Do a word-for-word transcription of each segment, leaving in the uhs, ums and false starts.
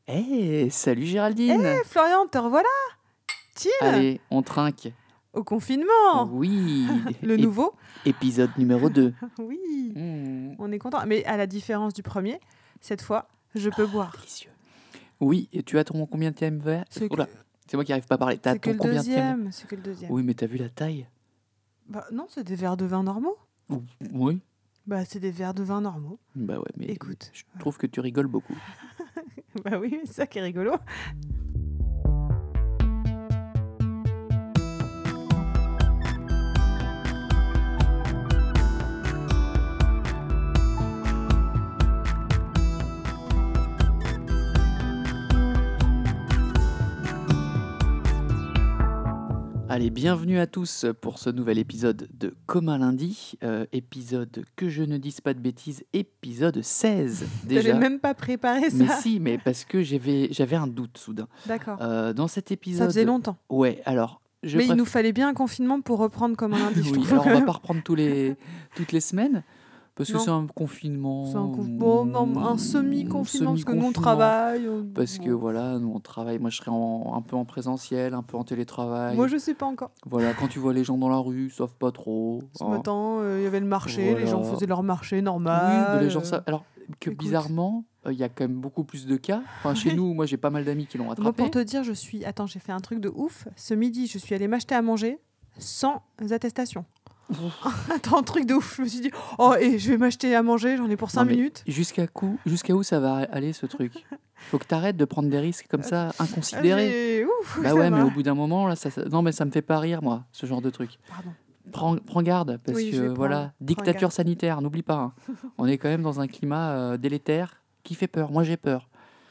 Hey, salut Eh, Géraldine. Florian, te revoilà. Chill. Allez, on trinque. Au confinement. Oui, Le ép- nouveau. épisode numéro deux. Oui, Mmh. on est content. Mais à la différence du premier, cette fois, je peux boire. Délicieux. Oui, et tu as ton combien de verre C'est que, Oula, c'est moi qui arrive pas à parler. T'as c'est que ton le combien de deuxième. C'est que le deuxième. Oui, mais t'as vu la taille Bah, non, c'est des verres de vin normaux. Ou- Oui. Bah, c'est des verres de vin normaux. Bah ouais, mais Écoute. je trouve que tu rigoles beaucoup. Bah oui, c'est ça qui est rigolo. Allez, bienvenue à tous pour ce nouvel épisode de Comme un lundi, euh, épisode que je ne dise pas de bêtises, épisode seize déjà. T'avais même pas préparé ça. Mais si, mais parce que j'avais j'avais un doute soudain. D'accord. Euh, dans cet épisode... Ça faisait longtemps. Ouais, alors... Je Mais il préf- nous fallait bien un confinement pour reprendre comme un lundi, je Oui, trouve. alors on quand va même. pas reprendre tous les, toutes les semaines, parce que Non. c'est un confinement... C'est un, conf- bon, non, un semi-confinement, parce que nous on semi-confinement, travaille. on- Parce que bon. voilà, nous on travaille, moi je serai en- un peu en présentiel, un peu en télétravail. Moi je sais pas encore. Voilà, quand tu vois les gens dans la rue, ils savent pas trop. Ce hein. matin, euh, il y avait le marché, les gens Voilà. faisaient leur marché Oui, normal. mais les gens euh. savent. Alors que écoute. bizarrement, euh, il y a quand même beaucoup plus de cas. Enfin, chez Oui. nous, moi j'ai pas mal d'amis qui l'ont Moi attrapé. pour te dire, je suis... Attends, j'ai fait un truc de ouf. Ce midi, je suis allée m'acheter à manger sans attestation. Attends, un truc de ouf. Je me suis dit, oh, et je vais m'acheter à manger, j'en ai pour cinq Non, mais minutes. Jusqu'à coup, jusqu'à où ça va aller ce truc Faut que t'arrêtes de prendre des risques comme ça, Ah, inconsidérés. j'ai- Ouf, Bah ça ouais, mais va. au bout d'un moment, là, ça, ça- non, mais ça me fait pas rire, moi, ce genre de truc. Pardon. Prends, prends garde, parce Oui, je que vais prendre- voilà, prendre dictature garde. sanitaire, n'oublie pas. hein. On est quand même dans un climat euh, délétère qui fait peur. Moi, j'ai peur.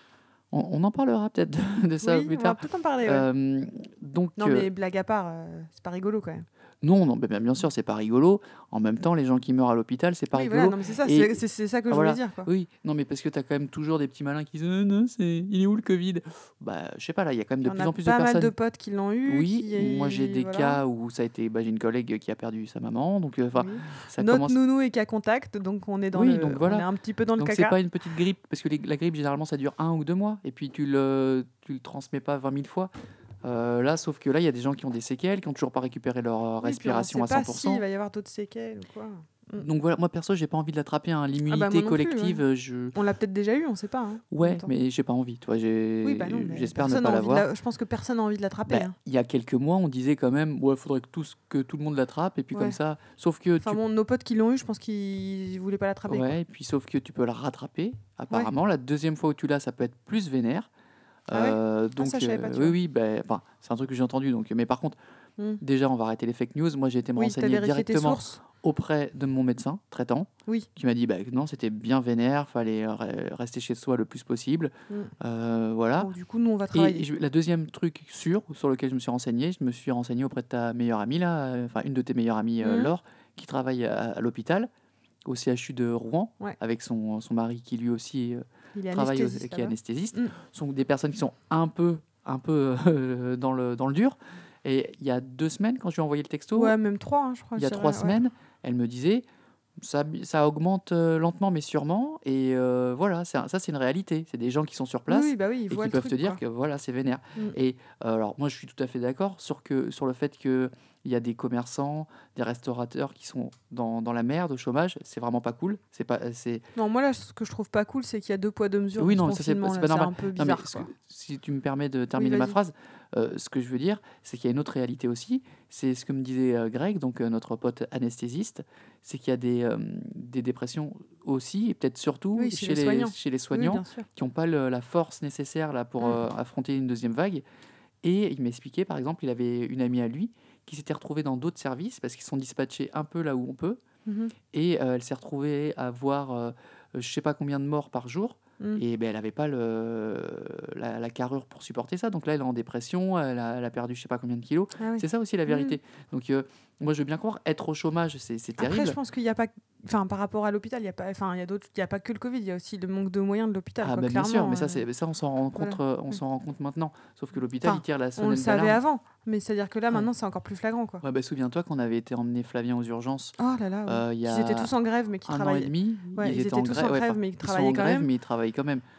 On, on en parlera peut-être de, de ça Oui, plus on va tard. peut-être en parler. ouais. Euh, donc, Non, euh, mais blague à part, euh, c'est pas rigolo quand même. non, non, bah, bien, bien sûr, c'est pas rigolo. En même temps, les gens qui meurent à l'hôpital, c'est pas Oui, rigolo. voilà, non, mais c'est ça, Et- c'est, c'est- c'est ça que Ah, je voilà. voulais dire. Quoi. Oui, non, mais parce que t'as quand même toujours des petits malins qui disent euh, non, c'est il est où le Covid Bah, je sais pas, là, il y a quand même de Il y plus en a en plus de pas mal personnes. de potes qui l'ont eu. Oui, qui- moi j'ai des voilà. cas où ça a été. Bah, j'ai une collègue qui a perdu sa maman, donc euh, enfin, Oui. ça Notre commence. nounou est cas contact, donc on est dans Oui, le, donc voilà. on est un petit peu dans le Donc c'est caca. pas une petite grippe, parce que les- la grippe généralement ça dure un ou deux mois, et puis tu le, tu le transmets pas vingt mille fois. Euh, là, sauf que là, il y a des gens qui ont des séquelles, qui ont toujours pas récupéré leur euh, Oui, puis on respiration sait à pas cent pour s'il cent. va y avoir d'autres séquelles ou quoi. Mm. Donc voilà, moi perso, j'ai pas envie de l'attraper. Hein. L'immunité moi non plus, collective, euh, je. On l'a peut-être déjà eu, on sait pas. hein, en Ouais, même temps. mais j'ai pas envie. Toi, j'ai. Oui, bah non, mais J'espère ne personne pas a envie de l'avoir. la- Je pense que personne n'a envie de l'attraper. Bah, hein. il y a quelques mois, on disait quand même, ouais, faudrait que, tous, que tout le monde l'attrape, et puis Ouais. comme ça, sauf que Enfin tu bon, nos potes qui l'ont eu, je pense qu'ils voulaient pas l'attraper. quoi. Ouais, et puis sauf que tu peux la rattraper. Apparemment, la deuxième fois où tu l'as, ça peut être plus vénère. Ah ouais Euh, donc, ça, je savais pas, euh, tu oui, vois. oui, ben, enfin, c'est un truc que j'ai entendu. Donc, mais par contre, Mm. déjà, on va arrêter les fake news. Moi, j'ai été me Oui, t'as renseigner vérifié tes directement sources. auprès de mon médecin traitant, Oui. qui m'a dit, bah, que non, c'était bien vénère, fallait euh, re- rester chez soi le plus possible. Mm. Euh, voilà. Bon, du coup, nous, on va Et travailler. je- la deuxième truc sûr sur lequel je me suis renseigné, je me suis renseigné auprès de ta meilleure amie là, euh, enfin une de tes meilleures amies, euh, Mhm. Laure, qui travaille à, à l'hôpital, au C H U de Rouen, Ouais. avec son, son mari qui lui aussi euh, Il est travaille, au- anesthésiste. qui est là-bas. anesthésiste. Mm. Ce sont des personnes qui sont un peu, un peu euh, dans le dans le dur. Et il y a deux semaines, quand je lui ai envoyé le texto, Ouais, même trois, hein, je crois. il y a je trois dirais, ouais. semaines, elle me disait. Ça, ça augmente euh, lentement mais sûrement, et euh, voilà, c'est un- ça c'est une réalité. C'est des gens qui sont sur place Oui, oui, bah oui, ils et voient qui le peuvent truc, te dire quoi. que voilà, c'est vénère. Mm. Et euh, alors moi je suis tout à fait d'accord sur, que, sur le fait qu'il y a des commerçants, des restaurateurs qui sont dans, dans la merde au chômage, c'est vraiment pas cool. C'est pas, c'est... Non, moi là, ce que je trouve pas cool, c'est qu'il y a deux poids deux mesures. Oui, dans non, ce ça, c'est pas- confinement, c'est là, pas normal. un peu Non, mais bizarre. ce quoi. que- si tu me permets de terminer ma vas-y. phrase, euh, ce que je veux dire, c'est qu'il y a une autre réalité aussi, c'est ce que me disait euh, Greg, donc euh, notre pote anesthésiste, c'est qu'il y a des, euh, des dépressions aussi, et peut-être surtout Oui, chez, chez les les, soignants. chez les Oui, soignants, bien sûr. qui n'ont pas le- la force nécessaire là, pour Mm. euh, affronter une deuxième vague. Et il m'expliquait, par exemple, il avait une amie à lui qui s'était retrouvée dans d'autres services parce qu'ils sont dispatchés un peu là où on peut. Mhm. Et euh, elle s'est retrouvée à voir euh, je sais pas combien de morts par jour. Mm. Et ben, elle n'avait pas le, la, la carrure pour supporter ça. Donc là, elle est en dépression, elle a, elle a perdu je sais pas combien de kilos. Ah oui. C'est ça aussi la Mm. vérité. Donc euh, moi, je veux bien croire, être au chômage, c'est c'est terrible. Après, je pense qu'il n'y a pas, enfin, par rapport à l'hôpital, il y a pas, enfin, il y a d'autres, il y a pas que le Covid, il y a aussi le manque de moyens de l'hôpital. Ah quoi, bah bien sûr, clairement, mais ça, euh. c'est, ça on s'en rend compte, voilà. euh, on Oui. s'en rend compte maintenant. Sauf que l'hôpital, Enfin, il tire la On le sonnette savait d'alarme. avant, mais c'est-à-dire que là, Ouais. maintenant, c'est encore plus flagrant, quoi. Ouais, bah, souviens-toi qu'on avait été emmené Flavien aux urgences Oh là là, ouais. euh, il y Ils étaient a tous en grève, mais qui un an et travaillaient. demi. Ouais, ils étaient tous en ouais, grève, enfin, mais ils ils sont travaillaient en quand grève, même. mais ils travaillent quand même. Ouais.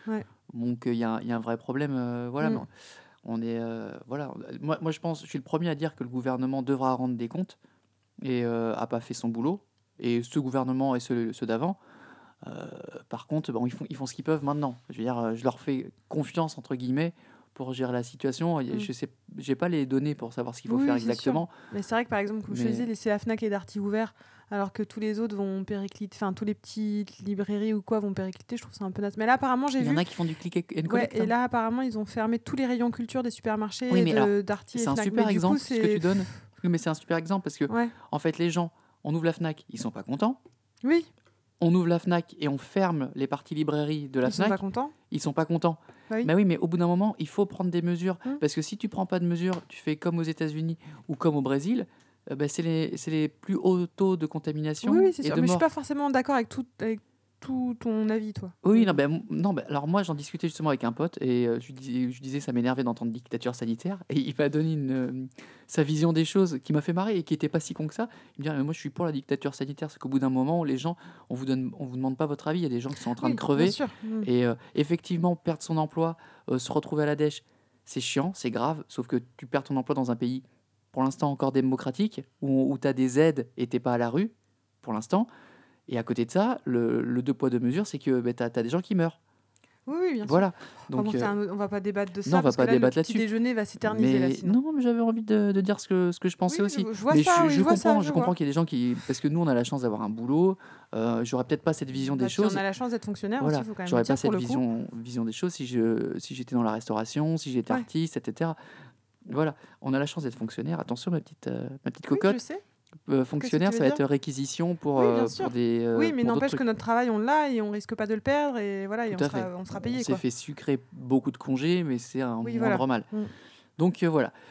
Donc il y, y a un vrai problème. Euh, voilà, Mm. mais on est, euh, voilà. Moi, moi, je pense, je suis le premier à dire que le gouvernement devra rendre des comptes et euh, a pas fait son boulot. Et ce gouvernement et ceux, ceux d'avant. Euh, par contre, bon, ils font, ils font ce qu'ils peuvent maintenant. Je veux dire, euh, je leur fais confiance entre guillemets pour gérer la situation. Et Mm. Je sais, j'ai pas les données pour savoir ce qu'il faut Oui, faire oui, c'est sûr. exactement. Mais c'est vrai que par exemple, comme je te Mais disais, laisser la Fnac et Darty ouverts, alors que tous les autres vont péricliter, enfin tous les petites librairies ou quoi vont péricliter, je trouve ça un peu naze. Mais là, apparemment, j'ai il y en vu. a qui font du click and Ouais, collect. et hein. là, apparemment, ils ont fermé tous les rayons culture des supermarchés Oui, mais alors, de Darty et c'est un Fnac. super Mais du coup, exemple ce que c'est. tu donnes. Oui, mais c'est un super exemple parce que Ouais. en fait, les gens, on ouvre la Fnac, ils sont pas contents. Oui, On ouvre la Fnac et on ferme les parties librairies de la ils sont pas Fnac. contents. Ils sont pas contents. Bah oui. Bah oui, mais au bout d'un moment, il faut prendre des mesures. Hmm. Parce que si tu prends pas de mesures, tu fais comme aux États-Unis ou comme au Brésil, euh, bah, c'est les, c'est les plus hauts taux de contamination Oui, oui, c'est et sûr. de Mais je suis mort. pas forcément d'accord avec tout, avec tout ton avis, toi. Oui, Mais non, bon. ben, non ben, alors moi j'en discutais justement avec un pote et euh, je, lui dis- je lui disais ça m'énervait d'entendre dictature sanitaire et il m'a donné une, euh, sa vision des choses qui m'a fait marrer et qui était pas si con que ça. Il me dit ah, mais moi je suis pour la dictature sanitaire, parce qu'au bout d'un moment les gens, on vous donne, on vous demande pas votre avis, il y a des gens qui sont en train de Oui, bien crever sûr. Hmm. et euh, effectivement perdre son emploi, euh, se retrouver à la dèche, c'est chiant, c'est grave, sauf que tu perds ton emploi dans un pays pour l'instant encore démocratique où, où tu as des aides et t'es pas à la rue pour l'instant. Et à côté de ça, le, le deux poids deux mesures, c'est que ben, tu as des gens qui meurent. Oui, oui, bien sûr. Voilà. Enfin Donc, bon, c'est euh, un autre- on va pas débattre de non, ça on va parce que pas là, le débattre petit là-dessus. déjeuner va s'éterniser là, Mais sinon. non, mais j'avais envie de, de dire ce que, ce que je pensais Oui, aussi. je, je vois mais ça, je, oui, je je vois comprends, ça, je je comprends vois. qu'il y a des gens qui. Parce que nous, on a la chance d'avoir un boulot. Euh, j'aurais peut-être pas cette vision Bah, des puis on choses. a la chance d'être fonctionnaire aussi, Voilà. il faut quand même le J'aurais pas dire pour cette le coup. vision, vision des choses si je si j'étais dans la restauration, si j'étais Ouais. artiste, et cetera. Voilà. On a la chance d'être fonctionnaire. Attention, ma petite, euh, ma petite Oui, je cocotte. sais. Euh, Qu'est-ce que fonctionnaire, tu ça veux va dire? être réquisition pour, Oui, bien euh, sûr. pour des euh, Oui, mais pour d'autres n'empêche trucs. que notre travail, on l'a et on risque pas de le perdre et voilà, et Tout on à fait. sera, on sera On payé s'est quoi. fait sucrer beaucoup de congés, mais c'est un Oui, moindre voilà. mal. Mm. Donc euh, voilà.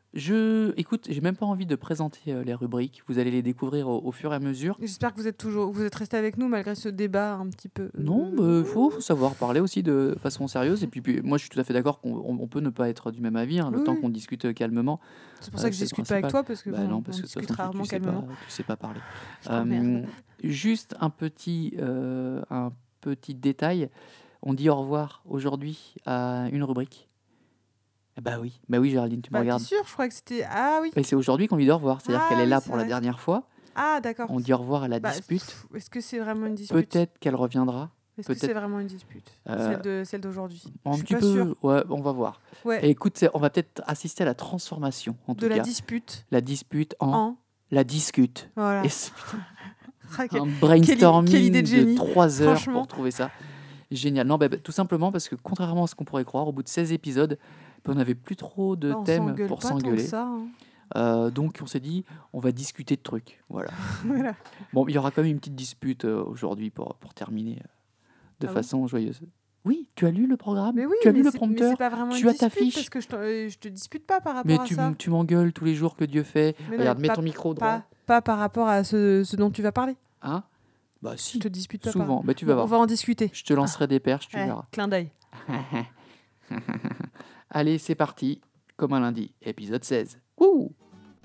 Je, écoute, j'ai même pas envie de présenter euh, les rubriques. Vous allez les découvrir au, au fur et à mesure. J'espère que vous êtes toujours, vous êtes resté avec nous malgré ce débat un petit peu. Non, il euh, faut, faut savoir parler aussi de façon sérieuse. Et puis, puis, moi, je suis tout à fait d'accord qu'on on- on peut ne pas être du même avis, hein, le Oui, temps oui. qu'on discute euh, calmement. C'est pour euh, ça que je c'est le discute pas avec principal. toi parce que Bah bon, non, parce on que de toute discute façon, tu, tu rarement sais calmement. pas, tu sais pas parler. Je t'emmerde. Euh, juste un petit, euh, un petit détail. On dit au revoir aujourd'hui à une rubrique. Eh Bah oui, bah oui, Géraldine, tu me Bah t'es regardes. sûr? Je crois que c'était. Ah oui. Et c'est aujourd'hui qu'on lui dit au revoir. C'est-à-dire qu'elle Ah est oui, là c'est pour la vrai. dernière fois. Ah d'accord. On dit au revoir à la Bah, dispute. pff, est-ce que c'est vraiment une dispute? Peut-être qu'elle reviendra. Est-ce que Peut-être. c'est vraiment une dispute? Euh, Celle de celle d'aujourd'hui. Je un suis petit pas peu. sûre. Ouais, on va voir. Ouais. Et écoute, c'est- on va peut-être assister à la transformation, en De tout la cas. dispute La dispute en en. la discute. Voilà. Et c'est Ah, que- un Quelle, i- brainstorming quelle idée de génie. trois heures Franchement. pour trouver ça. Génial. Non, bah, bah, tout simplement parce que contrairement à ce qu'on pourrait croire, au bout de seize épisodes, bah, on n'avait plus trop de Bah, on thèmes s'engueule pour pas tant que s'engueuler. ça. hein. Euh, donc on s'est dit, on va discuter de trucs. Voilà. Voilà. Bon, il y aura quand même une petite dispute euh, aujourd'hui pour, pour terminer euh, de Ah bon façon joyeuse. Oui, tu as lu le programme, Mais oui, tu as mais lu le c'est mais prompteur, c'est pas vraiment tu une as ta dispute fiche. parce que je, t'en- euh, je te dispute pas par Mais rapport à tu, ça. m- tu m'engueules tous les jours que Dieu fait. Mais non, Regarde, mais mets pas, ton micro droit. pas, pas par rapport à ce, ce dont tu vas parler. Hein Bah Je si, te dispute pas. souvent. Par... Bah tu vas Bon, on voir. va en discuter. Je te lancerai des perches, tu Ouais, verras. clin d'œil. Allez, c'est parti. Comme un lundi, épisode seize. Wouh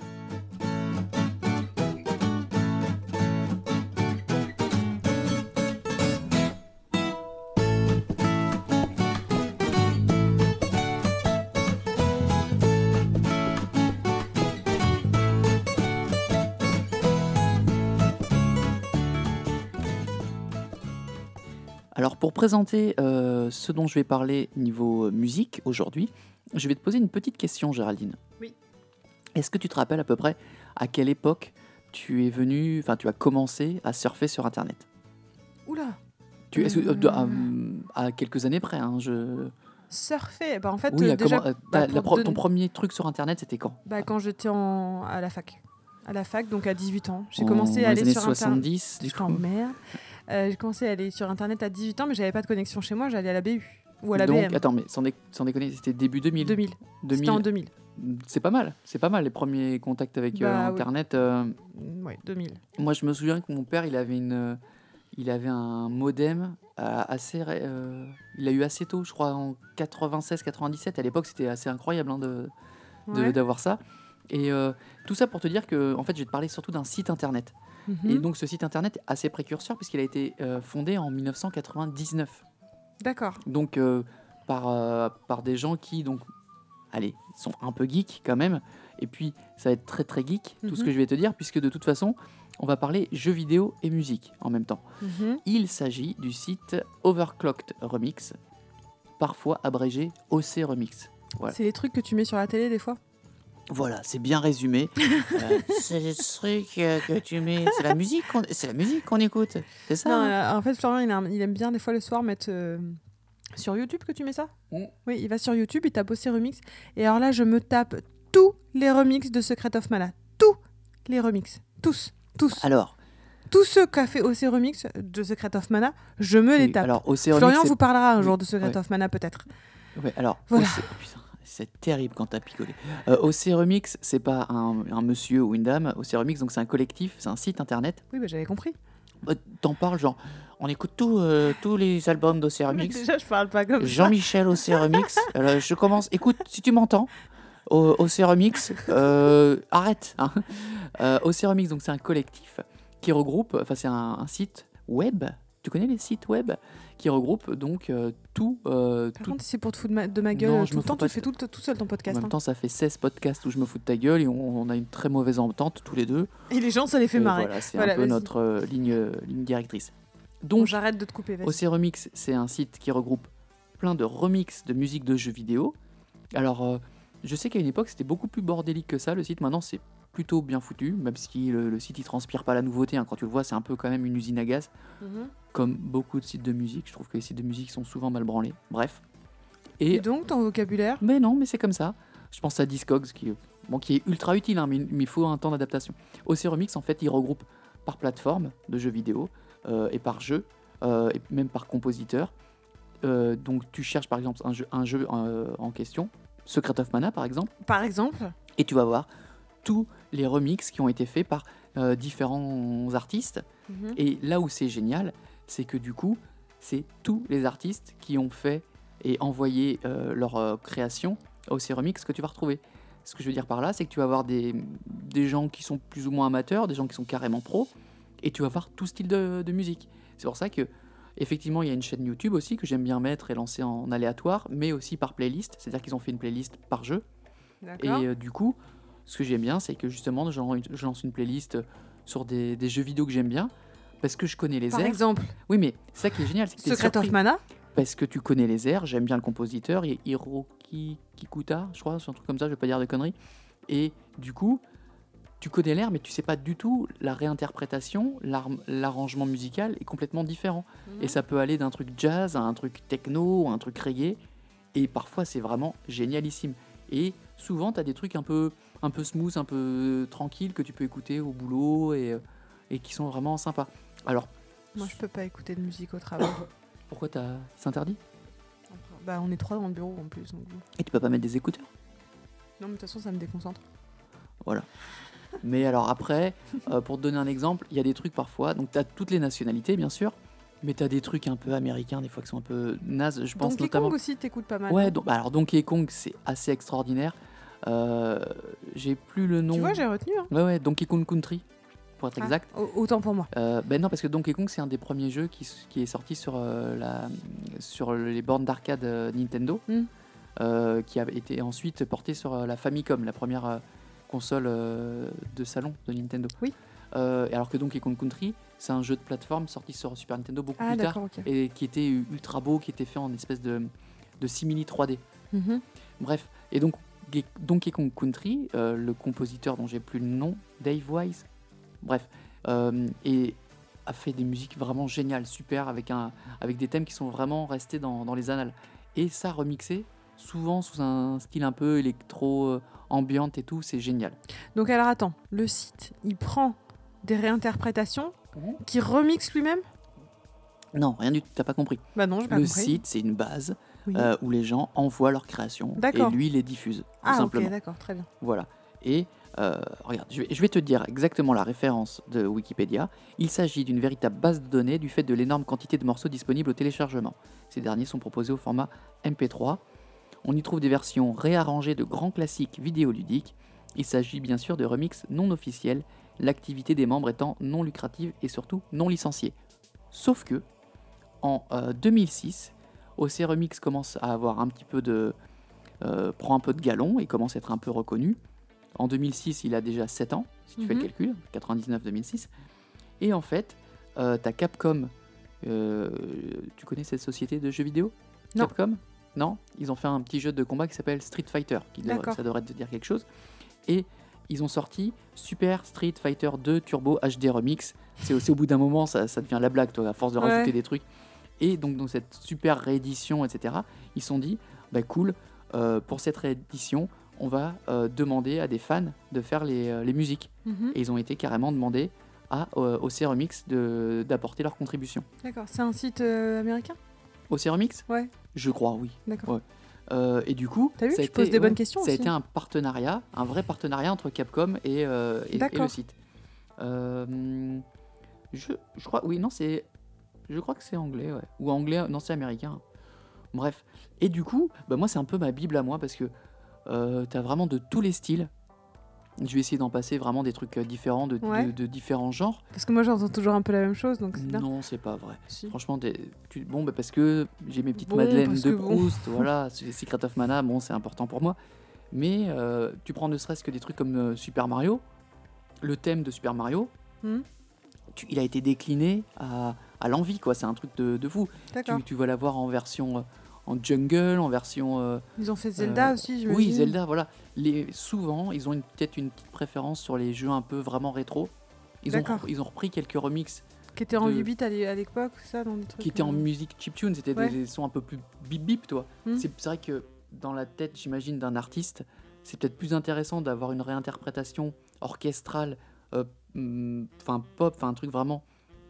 Alors pour présenter euh, ce dont je vais parler niveau euh, musique aujourd'hui, je vais te poser une petite question, Géraldine. Oui. Est-ce que tu te rappelles à peu près à quelle époque tu es venu, enfin tu as commencé à surfer sur Internet? Oula. Tu, est-ce que, euh, de- à, Euh, à quelques années près, hein, je... Surfer. Bah, en fait, Oui, euh, à déjà, comment, euh, bah, t'as- la pour pro- te ton donner- premier truc sur Internet, c'était quand? bah, quand j'étais en... à la fac. À la fac, donc à dix-huit ans. J'ai En- commencé dans à les aller années sur Internet. soixante-dix, du Je coup. t'emmerde. Euh, j'ai commencé à aller sur Internet à dix-huit ans, mais j'avais pas de connexion chez moi, j'allais à la B U. Ou à la Donc, B M. attends, mais sans, dé- sans déconner, c'était début deux mille. deux mille. C'était en deux mille. C'est pas mal, c'est pas mal les premiers contacts avec euh, Bah, oui. Internet. euh, Mm, Ouais, deux mille. Moi, je me souviens que mon père, il avait une, euh, il avait un modem euh, assez, ré- euh, il a eu assez tôt, je crois en quatre-vingt-seize quatre-vingt-dix-sept. À l'époque, c'était assez incroyable hein, de, de- Ouais. d'avoir ça. Et euh, tout ça pour te dire que, en fait, je vais te parler surtout d'un site internet. Mhm. Et donc, ce site internet est assez précurseur puisqu'il a été euh, fondé en mille neuf cent quatre-vingt-dix-neuf. D'accord. Donc, euh, par, euh, par des gens qui, donc, allez, sont un peu geeks quand même. Et puis, ça va être très très geek, tout ce Mhm. que je vais te dire, puisque de toute façon, on va parler jeux vidéo et musique en même temps. Mhm. Il s'agit du site Overclocked Remix, parfois abrégé O C Remix. Voilà. C'est les trucs que tu mets sur la télé des fois. Voilà, c'est bien résumé. Euh, c'est le truc euh, que tu mets, c'est la musique qu'on, c'est la musique qu'on écoute, c'est ça Non, hein euh, en fait, Florian, il, a- il aime bien des fois le soir mettre euh, sur YouTube que tu mets ça. Mm. Oui, il va sur YouTube, il tape aussi remix. Et alors là, je me tape tous les remixes de Secret of Mana. Tous les remixes. Tous. Tous. Alors, Tous ceux qu'a fait O C Remix de Secret of Mana, je me les oui, tape. alors O C Remix, Florian c'est- vous parlera un oui, jour de Secret ouais. of Mana, peut-être. Ouais, alors, Voilà. O C putain, c'est terrible quand t'as picolé. Euh, O C Remix, c'est pas un, un monsieur ou une dame. O C Remix, donc c'est un collectif, c'est un site internet. Oui, bah, j'avais compris. Bah, T'en parles, genre, on écoute tout, euh, tous les albums d'O C Mais Remix. déjà, je parle pas comme ça. Jean-Michel O C Remix. Alors, je commence. Écoute, si tu m'entends, O- OC Remix, euh, arrête. Hein. Euh, O C Remix, donc c'est un collectif qui regroupe, enfin c'est un, un site web. Tu connais les sites web qui regroupent donc euh, tout. euh, Par tout- contre, si c'est pour te foutre de ma, de ma gueule Non, euh, je tout me le temps, fous tu pas le fais tout, tout seul ton En podcast. même hein. temps, ça fait seize podcasts où je me fous de ta gueule et on, on a une très mauvaise entente tous les deux. Et les gens, ça les fait Et marrer. voilà, c'est Voilà, un peu vas-y. notre euh, ligne, euh, ligne directrice. Bon, Donc, j'arrête de te couper, vas-y. O C Remix, c'est un site qui regroupe plein de remixes de musique de jeux vidéo. Alors, euh, je sais qu'à une époque, c'était beaucoup plus bordélique que ça, le site. Maintenant, c'est plutôt bien foutu, même si le, le site, il transpire pas la nouveauté. hein. Quand tu le vois, c'est un peu quand même une usine à gaz, Mhm. comme beaucoup de sites de musique. Je trouve que les sites de musique sont souvent mal branlés. Bref. Et Et, donc, ton vocabulaire mais non, mais c'est comme ça. Je pense à Discogs, qui, est- bon, qui est ultra utile, hein, mais, mais il faut un temps d'adaptation. O C Remix, en fait, il regroupe par plateforme de jeux vidéo euh, et par jeu, euh, et même par compositeur. Euh, donc, tu cherches par exemple un jeu, un jeu euh, en question, Secret of Mana par exemple, Par exemple et tu vas voir tous les remixes qui ont été faits par euh, différents artistes. Mhm. Et là où c'est génial, c'est que du coup, c'est tous les artistes qui ont fait et envoyé euh, leur euh, création au C Remix que tu vas retrouver. Ce que je veux dire par là, c'est que tu vas avoir des, des gens qui sont plus ou moins amateurs, des gens qui sont carrément pros, et tu vas voir tout style de, de musique. C'est pour ça que, effectivement, il y a une chaîne YouTube aussi que j'aime bien mettre et lancer en aléatoire, mais aussi par playlist. C'est-à-dire qu'ils ont fait une playlist par jeu. D'accord. Et euh, du coup, ce que j'aime bien, c'est que justement, je lance une- je lance une playlist sur des, des jeux vidéo que j'aime bien, parce que je connais les Par airs. exemple, Oui, mais c'est ça qui est génial, c'est que t'es Secret of surpris, Mana. parce que tu connais les airs, j'aime bien le compositeur, il y a Hiroki Kikuta, je crois, c'est un truc comme ça, je vais pas dire de conneries. Et du coup, tu connais l'air, mais tu sais pas du tout la réinterprétation, l'ar- l'arrangement musical est complètement différent. Mhm. Et ça peut aller d'un truc jazz à un truc techno, à un truc reggae. Et parfois, c'est vraiment génialissime. Et souvent, tu as des trucs un peu, un peu smooth, un peu tranquille que tu peux écouter au boulot et, euh, et qui sont vraiment sympas. Alors, Moi, je peux pas écouter de musique au travail. pourquoi t'as... c'est interdit? Bah, on est trois dans le bureau en plus. Donc... bon. Et tu peux pas mettre des écouteurs? Non, mais de toute façon, ça me déconcentre. Voilà. Mais alors après, euh, pour te donner un exemple, il y a des trucs parfois, donc tu as toutes les nationalités bien sûr, mais tu as des trucs un peu américains, des fois qui sont un peu nazes, je pense Donkey notamment... Kong aussi, t'écoutes pas mal. Ouais, non donc, bah alors Donkey Kong, c'est assez extraordinaire. Euh, j'ai plus le nom. Tu vois, j'ai retenu. Hein. Ouais, ouais, Donkey Kong Country, pour être Ah, exact. au- autant pour moi. Euh, ben non, parce que Donkey Kong, c'est un des premiers jeux qui, s- qui est sorti sur, euh, la, sur les bornes d'arcade euh, Nintendo, Mm. euh, qui a été ensuite porté sur euh, la Famicom, la première euh, console euh, de salon de Nintendo. Oui. Euh, alors que Donkey Kong Country, c'est un jeu de plateforme sorti sur Super Nintendo beaucoup Ah, plus tard, d'accord, ok. et qui était ultra beau, qui était fait en espèce de, de simili trois D. Mhm. Bref, et donc Ge- Donkey Kong Country, euh, le compositeur dont j'ai plus le nom, Dave Wise, bref, euh, et a fait des musiques vraiment géniales, super, avec, un, avec des thèmes qui sont vraiment restés dans, dans les annales. Et ça remixé, souvent sous un style un peu électro, euh, ambiante et tout, c'est génial. Donc, alors attends, le site, il prend des réinterprétations qui remixent lui-même. Non, rien du tout, t'as pas compris. Bah non, j'ai pas Le compris. site, c'est une base Oui. euh, où les gens envoient leurs créations et D'accord. lui les diffuse, tout ah, simplement. ok, d'accord, très bien. Voilà. Et euh, regarde, je vais, je vais te dire exactement la référence de Wikipédia. Il s'agit d'une véritable base de données du fait de l'énorme quantité de morceaux disponibles au téléchargement. Ces derniers sont proposés au format M P trois. On y trouve des versions réarrangées de grands classiques vidéoludiques. Il s'agit bien sûr de remixes non officiels, l'activité des membres étant non lucrative et surtout non licenciée. Sauf que, en euh, deux mille six, O C Remix commence à avoir un petit peu de... Euh, prend un peu de galon et commence à être un peu reconnu. En deux mille six, il a déjà sept ans, si tu mm-hmm. fais le calcul, quatre-vingt-dix-neuf deux mille six. Et en fait, euh, t'as Capcom. Euh, tu connais cette société de jeux vidéo ? Non. Capcom ? Non ? Ils ont fait un petit jeu de combat qui s'appelle Street Fighter, qui devrait, ça devrait te dire quelque chose. Et ils ont sorti Super Street Fighter deux Turbo H D Remix. C'est aussi au bout d'un moment, ça, ça devient la blague, toi, à force de ouais. rajouter des trucs. Et donc, dans cette super réédition, et cetera, ils se sont dit, bah cool, euh, pour cette réédition, on va euh, demander à des fans de faire les, euh, les musiques. Mm-hmm. Et ils ont été carrément demandés à euh, O C Remix de, d'apporter leur contribution. D'accord, c'est un site euh, américain ? O C Remix ? Ouais. Je crois, oui. D'accord. Ouais. Euh, et du coup, T'as vu, ça a je été, pose des ouais, bonnes questions ça aussi. a été un partenariat, un vrai partenariat entre Capcom et, euh, et, et le site. Euh, je, je crois, oui, non, c'est, je crois que c'est anglais, ouais. Ou anglais, non, c'est américain. Bref. Et du coup, bah moi, c'est un peu ma bible à moi parce que euh, t'as vraiment de tous les styles. Je vais essayer d'en passer vraiment des trucs différents, de, ouais. de, de différents genres. Parce que moi, j'entends toujours un peu la même chose, donc c'est bien. Non, c'est pas vrai. Si. Franchement, des, tu, bon, bah parce que j'ai mes petites bon, Madeleines de Proust, bon. voilà, Secret of Mana, bon, c'est important pour moi. Mais euh, tu prends ne serait-ce que des trucs comme euh, Super Mario, le thème de Super Mario, hmm. tu, il a été décliné à, à l'envie, quoi. C'est un truc de, de fou. Tu, tu vas l'avoir en version... Euh, en jungle, en version... Euh, ils ont fait Zelda euh, aussi, je me Oui, dis. Zelda, voilà. Les, souvent, ils ont une, peut-être une petite préférence sur les jeux un peu vraiment rétro. Ils, ont, ils ont repris quelques remixes. Qui étaient en huit bits à l'époque, ça, dans des trucs... Qui étaient en musique chiptune, c'était ouais. des, des sons un peu plus bip-bip, toi. Mm. C'est, c'est vrai que dans la tête, j'imagine, d'un artiste, c'est peut-être plus intéressant d'avoir une réinterprétation orchestrale, enfin euh, pop, enfin un truc vraiment...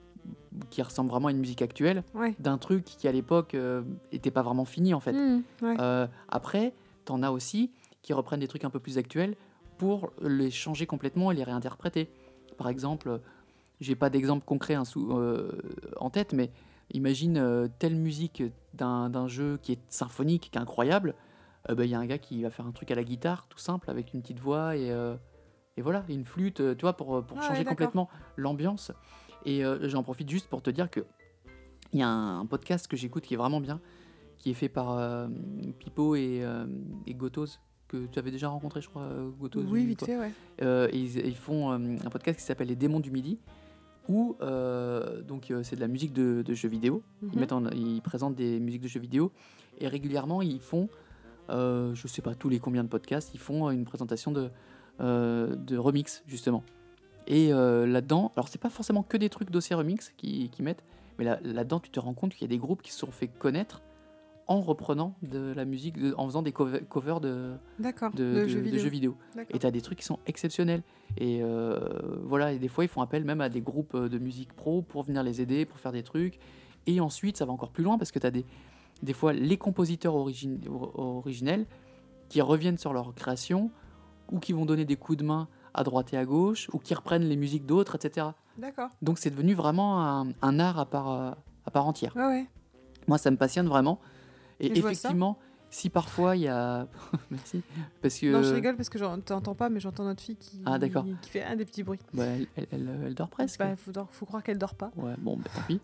qui ressemble vraiment à une musique actuelle, ouais. d'un truc qui à l'époque euh, était pas vraiment fini en fait. Mmh, ouais. euh, après, t'en as aussi qui reprennent des trucs un peu plus actuels pour les changer complètement et les réinterpréter. Par exemple, j'ai pas d'exemple concret hein, sous, euh, en tête, mais imagine euh, telle musique d'un, d'un jeu qui est symphonique, qui est incroyable, il euh, bah, y a un gars qui va faire un truc à la guitare, tout simple, avec une petite voix et, euh, et voilà, une flûte, tu vois, pour, pour ouais, changer d'accord. complètement l'ambiance. Et euh, j'en profite juste pour te dire que il y a un, un podcast que j'écoute qui est vraiment bien, qui est fait par euh, Pipo et, euh, et Gotos, que tu avais déjà rencontré, je crois, Gotos. Oui, vite fait, ouais. Euh, et ils, ils font euh, un podcast qui s'appelle Les Démons du Midi, où euh, donc euh, c'est de la musique de, de jeux vidéo. Mm-hmm. Ils mettent en, ils présentent des musiques de jeux vidéo et régulièrement ils font, euh, je sais pas tous les combien de podcasts, ils font une présentation de euh, de remix justement. Et euh, là-dedans, alors c'est pas forcément que des trucs d'O C Remix qui, qui mettent, mais là, là-dedans tu te rends compte qu'il y a des groupes qui se sont fait connaître en reprenant de la musique, de, en faisant des cover, covers de, de, de, de, de, jeux de jeux vidéo. Et t'as des trucs qui sont exceptionnels. Et euh, voilà, et des fois ils font appel même à des groupes de musique pro pour venir les aider, pour faire des trucs. Et ensuite ça va encore plus loin parce que t'as des, des fois les compositeurs origine, originels qui reviennent sur leur création ou qui vont donner des coups de main à droite et à gauche, ou qui reprennent les musiques d'autres, et cetera. D'accord. Donc c'est devenu vraiment un, un art à part, à part entière. Ouais, ouais. Moi, ça me passionne vraiment. Et, et effectivement, si parfois il y a... Merci. Parce que... Non, je rigole parce que je t'entends pas, mais j'entends notre fille qui, ah, d'accord. qui fait un des petits bruits. Bah, elle, elle, elle, elle dort presque. Bah, faut, faut croire qu'elle dort pas. Ouais, bon, bah, tant pis.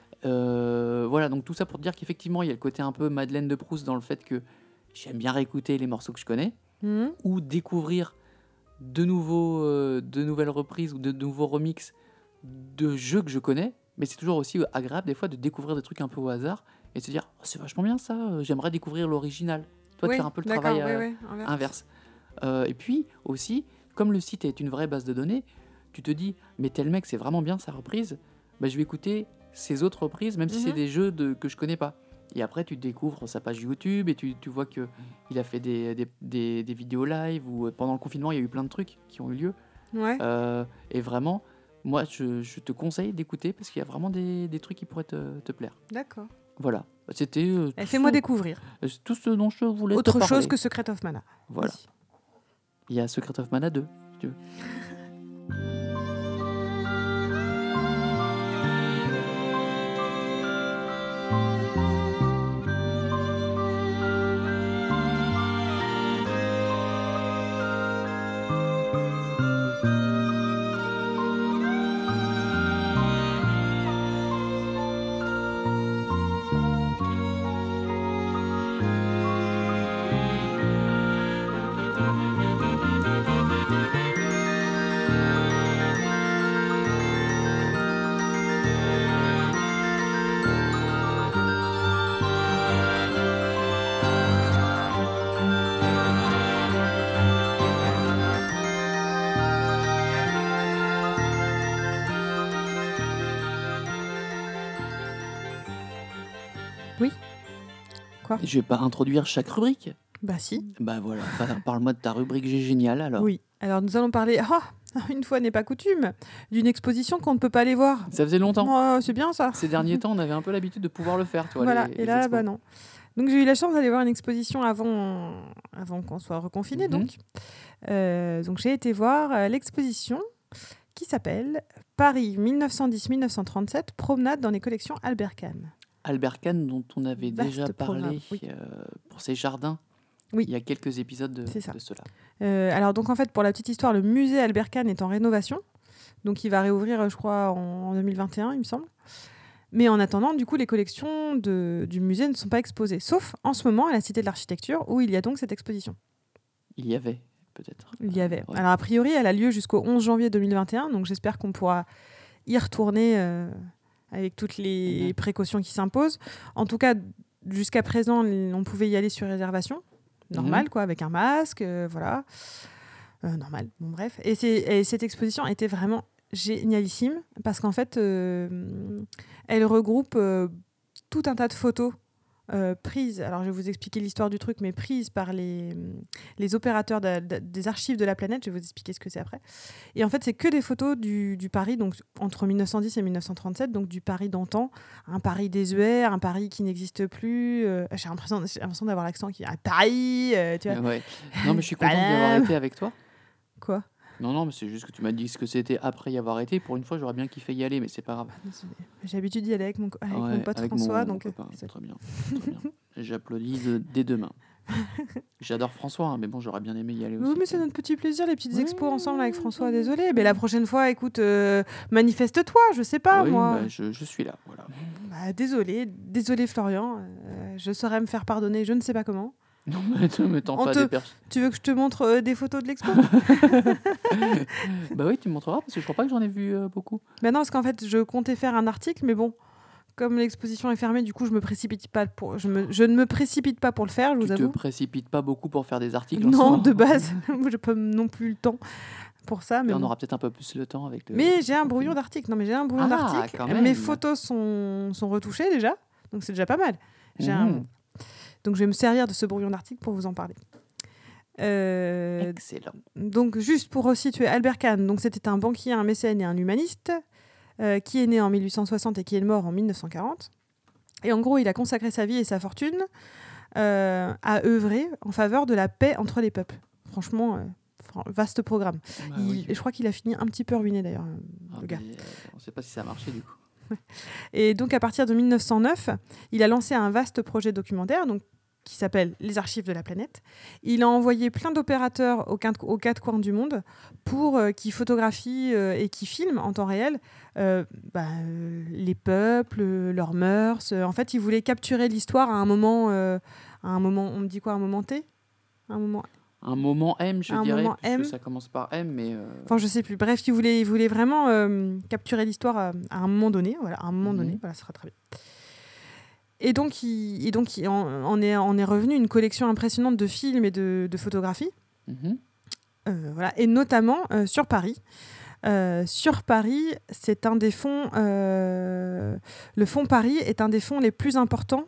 Euh, voilà, donc tout ça pour te dire qu'effectivement, il y a le côté un peu Madeleine de Proust dans le fait que j'aime bien réécouter les morceaux que je connais, mmh. ou découvrir de, nouveaux, euh, de nouvelles reprises ou de, de nouveaux remixes de jeux que je connais, mais c'est toujours aussi agréable des fois de découvrir des trucs un peu au hasard et de se dire oh, c'est vachement bien ça, j'aimerais découvrir l'original. Toi, oui, de faire un peu le travail euh, oui, oui, inverse. inverse. Euh, et puis aussi, comme le site est une vraie base de données, tu te dis mais tel mec c'est vraiment bien sa reprise, bah, je vais écouter ses autres reprises même mm-hmm. si c'est des jeux de, que je connais pas. Et après, tu découvres sa page YouTube et tu, tu vois qu'il a fait des, des, des, des vidéos live ou pendant le confinement, il y a eu plein de trucs qui ont eu lieu. Ouais. Euh, et vraiment, moi, je, je te conseille d'écouter parce qu'il y a vraiment des, des trucs qui pourraient te, te plaire. D'accord. Voilà. C'était. Euh, eh, fais-moi ce, découvrir. Tout ce dont je voulais Autre te parler. Autre chose que Secret of Mana. Voilà. Vas-y. Il y a Secret of Mana deux, si tu veux. Quoi ? Je vais pas introduire chaque rubrique. Bah si. Bah voilà, Par- parle-moi de ta rubrique G génial alors. Oui. Alors nous allons parler, oh, une fois n'est pas coutume, d'une exposition qu'on ne peut pas aller voir. Ça faisait longtemps. Oh, c'est bien ça. Ces derniers temps, on avait un peu l'habitude de pouvoir le faire, toi. Voilà. les, Et les là, expos. bah non. Donc j'ai eu la chance d'aller voir une exposition avant, avant qu'on soit reconfiné. Mhm. Donc, Euh, donc j'ai été voir euh, l'exposition qui s'appelle Paris dix-neuf cent dix à dix-neuf cent trente-sept, promenade dans les collections Albert Kahn. Albert Kahn, dont on avait Vaste déjà parlé programme, oui. euh, pour ses jardins. Oui. Il y a quelques épisodes de, C'est ça. de cela. Euh, alors donc en fait pour la petite histoire, le musée Albert Kahn est en rénovation, donc il va réouvrir je crois en, en deux mille vingt et un il me semble. Mais en attendant, du coup, les collections de, du musée ne sont pas exposées, sauf en ce moment à la Cité de l'Architecture où il y a donc cette exposition. Il y avait, peut-être. Il y avait. Ouais. Alors a priori, elle a lieu jusqu'au onze janvier deux mille vingt et un, donc j'espère qu'on pourra y retourner euh, avec toutes les Mhm. précautions qui s'imposent. En tout cas, jusqu'à présent, on pouvait y aller sur réservation, normal, Mhm. quoi, avec un masque, euh, voilà. Euh, normal, bon bref. Et, c'est- et cette exposition était vraiment génialissime parce qu'en fait, euh, elle regroupe euh, tout un tas de photos euh, prises, alors je vais vous expliquer l'histoire du truc, mais prises par les, les opérateurs de- de- des archives de la planète, je vais vous expliquer ce que c'est après. Et en fait, c'est que des photos du, du Paris, donc entre mille neuf cent dix et mille neuf cent trente-sept, donc du Paris d'antan, un Paris désuet, un Paris qui n'existe plus. euh, j'ai l'impression, j'ai l'impression d'avoir l'accent qui à Paris, euh, tu vois. Euh, ouais. Non, mais je suis content d'y avoir Madame. été avec toi. Quoi ? Non, non, mais c'est juste que tu m'as dit ce que c'était après y avoir été. Pour une fois, j'aurais bien kiffé y aller, mais c'est pas grave. Désolée. J'ai l'habitude d'y aller avec mon, co- avec Ouais, mon pote avec François, mon donc. copain. c'est- Très bien. Très bien. J'applaudis de- dès demain. J'adore François, hein, mais bon, j'aurais bien aimé y aller aussi. Oui, mais c'est notre petit plaisir, les petites Oui, expos ensemble avec oui, François. oui. Désolée, mais la prochaine fois, écoute, euh, manifeste-toi, je sais pas, Oui, moi. bah, je, je suis là, voilà. Bah, désolé, désolé Florian, euh, je saurais me faire pardonner, je ne sais pas comment. Non, mais ne me tends On pas te- des perches. Tu veux que je te montre euh, des photos de l'expo? Bah oui, tu me montreras, parce que je crois pas que j'en ai vu euh, beaucoup. Ben non, parce qu'en fait, je comptais faire un article, mais bon, comme l'exposition est fermée, du coup, je me précipite pas pour, je, me, je ne me précipite pas pour le faire, je Tu vous te avoue. précipites pas beaucoup pour faire des articles en ce Non, moment. de base, je peux non plus le temps pour ça, mais Et on bon. aura peut-être un peu plus le temps avec le. Mais j'ai un le brouillon d'article. Non, mais j'ai un brouillon Ah, d'article. quand Mes même. photos sont, sont retouchées déjà, donc c'est déjà pas mal. J'ai un- Mhm. Donc je vais me servir de ce brouillon d'article pour vous en parler. Euh, Excellent. donc juste pour resituer Albert Kahn, donc c'était un banquier, un mécène et un humaniste euh, qui est né en mille huit cent soixante et qui est mort en mille neuf cent quarante. Et en gros, il a consacré sa vie et sa fortune euh, à œuvrer en faveur de la paix entre les peuples. Franchement, euh, fran- vaste programme. Bah Il- oui. Je crois qu'il a fini un petit peu ruiné d'ailleurs, euh, Ah, le gars. mais, euh, on sait pas si ça a marché du coup. Et donc, à partir de mille neuf cent neuf, il a lancé un vaste projet documentaire donc, qui s'appelle Les Archives de la planète. Il a envoyé plein d'opérateurs aux quatre, aux quatre coins du monde pour euh, qui photographient euh, et qui filment en temps réel euh, bah, euh, les peuples, euh, leurs mœurs. Euh, En fait, il voulait capturer l'histoire à un moment, euh, à un moment, on me dit quoi, un moment T, un moment. Un moment M, je Un dirais, moment puisque M. ça commence par M, mais. euh, Enfin, je sais plus. Bref, il voulait, il voulait vraiment euh, capturer l'histoire à, à un moment donné. Voilà, à un moment Mhm. donné. Voilà, ça sera très bien. Et donc, il, et donc il en, en est, en est revenu une collection impressionnante de films et de, de photographies. mhm. Euh, voilà, et notamment euh, sur Paris. Euh, sur Paris, c'est un des fonds. euh, le fonds Paris est un des fonds les plus importants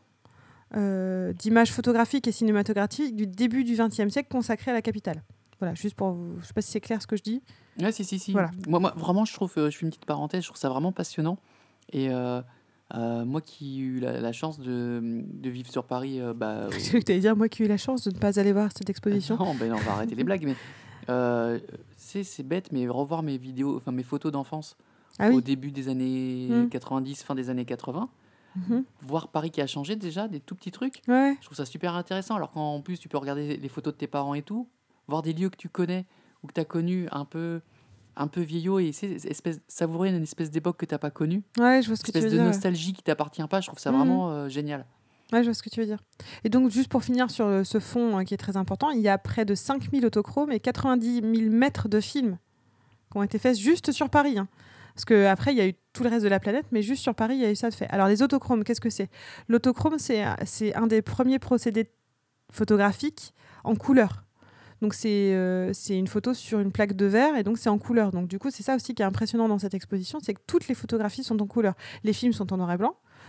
euh, d'images photographiques et cinématographiques du début du vingtième siècle consacré à la capitale. Voilà, juste pour vous. Je sais pas si c'est clair ce que je dis. Ouais, si, si, si. Voilà. Moi, moi, vraiment, je trouve, euh, je fais une petite parenthèse, je trouve ça vraiment passionnant. Et euh, euh, moi qui ai eu la, la chance de, de vivre sur Paris, euh, bah, Je croyais que tu allais dire, moi qui ai eu la chance de ne pas aller voir cette exposition. non, ben non, on va arrêter les blagues, mais euh, c'est c'est bête, mais revoir mes vidéos, enfin mes photos d'enfance Ah au oui. début des années Mm. quatre-vingt-dix, fin des années quatre-vingts, Mhm. voir Paris qui a changé déjà, des tout petits trucs, Ouais. je trouve ça super intéressant. Alors qu'en plus, tu peux regarder les photos de tes parents et tout, voir des lieux que tu connais ou que tu as connus un peu, un peu vieillots et c'est espèce, savourer une espèce d'époque que tu n'as pas connue, Ouais, je vois ce que tu espèce veux de dire. ouais. nostalgie qui t'appartient pas. Je trouve ça Mhm. vraiment euh, génial. Ouais, je vois ce que tu veux dire. Et donc, juste pour finir sur le- ce fond euh, qui est très important, il y a près de cinq mille autochromes et quatre-vingt-dix mille mètres de films qui ont été faits juste sur Paris. hein. Parce qu'après, il y a eu tout le reste de la planète, mais juste sur Paris, il y a eu ça de fait. Alors, les autochromes, qu'est-ce que c'est? L'autochrome, c'est c'est un des premiers procédés photographiques en couleur. Donc, c'est euh, c'est une photo sur une plaque de verre, et donc c'est en couleur. Donc, du coup, c'est ça aussi qui est impressionnant dans cette exposition, c'est que toutes les photographies sont en couleur. Les films sont en noir et blanc.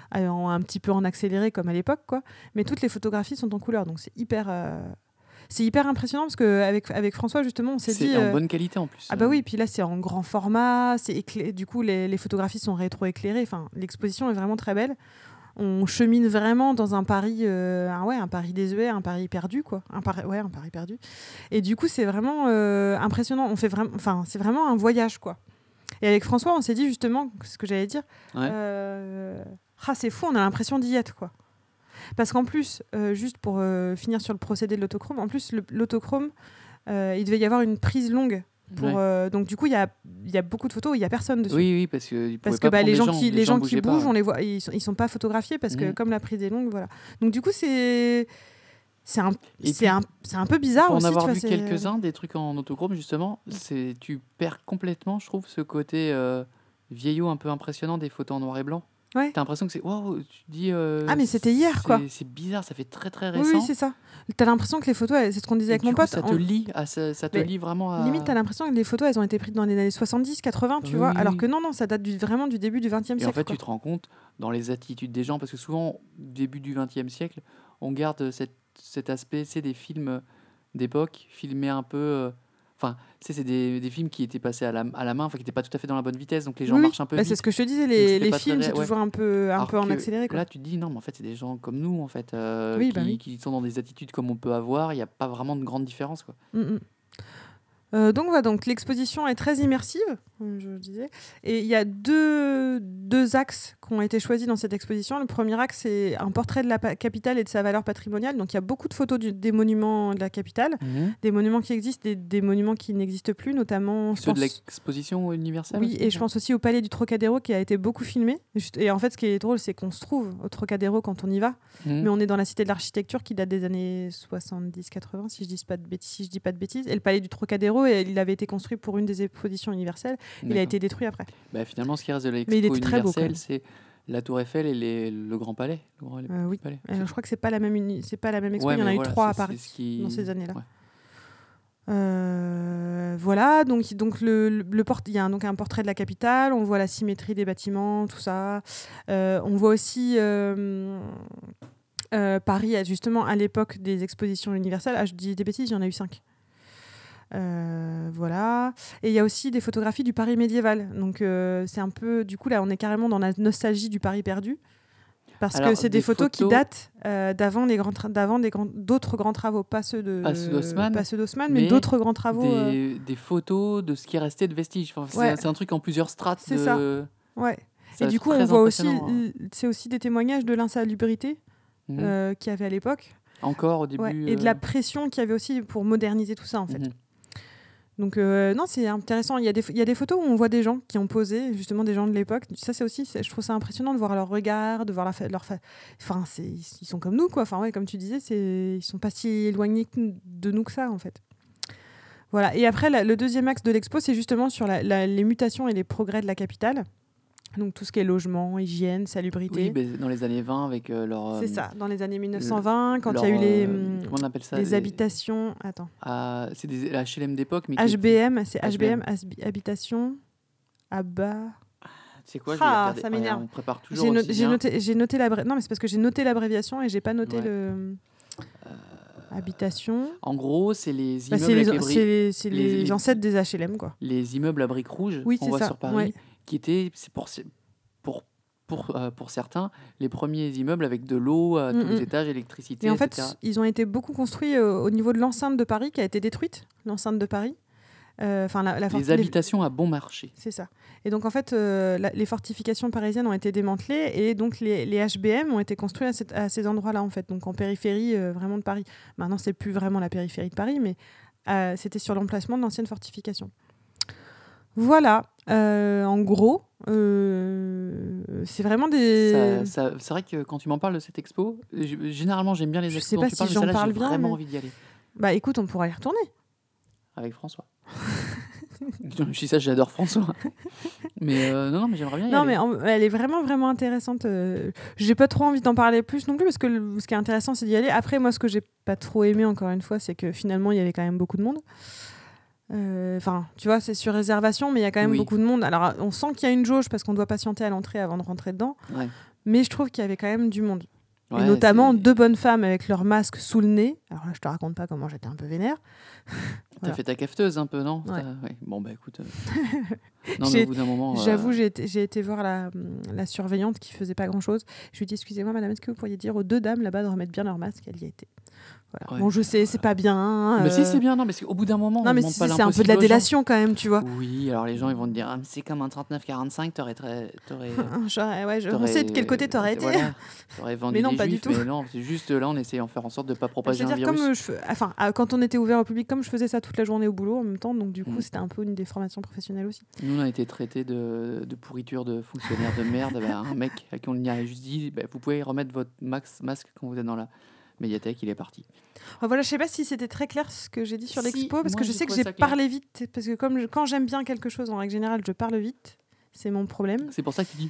en, un petit peu en accéléré comme à l'époque, quoi. Mais toutes les photographies sont en couleur, donc c'est hyper, euh, c'est hyper impressionnant parce qu'avec avec François, justement, on s'est C'est dit... en euh, bonne qualité en plus. Ah bah oui, puis là, c'est en grand format, c'est éclairé, du coup, les, les photographies sont rétro-éclairées, enfin, l'exposition est vraiment très belle. On chemine vraiment dans un Paris, euh, un, ouais, un Paris désuet, un Paris perdu, quoi. Un Paris, ouais, un Paris perdu. Et du coup, c'est vraiment euh, impressionnant. On fait vraiment, enfin, c'est vraiment un voyage, quoi. Et avec François, on s'est dit justement, ce que j'allais dire, Ouais. euh, ah, c'est fou, on a l'impression d'y être, quoi. Parce qu'en plus, euh, juste pour euh, finir sur le procédé de l'autochrome, en plus, le- l'autochrome, euh, il devait y avoir une prise longue. Pour, Ouais. euh, donc du coup, il y a, il y a beaucoup de photos où il n'y a personne dessus. Oui, oui, parce que, ils Parce pouvaient que pas bah, prendre les des gens qui, les gens qui bougeaient pas, bougent, ouais. on les voit, ils sont, ils sont pas photographiés parce que Mhm. comme la prise est longue, voilà. Donc du coup, c'est c'est un, Et c'est puis, un, c'est un peu bizarre pour en aussi. avoir tu vois, vu c'est- quelques-uns, des trucs en autochrome, justement, c'est tu perds complètement, je trouve, ce côté euh, vieillot un peu impressionnant des photos en noir et blanc. Ouais. T'as l'impression que c'est... Waouh, tu te dis... euh, Ah mais c'était hier, quoi. c'est- C'est bizarre, ça fait très très Oui, récent. oui, c'est ça. T'as l'impression que les photos, elles- c'est ce qu'on disait Et avec du mon coup, pote. ça te on- lie, à, ça, ça te Mais lie vraiment à... Limite, t'as l'impression que les photos, elles ont été prises dans les années soixante-dix, quatre-vingts, tu Oui, vois. oui, Alors oui. que non, non, ça date du, vraiment du début du vingtième Et en siècle. fait, quoi. tu te rends compte dans les attitudes des gens, parce que souvent, début du vingtième siècle, on garde cette, cet aspect, c'est des films d'époque, filmés un peu... euh, Enfin, tu sais, c'est des, des films qui étaient passés à la, à la main, enfin, qui n'étaient pas tout à fait dans la bonne vitesse, donc les gens Oui, oui. marchent un peu Bah, c'est vite. ce que je te disais, Donc, les, ça fait les pas très films, ré- c'est ouais. toujours un peu, un Alors peu en que accéléré. Quoi. là, tu te dis, non, mais en fait, c'est des gens comme nous, en fait, euh, Oui, qui, bah oui. qui sont dans des attitudes comme on peut avoir, il n'y a pas vraiment de grande différence, quoi. Mm, mm. Euh, donc voilà, donc l'exposition est très immersive, comme je le disais, et il y a deux, deux axes qui ont été choisis dans cette exposition. Le premier axe, c'est un portrait de la pa- capitale et de sa valeur patrimoniale. Donc il y a beaucoup de photos du- des monuments de la capitale, des monuments qui existent et des monuments qui n'existent plus, notamment. je Ceux de pense- l'exposition universelle Oui, aussi, et je ouais. pense aussi au Palais du Trocadéro qui a été beaucoup filmé. Juste- Et en fait, ce qui est drôle, c'est qu'on se trouve au Trocadéro quand on y va, Mhm. mais on est dans la cité de l'architecture qui date des années soixante-dix quatre-vingts, si je dis pas de bêtises. Si je dis pas de bêtises. Et le Palais du Trocadéro, et il avait été construit pour une des expositions universelles. Il a D'accord. été détruit après. Bah, finalement, ce qui reste de Mais il l'expo était très beau, quand universelle, même. c'est la Tour Eiffel et les- le Grand Palais. Le Grand Euh, oui. Palais. Euh, je crois que c'est pas la même, uni- c'est pas la même expo. Ouais, il y en mais a eu voilà, trois à c'est- Paris c'est ce qui- dans ces années-là. ouais. Euh, voilà, donc, donc le, le, le port- il y a un, donc un portrait de la capitale, on voit la symétrie des bâtiments, tout ça. Euh, on voit aussi euh, euh, Paris, justement, à l'époque des expositions universelles. Ah, je dis des bêtises, il y en a eu cinq. Euh, voilà. Et il y a aussi des photographies du Paris médiéval. Donc euh, c'est un peu, du coup, là, on est carrément dans la nostalgie du Paris perdu. Parce Alors, que c'est des, des photos, qui photos- datent euh, d'avant les grands tra- d'avant des grands d'autres grands travaux, pas ceux de Pas ceux d'Haussmann, pas ceux d'Haussmann, mais, mais d'autres grands travaux. euh, Des, des photos de ce qui restait de vestiges. Enfin, c'est Ouais. un- c'est un truc en plusieurs strates. C'est de... ça. Ouais. Ça Et va du être coup, on très voit aussi, impressionnant, hein. l- c'est aussi des témoignages de l'insalubrité Mhm. euh, qu'il y avait à l'époque. Encore au début. Ouais. Et de la euh, pression qu'il y avait aussi pour moderniser tout ça, en fait. mhm. Donc, euh, non, c'est intéressant. Il y, a des, il y a des photos où on voit des gens qui ont posé, justement des gens de l'époque. Ça, c'est aussi, c'est- je trouve ça impressionnant de voir leur regard, de voir la fa- leur. Fa... Enfin, c'est, ils sont comme nous, quoi. Enfin, ouais, comme tu disais, c'est, ils sont pas si éloignés que nous- de nous que ça, en fait. Voilà. Et après, la- le deuxième axe de l'expo, c'est justement sur la- la- les mutations et les progrès de la capitale. Donc, tout ce qui est logement, hygiène, salubrité. Oui, ben, dans les années vingt, avec euh, leur. C'est euh, ça, dans les années mille neuf cent vingt, quand il y leur, a eu les, euh, hum, comment on appelle ça les les- habitations. Attends. ah, c'est des H L M d'époque, mais qui H B M, c'est H H B B M. M, hasbi- habitation, à bas. C'est quoi, je vais les Ah, regarder. ça Ouais, m'énerve. on prépare toujours J'ai no- aussi j'ai bien. noté, j'ai noté l'abré- non, mais c'est parce que j'ai noté l'abréviation et j'ai pas noté Ouais. le habitation. En gros, c'est les Bah, immeubles c'est avec les, les, c'est briques- les, c'est les- les les- ancêtres des H L M, quoi. les immeubles à briques rouges Oui, qu'on c'est voit ça, sur Paris, ouais. qui étaient, c'est pour, pour, pour, euh, pour certains, les premiers immeubles avec de l'eau à tous Mm, les mm. étages, électricité, Et en et cetera. fait, ils ont été beaucoup construits euh, au niveau de l'enceinte de Paris, qui a été détruite, l'enceinte de Paris. Euh, Enfin, la, la forti- les habitations à bon marché. C'est ça. Et donc, en fait, euh, la- les fortifications parisiennes ont été démantelées et donc les, les H B M ont été construits à, cette- à ces endroits-là, en fait, donc en périphérie euh, vraiment de Paris. Maintenant, c'est plus vraiment la périphérie de Paris, mais euh, c'était sur l'emplacement de l'ancienne fortification. Voilà. Euh, en gros, euh, c'est vraiment des... Ça- ça- c'est vrai que quand tu m'en parles de cette expo, je- généralement j'aime bien les Je expos sais dont pas tu si parles, mais j'en celle-là, parle j'ai bien, vraiment mais- envie d'y aller Bah écoute, on pourra y retourner. avec François. Je dis ça, j'adore François. Mais euh, non, non, mais j'aimerais bien y Non, aller. mais en- elle est vraiment, vraiment intéressante. Euh, j'ai pas trop envie d'en parler plus non plus, parce que le- ce qui est intéressant, c'est d'y aller. Après, moi, ce que j'ai pas trop aimé, encore une fois, c'est que finalement, il y avait quand même beaucoup de monde. Euh, Enfin, tu vois, c'est sur réservation, mais il y a quand même Oui. beaucoup de monde. Alors, on sent qu'il y a une jauge, parce qu'on doit patienter à l'entrée avant de rentrer dedans. Ouais. mais je trouve qu'il y avait quand même du monde. Ouais, et notamment c'est- deux bonnes femmes avec leur masque sous le nez. Alors là, je te raconte pas comment j'étais un peu vénère. T'as Voilà. fait ta cafeteuse un peu, non? Ouais. T'as- ouais. Bon, bah écoute. euh, non, mais J'ai- au bout d'un moment. J'avoue, euh, j'ai été, j'ai été voir la, la surveillante qui faisait pas grand-chose. Je lui ai dit, excusez-moi, madame, est-ce que vous pourriez dire aux deux dames là-bas de remettre bien leur masque? Elle y a été. Voilà. Ouais, Bon, je sais, c'est pas bien. Mais si, euh, c'est bien, non, mais c'est- au bout d'un moment, Non, on mais demande c'est pas c'est un peu de l'impossible la aux gens. délation quand même, tu vois. Oui, alors les gens, ils vont te dire, ah, mais c'est comme un trente-neuf quarante-cinq, t'aurais très. T'aurais... Genre, ouais, je- on t'aurais- sait de quel côté t'aurais été. Voilà, t'aurais vendu Mais non, des pas du juifs, tout. mais non, c'est juste là, on essayait en faire en sorte de ne pas propager un C'est-à-dire virus. comme euh, je fais- enfin, euh, quand on était ouvert au public, comme je faisais ça toute la journée au boulot en même temps, donc du coup, Mm. c'était un peu une déformation professionnelle aussi. Nous, on a été traités de, de pourriture de fonctionnaire de merde. Bah, un mec à qui on y a juste dit, bah, vous pouvez remettre votre max- masque quand vous êtes dans la médiathèque, il est parti. Enfin, voilà, je sais pas si c'était très clair ce que j'ai dit sur Si, l'expo, parce moi, que je j'ai sais que trouvé j'ai ça clair. parlé vite, parce que comme je- quand j'aime bien quelque chose, en règle générale, je parle vite. C'est mon problème. C'est pour ça que tu dis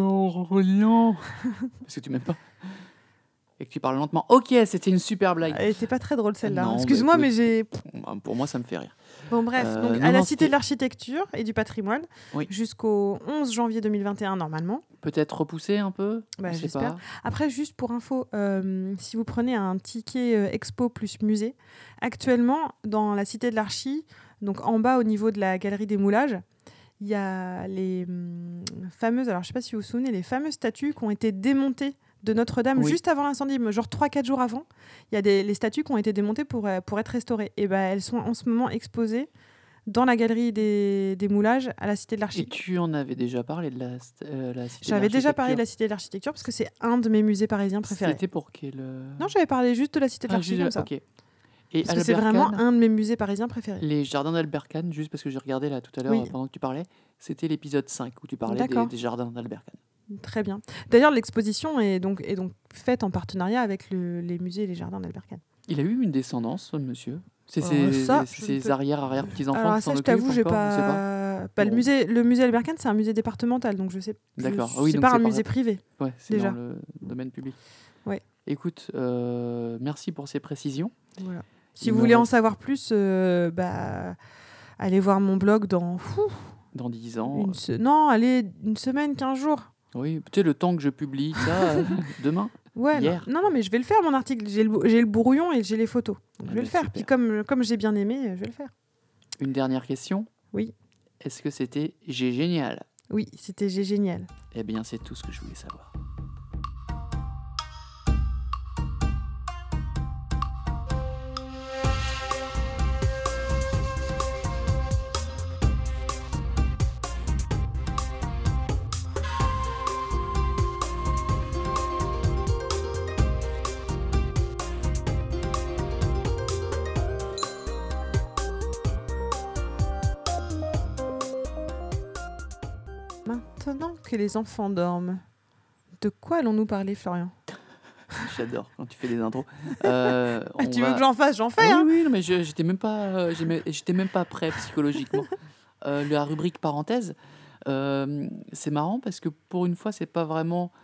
Florian. Parce que tu m'aimes pas. Et que tu parles lentement. Ok, c'était une super blague. Elle était pas très drôle celle-là. Non, bah, Excuse-moi, écoute. mais j'ai. Pour moi, ça me fait rire. Bon, bref, Euh, donc non, à la non, Cité c'était- de l'Architecture et du Patrimoine, Oui. jusqu'au onze janvier deux mille vingt et un, normalement. Peut-être repousser un peu. Bah, je sais j'espère. pas. Après, juste pour info, euh, si vous prenez un ticket euh, expo plus musée, actuellement, dans la Cité de l'Archi, donc en bas au niveau de la galerie des moulages, il y a les hum, fameuses, alors je sais pas si vous vous souvenez, les fameuses statues qui ont été démontées de Notre-Dame Oui. juste avant l'incendie, genre trois quatre jours avant. Il y a des, les statues qui ont été démontées pour, euh, pour être restaurées. Et ben elles sont en ce moment exposées dans la galerie des, des moulages à la Cité de Et l'Archi. tu en avais déjà parlé de la, st- euh, la cité de J'avais déjà parlé de la l'architecture. Cité de l'Architecture parce que c'est un de mes musées parisiens préférés. C'était pour quel. euh, Non, j'avais parlé juste de la Cité de Ah, l'Archi juste- comme ça. ok. Et Parce que c'est Albert vraiment Kahn, un de mes musées parisiens préférés. les jardins d'Albert Kahn, juste parce que j'ai regardé là tout à l'heure Oui. euh, pendant que tu parlais, c'était l'épisode cinq où tu parlais des, D'accord. des jardins d'Albert Kahn. Très bien. D'ailleurs, l'exposition est donc, est donc faite en partenariat avec le- les musées et les jardins d'Albert Kahn. Il a eu une descendance, ce monsieur. C'est Alors, ses, ça, c'est je ses ne peux- arrière-arrière-petits-enfants Alors qui ça, s'en je occupent t'avoue, j'ai encore, je sais pas. pas. Pas le Bon. musée. Le musée Albert Kahn, c'est un musée départemental, donc je sais. je- D'accord. Ah oui, c'est donc pas c'est un pas- musée privé. Ouais, c'est Déjà. dans le domaine public. Ouais. Écoute, euh, merci pour ces précisions. Voilà. Si Il vous me voulez en reste- savoir plus, euh, bah, allez voir mon blog dans fou, Dans dix ans. une se- non, allez une semaine, quinze jours. euh, oui, tu sais, le temps que je publie ça, euh, demain. Ouais, non. Hier. non, non, mais je vais le faire mon article. J'ai le, bou- j'ai le brouillon et j'ai les photos. Donc, Ah je vais bah, le faire. super. Puis comme, comme j'ai bien aimé, je vais le faire. Une dernière question. Oui. Est-ce que c'était J'ai génial? Oui, c'était j'ai génial. Eh bien, c'est tout ce que je voulais savoir. Maintenant que les enfants dorment, de quoi allons-nous parler, Florian? J'adore quand tu fais des intros. Euh, on Tu va- veux que j'en fasse? J'en fais, Ah hein. oui, oui, non, mais je- j'étais même pas, euh, j'aimais- j'étais même pas prêt psychologiquement. Euh, la rubrique parenthèse, euh, c'est marrant parce que pour une fois, c'est pas vraiment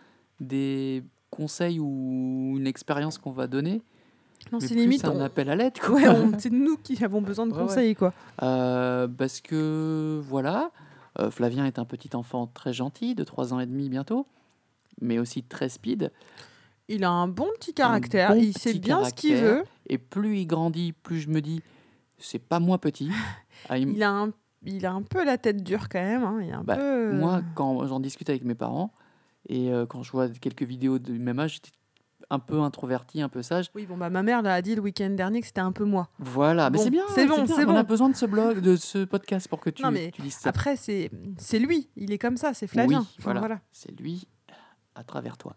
des conseils ou une expérience qu'on va donner, Non, mais c'est plus limite. un on- appel à l'aide, quoi. Ouais, on- c'est nous qui avons besoin de Ouais, ouais. conseils, quoi. Euh, parce que voilà, euh, Flavien est un petit enfant très gentil, de trois ans et demi bientôt, mais aussi très speed. Il a un bon petit caractère. bon il sait petit bien ce qu'il caractère. veut. Et plus il grandit, plus je me dis, c'est pas moins petit. Ah, il m- Il a un, il a un peu la tête dure quand même. Hein. Il est un Bah, peu. euh, Moi, quand j'en discute avec mes parents et euh, quand je vois quelques vidéos du même âge, j'étais un peu introverti, un peu sage. Oui, bon, bah, ma mère l'a dit le week-end dernier que c'était un peu moi. Voilà, mais Bon, c'est bien, c'est bon, bien. c'est On a bon. besoin de ce blog, de ce podcast pour que tu, Non, mais tu dises ça. Après, c'est, c'est lui. Il est comme ça. C'est Flavien. Oui, Enfin, voilà. C'est lui à travers toi.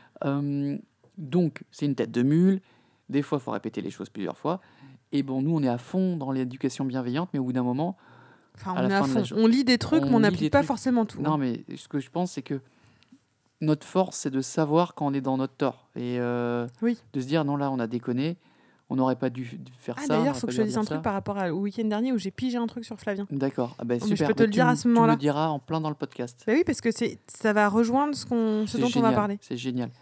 Euh, donc, c'est une tête de mule. Des fois, il faut répéter les choses plusieurs fois. Et bon, nous, on est à fond dans l'éducation bienveillante, mais au bout d'un moment, Enfin, à on la est à fin de la fond. jo- On lit des trucs, on mais on lit n'applique des pas trucs. forcément tout. non, hein. mais ce que je pense, c'est que notre force, c'est de savoir quand on est dans notre tort. Et euh, Oui. de se dire, non, là, on a déconné. On n'aurait pas dû f- faire Ah, ça. on d'ailleurs, n'aurait faut pas que dû je te leur dise dire un ça. truc par rapport à- au week-end dernier où j'ai pigé un truc sur Flavien. D'accord. Ah, bah, mais je super. peux te Bah, le tu dire me- à ce moment-là. Tu me le diras en plein dans le podcast. Bah oui, parce que c'est, ça va rejoindre ce, qu'on, ce C'est dont on va génial, parler. C'est génial.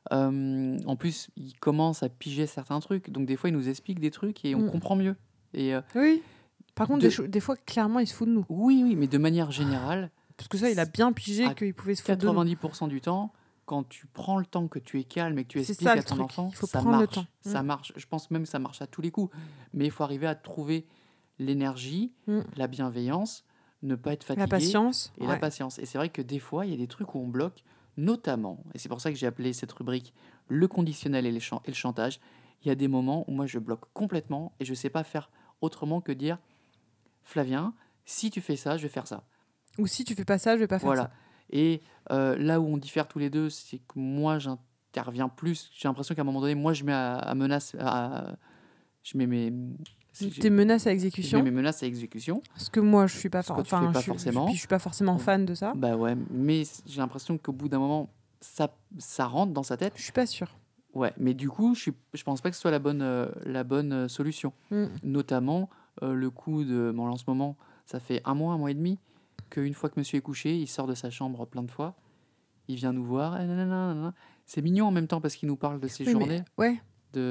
Euh, en plus, il commence à piger certains trucs. Donc, des fois, il nous explique des trucs et on Mm. comprend mieux. Et euh, Oui. Par contre, De- des, cho- des fois, clairement, il se fout de nous. oui, oui, mais de manière générale, Parce que ça, il a bien pigé À qu'il pouvait se foutre de nous. quatre-vingt-dix pour cent du temps, quand tu prends le temps, que tu es calme et que tu C'est expliques ça à le ton truc. enfant, Il faut ça prendre le marche. temps. Ça Mm. marche. Je pense même que ça marche à tous les coups. Mais il faut arriver à trouver l'énergie, Mm. la bienveillance, ne pas être La fatigué patience, et la ouais. patience. Et c'est vrai que des fois, il y a des trucs où on bloque, notamment, et c'est pour ça que j'ai appelé cette rubrique le conditionnel et, les chan- et le chantage. Il y a des moments où moi je bloque complètement et je ne sais pas faire autrement que dire Flavien, si tu fais ça, je vais faire ça. Ou si tu fais pas ça, je vais pas faire ça. Voilà. Et euh, là où on diffère tous les deux, c'est que moi j'interviens plus. J'ai l'impression qu'à un moment donné, moi je mets à, à menace, à- je mets mes, c'est- Tes je, menaces à je mets exécution, mes menaces à exécution, parce que moi je suis pas, ce for- que tu fais enfin, je pas suis, je, puis forcément. je suis pas forcément On- fan de ça. Bah ouais, mais j'ai l'impression qu'au bout d'un moment, ça, ça rentre dans sa tête. Je suis pas sûre. Ouais, mais du coup, je suis, je pense pas que ce soit la bonne, euh, la bonne euh, solution. Mm. Notamment euh, le coup de, bon, là, en ce moment, ça fait un mois, un mois et demi, qu'une fois que monsieur est couché, il sort de sa chambre plein de fois. Il vient nous voir. eh, nanana, nanana. C'est mignon en même temps parce qu'il nous parle de ses Oui, mais journées ouais.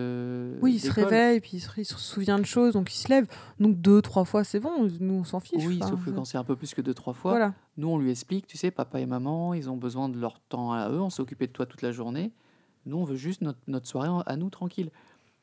de Oui, il se d'école. réveille, et puis il se, il se souvient de choses, donc il se lève. Donc deux, trois fois, c'est bon. Nous, on s'en fiche. Oui, enfin, sauf que c'est- quand c'est un peu plus que deux, trois fois, Voilà. nous, on lui explique, tu sais, papa et maman, ils ont besoin de leur temps à eux, on s'est occupé de toi toute la journée. Nous, on veut juste notre, notre soirée en- à nous, tranquille.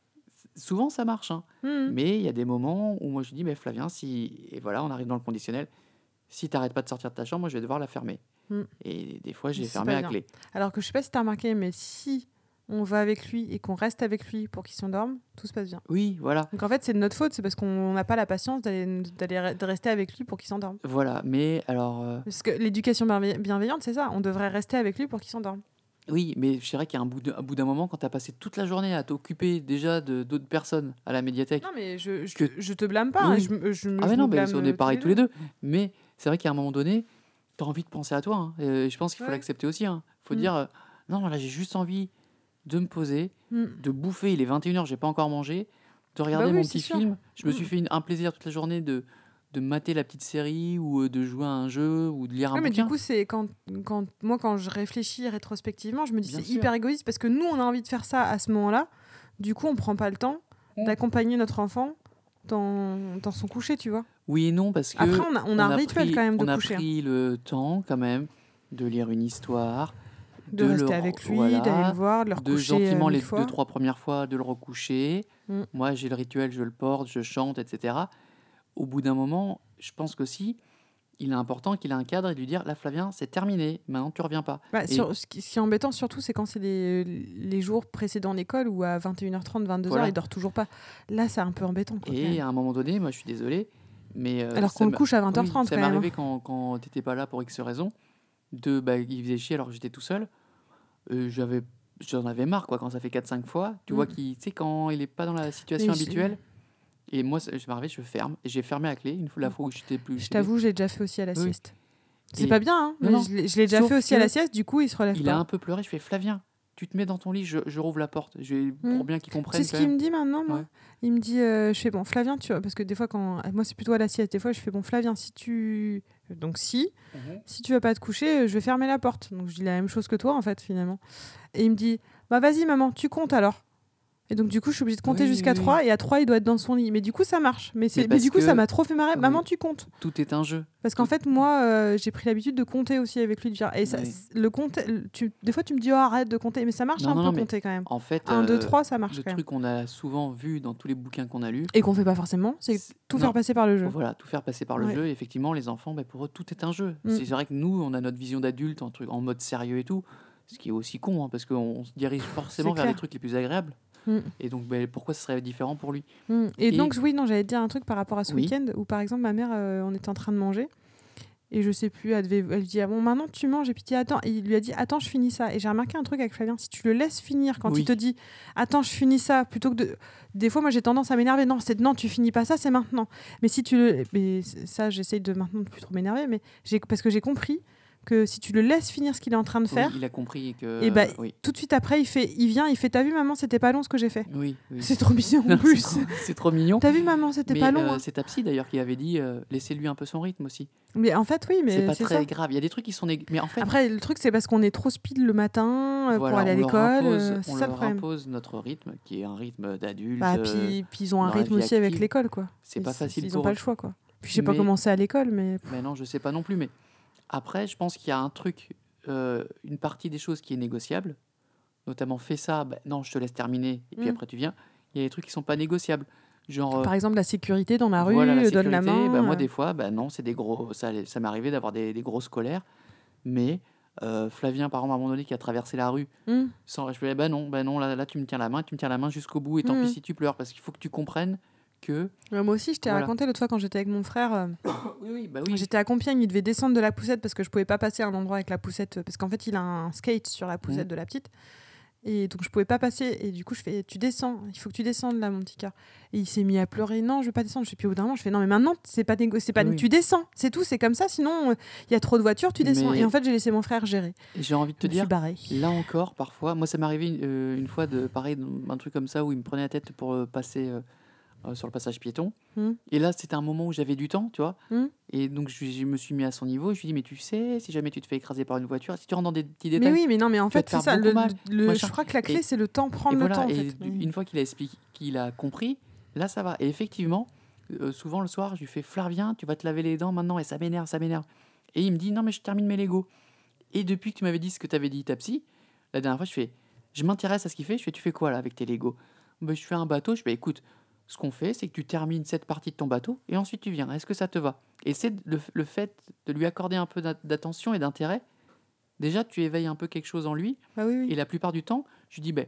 S- Souvent, ça marche, hein. Mm. Mais il y a des moments où moi, je dis, mais Flavien, si... Et voilà, on arrive dans le conditionnel. Si t'arrêtes pas de sortir de ta chambre, moi, je vais devoir la fermer. Mm. Et des fois, j'ai C'est fermé pas à bien. clé. Alors que je sais pas si t'as remarqué, mais si on va avec lui et qu'on reste avec lui pour qu'il s'endorme, tout se passe bien. Oui, voilà. Donc en fait, c'est de notre faute, c'est parce qu'on n'a pas la patience d'aller, d'aller de rester avec lui pour qu'il s'endorme. Voilà. Mais alors... euh, Parce que l'éducation bienve- bienveillante, c'est ça. On devrait rester avec lui pour qu'il s'endorme. Oui, mais c'est vrai qu'il y a un bout de- un bout d'un moment, quand tu as passé toute la journée à t'occuper déjà de d'autres personnes à la médiathèque. Non, mais je, je, Que... je te blâme pas. Oui. Je, me- je, me- Ah, je mais nous non, mais blâme on est euh, pareil tous les deux. Mais c'est vrai qu'à un moment donné, tu as envie de penser à toi. Hein. Et je pense qu'il faut Ouais. l'accepter aussi. Il hein. faut Mm. dire euh, non, là, j'ai juste envie de me poser, Mm. de bouffer. Il est vingt et une heures, j'ai pas encore mangé, de regarder Bah oui, mon c'est petit sûr. film. Je me Mm. suis fait une- un plaisir toute la journée de, de mater la petite série ou euh, de jouer à un jeu ou de lire un Ouais, mais bouquin. du coup, c'est quand, quand moi, quand je réfléchis rétrospectivement, je me dis Bien c'est sûr. hyper égoïste parce que nous, on a envie de faire ça à ce moment-là. Du coup, on prend pas le temps Mm. d'accompagner notre enfant dans, dans son coucher, tu vois. Oui et non, parce que Après, on a, on a un rituel pris, quand même de on a coucher. hein. pris le temps quand même de lire une histoire, De, de rester le, avec lui, voilà, d'aller le voir, de le de recoucher gentiment euh, les mille fois. deux trois premières fois de le recoucher. Mm. Moi, j'ai le rituel, je le porte, je chante, et cetera. Au bout d'un moment, je pense qu'aussi, il est important qu'il ait un cadre et de lui dire, là, Flavien, c'est terminé, maintenant tu reviens pas. Bah, Et sur, ce, qui, ce qui est embêtant surtout, c'est quand c'est les, les jours précédents l'école où à vingt et une heures trente, vingt-deux heures, Voilà. il dort toujours pas. Là, c'est un peu embêtant. Quoi, quand Et même. à un moment donné, moi, je suis désolé, mais euh, Alors ça qu'on le m'a- couche à vingt heures trente oui, ça quand m'est même. arrivé quand, quand t'étais pas là pour X raison. De, bah, il faisait chier alors que j'étais tout seul. Euh, j'avais, j'en avais marre quoi quand ça fait quatre cinq fois. Tu Mm. vois qu'il, tu sais quand il est pas dans la situation Mais je- habituelle. Et moi, ça- je m'arrivais, je ferme et j'ai fermé à clé une fois la fois où j'étais plus. Je t'avoue, j'ai déjà fait aussi à la Oui. sieste. C'est Et- pas bien, hein, Non, mais non. je l'ai je l'ai déjà Sauf fait aussi à que la sieste, du coup, il se relève Il pas. a un peu pleuré. Je fais Flavien, tu te mets dans ton lit, je, je rouvre la porte, je vais- Mm. pour bien qu'il Tu comprenne. sais ce quand qu'il même. me dit maintenant, moi Ouais. Il me dit, euh, je fais bon, Flavien, tu vois, parce que des fois, quand moi, c'est plutôt à la sieste, des fois, je fais bon, Flavien, si tu. Donc, si, Mhm. si tu vas pas te coucher, euh, je vais fermer la porte. Donc, je dis la même chose que toi, en fait, finalement. Et il me dit, bah, vas-y, maman, tu comptes alors. Et donc, du coup, je suis obligée de compter Oui, jusqu'à oui, trois, et à trois, il doit être dans son lit. Mais du coup, ça marche. Mais, c'est... mais, parce du coup, que- ça m'a trop fait marrer. Oui. Maman, tu comptes. Tout est un jeu. Parce qu'en Tout- fait, moi, euh, j'ai pris l'habitude de compter aussi avec lui. De dire, et ça, Oui. le compte, tu, des fois, tu me dis, oh, arrête de compter. Mais ça marche Non, un non, peu non, mais compter quand même. En fait, un, deux, euh, trois, ça marche le quand même. truc qu'on a souvent vu dans tous les bouquins qu'on a lus, Et qu'on fait pas forcément, c'est c'est- tout non. faire passer par le jeu. Voilà, tout faire passer par le Ouais. jeu. Et effectivement, les enfants, bah, pour eux, tout est un jeu. Mm. C'est vrai que nous, on a notre vision d'adulte en, truc, en mode sérieux et tout, ce qui est aussi con, hein, parce qu'on se dirige forcément C'est vers les clair. trucs les plus agréables. Mm. Et donc, bah, pourquoi ce serait différent pour lui? Mm. Et, Et- donc, oui, non, j'allais te dire un truc par rapport à ce Oui. week-end où, par exemple, ma mère, euh, on était en train de manger. Et je sais plus, elle, devait, elle lui dit, ah bon, maintenant tu manges. Et puis, il dit, attends. Et il lui a dit, attends, je finis ça. Et j'ai remarqué un truc avec Flavien. Si tu le laisses finir, quand Oui. il te dit, attends, je finis ça, plutôt que de. Des fois, moi, j'ai tendance à m'énerver. Non, c'est non, tu finis pas ça, c'est maintenant. Mais si tu le. Mais ça, j'essaye de maintenant de plus trop m'énerver. Mais j'ai... parce que j'ai compris que si tu le laisses finir ce qu'il est en train de Oui, faire, il a compris que. et bah, oui. tout de suite après, il, fait, il vient, il fait, t'as vu, maman, c'était pas long ce que j'ai fait. Oui, oui. C'est trop mignon en Non, plus. c'est trop- C'est trop mignon. T'as vu, maman, c'était Mais pas long. euh, hein. c'est ta psy d'ailleurs qui avait dit euh, laissez-lui un peu son rythme aussi. Mais en fait, oui, mais C'est pas c'est très ça. grave. Il y a des trucs qui sont nég- mais en fait Après, le truc, c'est parce qu'on est trop speed le matin euh, voilà, pour aller à on leur l'école. impose- euh, c'est on ça le leur problème. impose notre rythme qui est un rythme d'adulte. Bah, euh, puis, puis ils ont un dans la rythme vie aussi avec active. l'école, quoi. C'est Ils- pas facile Ils pour ont pas eux. le choix, quoi. Puis, j'ai pas Mais- commencé à l'école, mais. Mais non, je sais pas non plus. Mais après, je pense qu'il y a un truc euh, une partie des choses qui est négociable, notamment fais ça, bah, non, je te laisse terminer, et puis Mm. après tu viens. Il y a des trucs qui sont pas négociables. Genre, euh, Par exemple, la sécurité dans la rue, voilà, la euh, donne la sécurité, bah, main. moi, euh. des fois, bah, non, c'est des gros. Ça, allait- ça m'est arrivé d'avoir des, des grosses colères, mais euh, Flavien, par exemple, à un moment donné, qui a traversé la rue, Mm. sans, je lui ai dit, bah non, bah non là, là, tu me tiens la main, tu me tiens la main jusqu'au bout, et tant pis Mm. si tu pleures, parce qu'il faut que tu comprennes que. Ouais, moi aussi, je t'ai Voilà. raconté l'autre fois quand j'étais avec mon frère. euh, Oui, oui, bah oui. J'étais à Compiègne, il devait descendre de la poussette parce que je pouvais pas passer à un endroit avec la poussette. euh, Parce qu'en fait, il a un skate sur la poussette Mhm. de la petite. Et donc, je pouvais pas passer. Et du coup, je fais tu descends, il faut que tu descendes là, mon petit cœur. Et il s'est mis à pleurer. Non, je vais pas descendre. Je fais, puis au bout d'un moment, je fais non, mais maintenant, c'est pas, négo- c'est pas Oui, oui. tu descends, c'est tout, c'est comme ça. Sinon, il y a trop de voitures, tu descends. Mais- Et en fait, j'ai laissé mon frère gérer. Et j'ai envie de te Je me suis dire, barrée. là encore, parfois, moi ça m'est arrivé euh, une fois de pareil, un truc comme ça où il me prenait la tête pour euh, passer euh, euh, sur le passage piéton. Hmm. Et là, c'était un moment où j'avais du temps, tu vois. Hmm. Et donc, je, je me suis mis à son niveau. Et je lui ai dit, mais tu sais, si jamais tu te fais écraser par une voiture, si tu rentres dans des petits Mais détails. oui, mais non, mais en tu vas fait, te c'est faire ça. beaucoup Le, mal, le- machin. je crois que la clé, Et- c'est le temps, Et prendre le voilà, temps. En et fait. du- Mais- une fois qu'il a expliqué, qu'il a compris, là, ça va. Et effectivement, euh, souvent le soir, je lui fais, Flavien, tu vas te laver les dents maintenant. Et ça m'énerve, ça m'énerve. Et il me dit, non, mais je termine mes Legos. Et depuis que tu m'avais dit ce que tu avais dit, ta psy, la dernière fois, je fais, je m'intéresse à ce qu'il fait. Je fais, tu fais quoi là avec tes Legos? Ben, je fais un bateau. Je fais, écoute, ce qu'on fait, c'est que tu termines cette partie de ton bateau et ensuite tu viens. Est-ce que ça te va? Et c'est le, le fait de lui accorder un peu d'a- d'attention et d'intérêt. Déjà, tu éveilles un peu quelque chose en lui. Bah oui, oui. Et la plupart du temps, je lui dis, ben,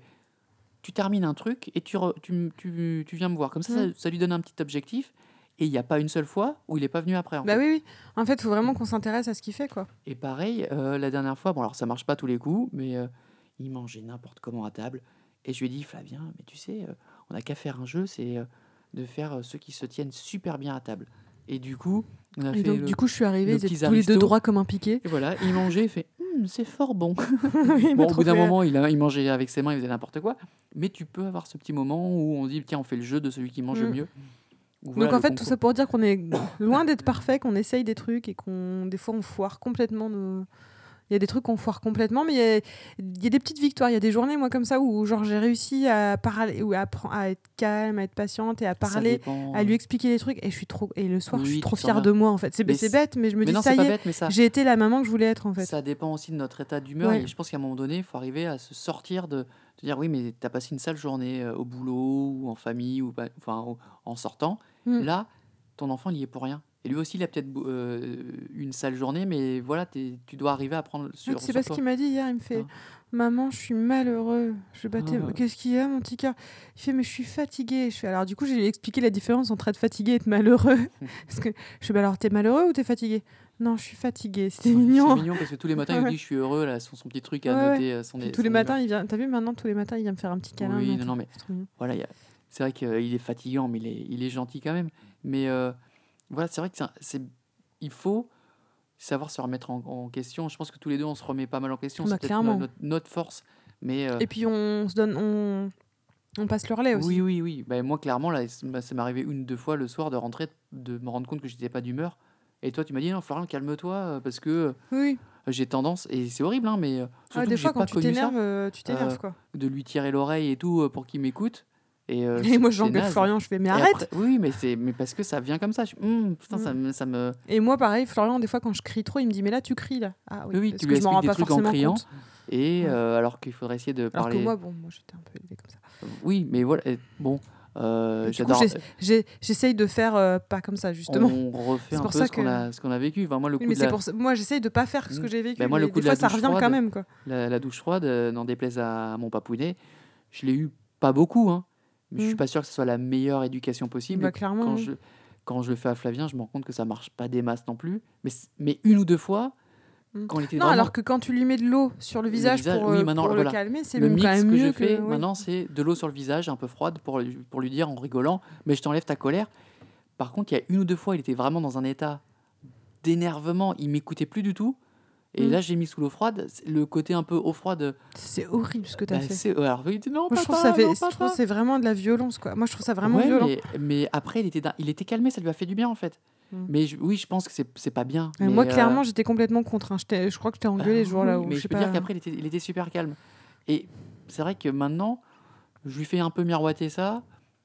tu termines un truc et tu, re- tu, m- tu, tu viens me voir. Comme ça, ça, Mm. ça lui donne un petit objectif. Et il n'y a pas une seule fois où il n'est pas venu après. En Bah fait. oui, oui. En fait, il faut vraiment qu'on s'intéresse à ce qu'il fait, quoi. Et pareil, euh, la dernière fois, bon alors ça marche pas tous les coups, mais euh, il mangeait n'importe comment à table. Et je lui ai dit, Flavien, mais tu sais, euh, on n'a qu'à faire un jeu, c'est euh, de faire euh, ceux qui se tiennent super bien à table. Et du coup, on a Et fait donc, le- du coup, je suis arrivée, nos ils étaient petits tous les deux aristos. droits comme un piqué. Et voilà, il mangeait, il fait, Hum, c'est fort bon. Il m'a Bon, au trop bout d'un fait rire. moment, il, a, il mangeait avec ses mains, il faisait n'importe quoi. Mais tu peux avoir ce petit moment où on dit, tiens, on fait le jeu de celui qui mange le Mm. mieux. Ou Donc voilà, en le fait, tout concours. ça pour dire qu'on est loin d'être parfait, qu'on essaye des trucs et qu'on des fois on foire complètement nos... Il y a des trucs qu'on foire complètement, mais il y a, il y a des petites victoires. Il y a des journées, moi, comme ça, où genre j'ai réussi à parler, ou à, appren- à être calme, à être patiente et à Ça parler, dépend. à lui expliquer les trucs. Et je suis trop, et le soir, Oui, je suis oui, trop tu te sens fière bien. de moi, en fait. C'est Mais c'est c'est- bête, mais je me Mais dis non, ça c'est y pas est, bête, mais ça, j'ai été la maman que je voulais être, en fait. ça dépend aussi de notre état d'humeur. Ouais. Et je pense qu'à un moment donné, il faut arriver à se sortir de, de dire oui, mais t'as passé une sale journée euh, au boulot ou en famille ou pas- enfin au- en sortant. Mm. Là, ton enfant, il y est pour rien. Et lui aussi, il a peut-être euh, une sale journée, mais voilà, t'es- tu dois arriver à prendre En fait, sur, c'est sur pas ce toi. qu'il m'a dit hier. Il me fait Hein. Maman, je suis malheureux. Je battais. Ah. Qu'est-ce qu'il y a, mon petit cœur? Il fait Mais je suis fatiguée. Je fais Alors, du coup, j'ai expliqué la différence entre être fatigué et être malheureux. Parce que je fais bah, Alors, t'es malheureux ou t'es fatigué? Non, je suis fatiguée. C'était C'est mignon. mignon parce que tous les matins, il nous Ouais. dit je suis heureux, là, son, son petit truc à Ouais, ouais. noter, euh, son, Puis son tous les humeur. matins, il vient. T'as vu maintenant, tous les matins, il vient me faire un petit câlin. Oui, le non, matin. non, mais C'est trop mignon. voilà, il y a- c'est vrai qu'il est fatigant, mais il est, il est gentil quand même. Mais euh, voilà, c'est vrai que c'est un- c'est, il faut savoir se remettre en, en question. Je pense que tous les deux, on se remet pas mal en question. Bah, C'est peut-être no- clairement. notre, notre force. Mais euh, Et puis, on se donne. On, on passe le relais aussi. oui, oui, oui. Ben, moi, clairement, là, ça m'est ça m'est arrivé une, deux fois le soir de rentrer, de me rendre compte que j'étais pas d'humeur. Et toi, tu m'as dit non, Florian, calme-toi, euh, parce que euh, Oui. j'ai tendance, et c'est horrible, hein, mais euh, Ah, surtout des que fois, j'ai quand pas tu connu ça, t'énerves, euh, tu t'énerves, euh, quoi. de lui tirer l'oreille et tout euh, pour qu'il m'écoute. Et, euh, Et c'est- moi, c'est j'engueule naze. Florian. Je fais Mais Et arrête! après- oui, mais c'est mais parce que ça vient comme ça. Je- Hum, putain, ça Mm. me, ça me. Et moi, pareil, Florian, des fois, quand je crie trop, il me dit Mais là, tu cries, là. Ah oui, Oui, oui, parce tu que lui je m'en rends expliques des pas trucs en forcément criant. compte. Et Ouais. euh, alors qu'il faudrait essayer de Alors que parler. moi, bon, moi, j'étais un peu élevée comme ça. Oui, mais voilà. et Bon, euh, Et du coup, j'adore. j'ai- j'ai- j'essaye de faire euh, pas comme ça, justement. On refait C'est un pour peu ça ce qu'on que- a, ce qu'on a vécu. Enfin, moi, le Oui, coup mais de c'est la, pour ça. Moi, j'essaye de pas faire ce Mm. que j'ai vécu. Ben, moi, le mais coup des de la fois, ça douche revient froide, quand même, quoi. la, la douche froide, euh, n'en déplaise à mon papounet, je l'ai eu pas beaucoup, hein, mais je suis Mm. pas sûr que ce soit la meilleure éducation possible. Bah, Et clairement. quand hein. je, quand je le fais à Flavien, je me rends compte que ça marche pas des masses non plus. Mais, c- mais une ou deux fois, Mm. quand il était Non, vraiment alors que quand tu lui mets de l'eau sur le le visage, visage, pour, oui, euh, maintenant, pour voilà. le calmer, c'est le même mix quand même que mieux je fais que. oui. maintenant, c'est de l'eau sur le visage, un peu froide, pour, lui- pour lui dire en rigolant, mais je t'enlève ta colère. Par contre, il y a une ou deux fois, il était vraiment dans un état d'énervement, il m'écoutait plus du tout. Et Mm. là, j'ai mis sous l'eau froide. C'est- Le côté un peu eau froide, C'est horrible ce que t'as bah, fait. c'est. Alors, il dit non, Moi, je trouve, papa, ça fait, non, je trouve papa. que c'est vraiment de la violence, quoi. Moi, je trouve ça vraiment Ouais, violent. mais, mais après, il était, d'un- il était calmé, ça lui a fait du bien en fait. Mm. Mais je- oui, je pense que c'est c'est pas bien. Et mais, moi, euh, clairement, j'étais complètement contre. hein. Je, t'ai- je crois que je t'ai engueulé ce jour-là. oui, où mais je je sais peux pas. dire qu'après, il était, il était super calme. Et c'est vrai que maintenant, je lui fais un peu miroiter ça.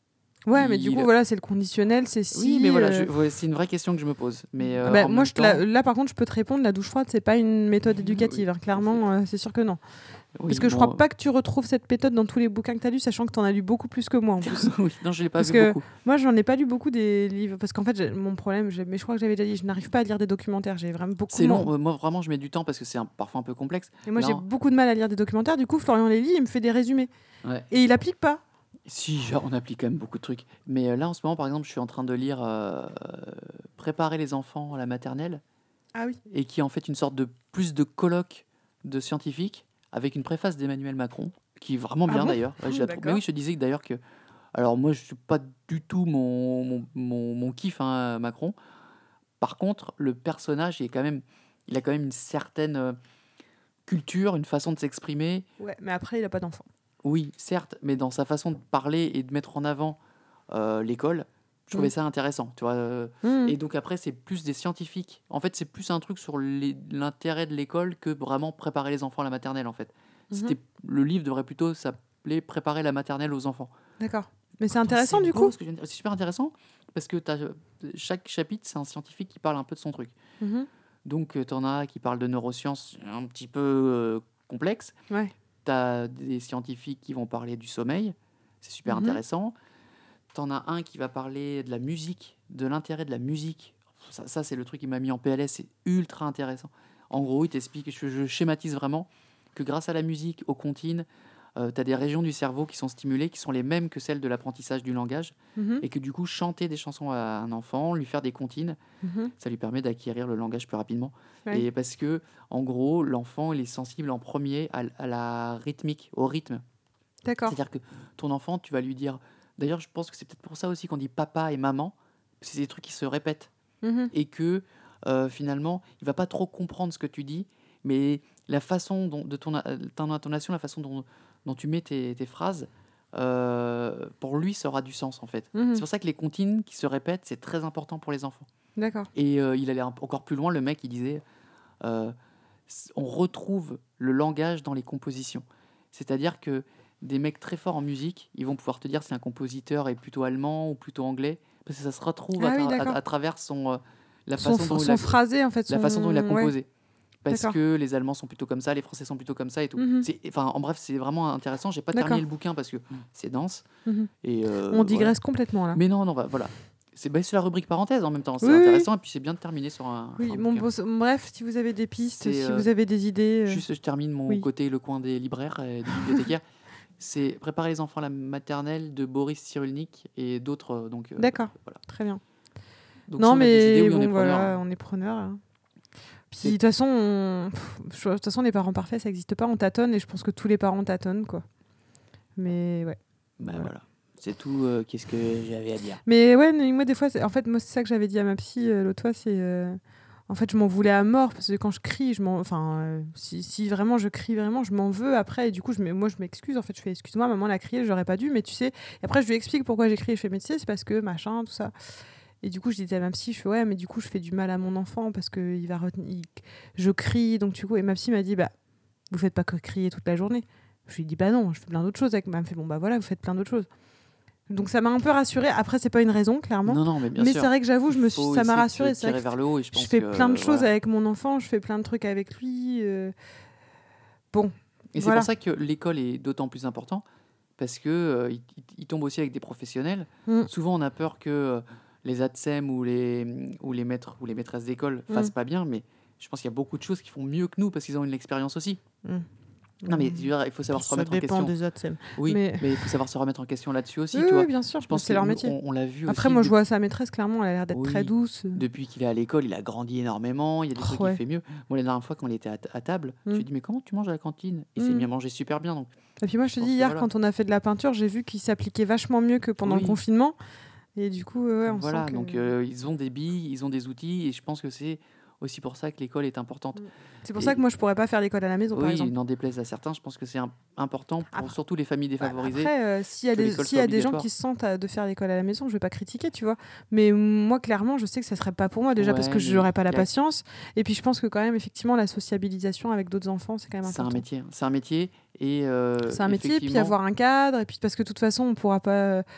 Ouais, mais du Il- coup, voilà, c'est le conditionnel, c'est si... Oui, mais voilà, euh, je- ouais, c'est une vraie question que je me pose. Mais euh, ah bah, en moi, même je te la- temps, là, par contre, je peux te répondre, la douche froide, c'est pas une méthode éducative. oui, hein. Clairement, euh, c'est sûr que non. Parce oui, que je bon, crois pas que tu retrouves cette méthode dans tous les bouquins que tu as lus, sachant que tu en as lu beaucoup plus que moi en plus. oui, non, je l'ai pas Parce vu que beaucoup. moi, j'en ai pas lu beaucoup des livres. Parce qu'en fait, j'ai- mon problème, j'ai- mais je crois que j'avais déjà dit, je n'arrive pas à lire des documentaires. J'ai vraiment beaucoup C'est de long. mal. euh, Moi, vraiment, je mets du temps parce que c'est un- parfois un peu complexe. Et moi, j'ai Là, beaucoup de mal à lire des documentaires. Du coup, Florian les lit, il me fait des résumés. ouais. Et il applique pas. Si, genre, on applique quand même beaucoup de trucs. Mais euh, là, en ce moment, par exemple, je suis en train de lire euh, Préparer les enfants à la maternelle, Ah oui. et qui est en fait une sorte de plus de colloque de scientifiques avec une préface d'Emmanuel Macron, qui est vraiment Ah bien bon d'ailleurs. Ouais, je la trouve- Mais D'accord. oui, je te disais que d'ailleurs que. Alors, moi, je suis pas du tout mon, mon, mon, mon kiff, hein, Macron. Par contre, le personnage, il, est quand même, il a quand même une certaine euh, culture, une façon de s'exprimer. Ouais, mais après, il a pas d'enfant. Oui, certes, mais dans sa façon de parler et de mettre en avant euh, l'école, je trouvais Mm. ça intéressant, tu vois. euh. Mm. Et donc après, c'est plus des scientifiques. En fait, c'est plus un truc sur les- l'intérêt de l'école que vraiment préparer les enfants à la maternelle, en fait. Mhm. C'était, le livre devrait plutôt s'appeler Préparer la maternelle aux enfants. D'accord. Mais c'est Putain, intéressant du beau coup. ce que je viens de dire. C'est super intéressant parce que t'as, chaque chapitre, c'est un scientifique qui parle un peu de son truc. Mhm. Donc, tu en as qui parlent de neurosciences un petit peu euh, complexes. Ouais. Tu as des scientifiques qui vont parler du sommeil, c'est super Mhm. intéressant. Tu en as un qui va parler de la musique, de l'intérêt de la musique. Ça, ça, c'est le truc qui m'a mis en P L S, c'est ultra intéressant. En gros, il t'explique, je, je schématise vraiment, que grâce à la musique, aux comptines, tu as des régions du cerveau qui sont stimulées, qui sont les mêmes que celles de l'apprentissage du langage, Mhm. et que du coup, chanter des chansons à un enfant, lui faire des comptines, Mhm. ça lui permet d'acquérir le langage plus rapidement. Ouais. Et parce que, en gros, l'enfant, il est sensible en premier à, à la rythmique, au rythme. D'accord. C'est-à-dire que ton enfant, tu vas lui dire. D'ailleurs, je pense que c'est peut-être pour ça aussi qu'on dit papa et maman, parce que c'est des trucs qui se répètent. Mhm. Et que euh, finalement, il va pas trop comprendre ce que tu dis, mais la façon dont, de ton, a- ton intonation, la façon dont, dont tu mets tes, tes phrases, euh, pour lui, ça aura du sens en fait. Mhm. C'est pour ça que les comptines qui se répètent, c'est très important pour les enfants. D'accord. Et euh, il allait un- encore plus loin, le mec, il disait euh, s- on retrouve le langage dans les compositions. C'est-à-dire que des mecs très forts en musique, ils vont pouvoir te dire si un compositeur est plutôt allemand ou plutôt anglais, parce que ça se retrouve à, Ah oui, tra- à- d'accord. à travers son, euh, la, Son, façon dont il son a, phrasé en fait. la son... façon dont il a ouais. composé. Parce D'accord. que les Allemands sont plutôt comme ça, les Français sont plutôt comme ça et tout. Mhm. C'est, enfin, en bref, c'est vraiment intéressant. J'ai pas D'accord. terminé le bouquin parce que c'est dense. Mhm. Et euh, On voilà. digresse complètement là. Mais non, non, va- voilà. C'est bah, c'est la rubrique parenthèse en même temps. C'est Oui, oui, intéressant et puis c'est bien de terminer sur un, Oui, un mon bouquin. boss- bref, si vous avez des pistes, C'est, si euh, vous avez des idées. euh, Juste, je termine mon oui. côté le coin des libraires et des bibliothécaires. C'est Préparer les enfants à la maternelle de Boris Cyrulnik et d'autres. euh, Donc, euh, D'accord. voilà. Très bien. Donc, non, si on a des mais idées, oui, bon, on est preneur. voilà, hein. on est preneur. hein. Puis C'est- de toute façon, on- pff, je- de toute façon, les parents parfaits, ça n'existe pas. On tâtonne et je pense que tous les parents tâtonnent, quoi. Mais ouais. Bah, Voilà. voilà. C'est tout. euh, Qu'est-ce que j'avais à dire Mais ouais, mais moi des fois, c'est- en fait, moi c'est ça que j'avais dit à ma psy euh, l'autre fois, c'est euh, en fait je m'en voulais à mort parce que quand je crie, je m'en, enfin, euh, si, si vraiment je crie vraiment, je m'en veux après et du coup je, m'e- moi je m'excuse en fait, je fais excuse-moi, maman l'a crié, j'aurais pas dû, mais tu sais, et après je lui explique pourquoi j'ai crié, je fais mais tu sais c'est parce que machin tout ça. Et du coup je disais à ma psy, je fais ouais mais du coup je fais du mal à mon enfant parce que il va retenir, il- je crie donc du coup et ma psy m'a dit bah vous faites pas que crier toute la journée. Je lui ai dit bah non, je fais plein d'autres choses avec. Elle me fait bon bah voilà vous faites plein d'autres choses. Donc ça m'a un peu rassurée. Après, c'est pas une raison, clairement. Non, non, mais bien mais sûr. c'est vrai que j'avoue, je me Il suis... faut ça m'a essayer de rassurée. se C'est vrai tirer que vers le haut et je pense je fais que, plein de euh, choses voilà. avec mon enfant, je fais plein de trucs avec lui. euh, Bon, Et c'est voilà. pour ça que l'école est d'autant plus important parce que euh, il, il- il tombe aussi avec des professionnels. Mm. Souvent, on a peur que euh, les A T S E M ou les ou les maîtres ou les maîtresses d'école Mm. fassent pas bien, mais je pense qu'il y a beaucoup de choses qui font mieux que nous parce qu'ils ont une expérience aussi. Mm. Non, mais Mm. je veux dire, il faut savoir se Ça remettre en dépend question. des A T S E M. Oui, mais- mais il faut savoir se remettre en question là-dessus aussi, Oui, tu vois. oui, bien sûr. Je pense c'est que leur nous, métier. On, on l'a vu Après, aussi moi, je de- vois sa maîtresse, clairement, elle a l'air d'être Oui. très douce. depuis qu'il est à l'école, il a grandi énormément. Il y a des Oh, trucs ouais. qu'il fait mieux. Moi, la dernière fois, quand il était à, à table, je Mm. lui ai dit mais comment tu manges à la cantine Il s'est Mm. mis à manger super bien. Donc Et puis moi, je je te pense dis, que hier, voilà. quand on a fait de la peinture, j'ai vu qu'il s'appliquait vachement mieux que pendant Oui. le confinement. Et du coup, ouais, on voilà, sent que... donc euh, ils ont des billes, ils ont des outils, et je pense que c'est aussi pour ça que l'école est importante. C'est pour et- ça que moi, je pourrais pas faire l'école à la maison, par Oui, exemple. n'en déplaise à certains, je pense que c'est im- important pour Après- surtout les familles Bah, défavorisées. Après, euh, s'il y a, que des, l'école s'il y a soit des gens obligatoire. qui se sentent à- de faire l'école à la maison, je vais pas critiquer, tu vois. Mais moi, clairement, je sais que ça serait pas pour moi, déjà parce Ouais, que je mais n'aurais pas la il y a- patience. Et puis, je pense que quand même, effectivement, la sociabilisation avec d'autres enfants, c'est quand même C'est un important. métier, hein. c'est un métier, et euh, C'est un métier, puis effectivement, avoir un cadre, et puis parce que de toute façon, on pourra pas...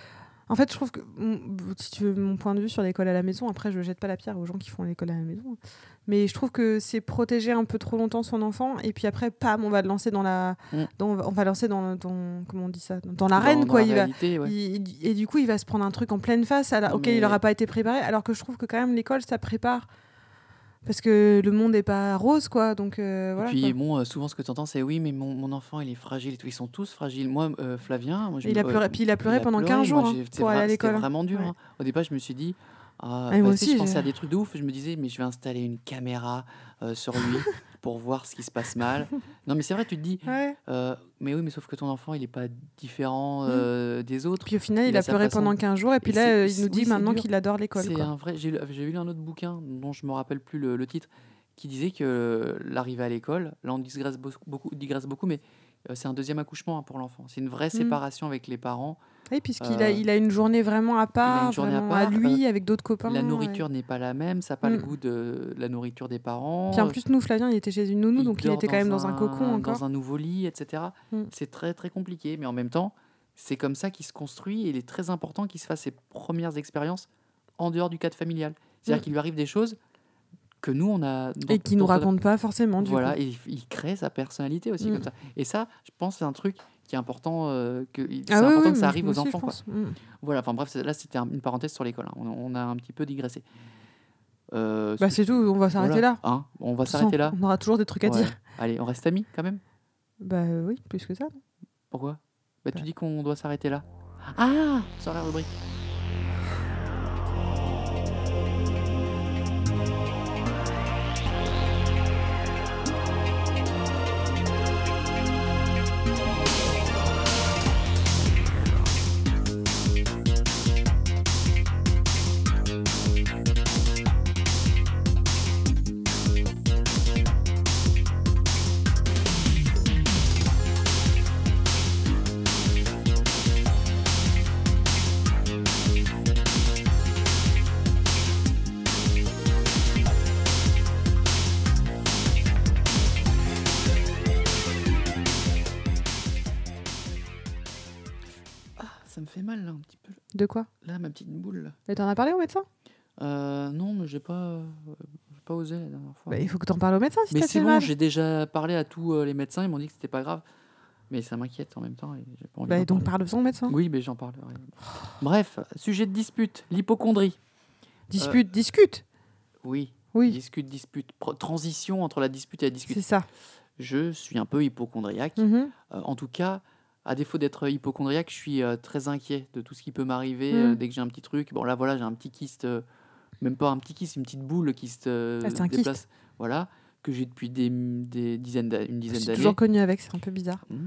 En fait, je trouve que, si tu veux mon point de vue sur l'école à la maison, après, je ne jette pas la pierre aux gens qui font l'école à la maison, mais je trouve que c'est protéger un peu trop longtemps son enfant, et puis après, pam, on va le lancer dans la... Mm. Dans, on va lancer dans, dans... Comment on dit ça ? Dans l'arène, dans, quoi. Dans la il réalité, va, ouais. il, et du coup, il va se prendre un truc en pleine face à la, auquel mais... il n'aura pas été préparé, alors que je trouve que quand même, l'école, ça prépare... Parce que le monde n'est pas rose, quoi. Donc, euh, voilà, et puis, quoi. bon, euh, souvent, ce que tu entends, c'est oui, mais mon, mon enfant, il est fragile et tout. Ils sont tous fragiles. Moi, euh, Flavien. Moi, je il, a pleuré, euh, puis il a pleuré il pendant a pleuré. quinze jours moi, hein, pour aller à l'école. C'était vraiment dur. Ouais. Hein. Au départ, je me suis dit. Ah, ah, moi aussi, je pensais j'ai... à des trucs de ouf. Je me disais, mais je vais installer une caméra euh, sur lui pour voir ce qui se passe mal. Non, mais c'est vrai, tu te dis. Ouais. Euh, mais oui, mais sauf que ton enfant, il n'est pas différent euh, mmh. des autres. Puis au final, il, il a, a pleuré façon... pendant quinze jours. Et puis et là, il nous dit oui, maintenant dur. Qu'il adore l'école. C'est quoi. un vrai. J'ai, j'ai lu un autre bouquin dont je ne me rappelle plus le, le titre, qui disait que l'arrivée à l'école, là on digresse beaucoup, digresse beaucoup mais euh, c'est un deuxième accouchement hein, pour l'enfant. C'est une vraie séparation mmh. avec les parents. Oui, puisqu'il euh, a, il a une journée vraiment à part, journée à, part à lui, euh, avec d'autres copains. La nourriture ouais. n'est pas la même, ça n'a pas mmh. le goût de la nourriture des parents. Puis en plus, nous, Flavien, il était chez une nounou, il donc il était quand même dans un, un cocon encore. Dans un nouveau lit, et cetera. Mmh. C'est très, très compliqué, mais en même temps, c'est comme ça qu'il se construit et il est très important qu'il se fasse ses premières expériences en dehors du cadre familial. C'est-à-dire mmh. qu'il lui arrive des choses que nous on a dans, et qui nous raconte pas forcément du voilà coup. Et il, il crée sa personnalité aussi mmh. comme ça et ça je pense c'est un truc qui est important euh, que c'est ah important oui, que oui, ça arrive aux aussi, enfants quoi. Mmh. Voilà enfin bref là c'était un, une parenthèse sur l'école hein. on, on a un petit peu digressé euh, bah c'est tout on va s'arrêter voilà. là hein on va s'arrêter là on aura toujours des trucs à ouais. dire allez on reste amis quand même bah oui plus que ça non pourquoi bah, bah tu dis qu'on doit s'arrêter là ah sur la rubrique. Mal là un petit peu. De quoi ? Là ma petite boule. Là. Et t'en as parlé au médecin ? euh, Non mais j'ai pas, euh, j'ai pas osé la dernière fois. Bah, il faut que t'en parles au médecin si mais t'as c'est fait bon, mal. J'ai déjà parlé à tous euh, les médecins, ils m'ont dit que c'était pas grave. Mais ça m'inquiète en même temps. Et j'ai pas envie bah, donc parle au médecin. Oui mais j'en parlerai. Bref, sujet de dispute, l'hypocondrie. Dispute, euh, discute. Oui. Oui. Discute, dispute. Pro- transition entre la dispute et la discute. C'est ça. Je suis un peu hypocondriaque. Mm-hmm. Euh, en tout cas. À défaut d'être hypocondriaque, je suis euh, très inquiet de tout ce qui peut m'arriver mmh. euh, dès que j'ai un petit truc. Bon, là, voilà, j'ai un petit kyste, euh, même pas un petit kyste, une petite boule qui se euh, ah, c'est un déplace. Kyste. Voilà, que j'ai depuis des, des dizaines d'années, une dizaine je suis d'années. toujours connu avec, c'est un peu bizarre. Mmh.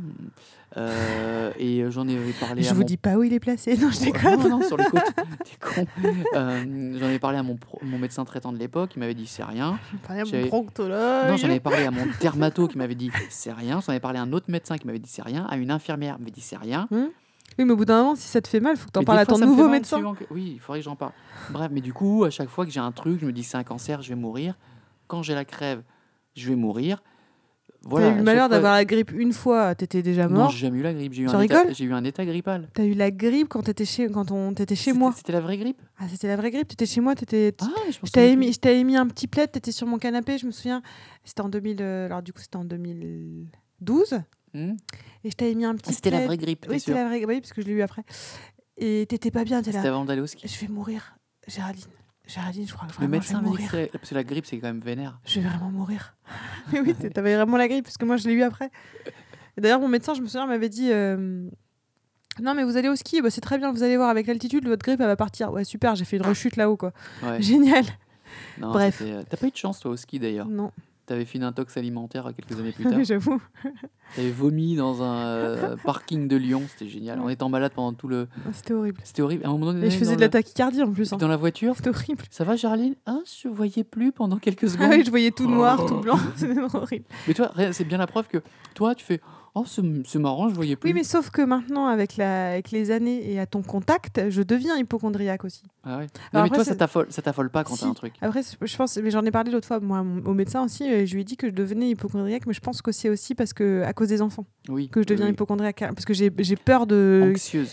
Euh, et j'en ai parlé je à vous mon... dis pas où il est placé, non, je déconne. Oh, non, non, sur les côtes, t'es con. Euh, j'en ai parlé à mon, pro... mon médecin traitant de l'époque, il m'avait dit c'est rien. J'en ai parlé à mon proctologue. Non, j'en ai parlé à mon dermato qui m'avait dit c'est rien. J'en ai parlé à un autre médecin qui m'avait dit c'est rien. À une infirmière qui m'avait dit c'est rien. Mmh. Oui, mais au bout d'un moment, si ça te fait mal, il faut que tu en parles à ton nouveau médecin. Que... Oui, il faudrait que j'en parle. Bref, mais du coup, à chaque fois que j'ai un truc, je me dis c'est un cancer, je vais mourir. Quand j'ai la crève, je vais mourir. Voilà, t'as eu le malheur fois... d'avoir la grippe une fois, t'étais déjà mort. Non, j'ai jamais eu la grippe. J'ai eu, tu un rigoles état... j'ai eu un état grippal. T'as eu la grippe quand t'étais chez, quand on... t'étais chez c'était... moi. C'était la vraie grippe. Ah, c'était la vraie grippe. T'étais chez moi. T'étais... Ah, je, je, t'avais mis... je t'avais mis un petit plaid. T'étais sur mon canapé. Je me souviens. C'était en deux mille. Alors du coup, c'était en deux mille douze. Mmh. Et je t'avais mis un petit. Ah, c'était plaid. la vraie grippe. Oui, c'était la vraie. Oui, parce que je l'ai eu après. Et t'étais pas bien. T'es là. C'était avant d'aller au ski. Je vais mourir, Géraldine. Géraldine, je crois que le vraiment, médecin je vais mourir. Que parce que la grippe, c'est quand même vénère. Je vais vraiment mourir. Mais oui, t'avais vraiment la grippe, parce que moi, je l'ai eu après. Et d'ailleurs, mon médecin, je me souviens, m'avait dit euh, non, mais vous allez au ski, bah, c'est très bien, vous allez voir, avec l'altitude, votre grippe, elle va partir. Ouais, super, j'ai fait une rechute là-haut, quoi. Ouais. Génial. Non, bref. C'était... T'as pas eu de chance, toi, au ski, d'ailleurs. Non. T'avais fait une intox alimentaire quelques années plus tard. J'avoue. T'avais vomi dans un euh, parking de Lyon, c'était génial. En étant malade pendant tout le. C'était horrible. C'était horrible. À un moment donné, et je faisais de le... la tachycardie en plus. Hein. Dans la voiture. C'était horrible. Ça va, Géraldine ? Ah, je voyais plus pendant quelques secondes. Ah oui, je voyais tout noir, oh. tout blanc. C'était horrible. Mais toi, c'est bien la preuve que toi, tu fais. Oh, c'est, c'est marrant, je voyais plus. Oui, mais sauf que maintenant, avec, la, avec les années et à ton contact, je deviens hypocondriaque aussi. Ah ouais. Non, mais toi, ça t'affole, ça t'affole pas quand si. t'as un truc. Après, je pense, mais j'en ai parlé l'autre fois, moi, au médecin aussi, et je lui ai dit que je devenais hypocondriaque, mais je pense que c'est aussi parce que, à cause des enfants oui, que je deviens oui. hypocondriaque. Parce que j'ai, j'ai peur de. Anxieuse.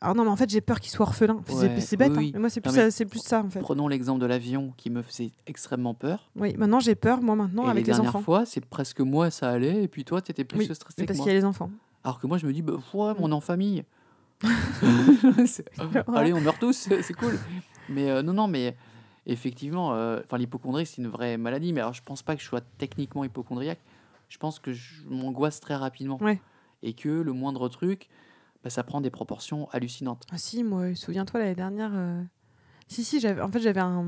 Ah non, mais en fait, j'ai peur qu'il soit orphelin. C'est, Ouais, c'est bête, oui, hein. oui. Mais moi, c'est plus, Non, mais ça, c'est plus ça, en fait. prenons l'exemple de l'avion qui me faisait extrêmement peur. Oui, maintenant, j'ai peur, moi, maintenant, Et les avec les dernières enfants. fois, c'est presque moi, ça allait, et puis toi, t'étais plus Oui, stressé mais que parce qu'il moi. y a les enfants. Alors que moi, je me dis, bah, ouais, Mm. on est en famille. C'est- Voilà. Allez, on meurt tous, c'est c'est cool. Mais euh, non, non, mais effectivement, euh, enfin, l'hypocondrie, c'est une vraie maladie. Mais alors, je pense pas que je sois techniquement hypochondriaque. Je pense que je m'angoisse très rapidement. Ouais. Et que le moindre truc, bah, ça prend des proportions hallucinantes. Ah si, moi, souviens-toi, l'année dernière... euh, Si, si, j'avais... en fait, j'avais un...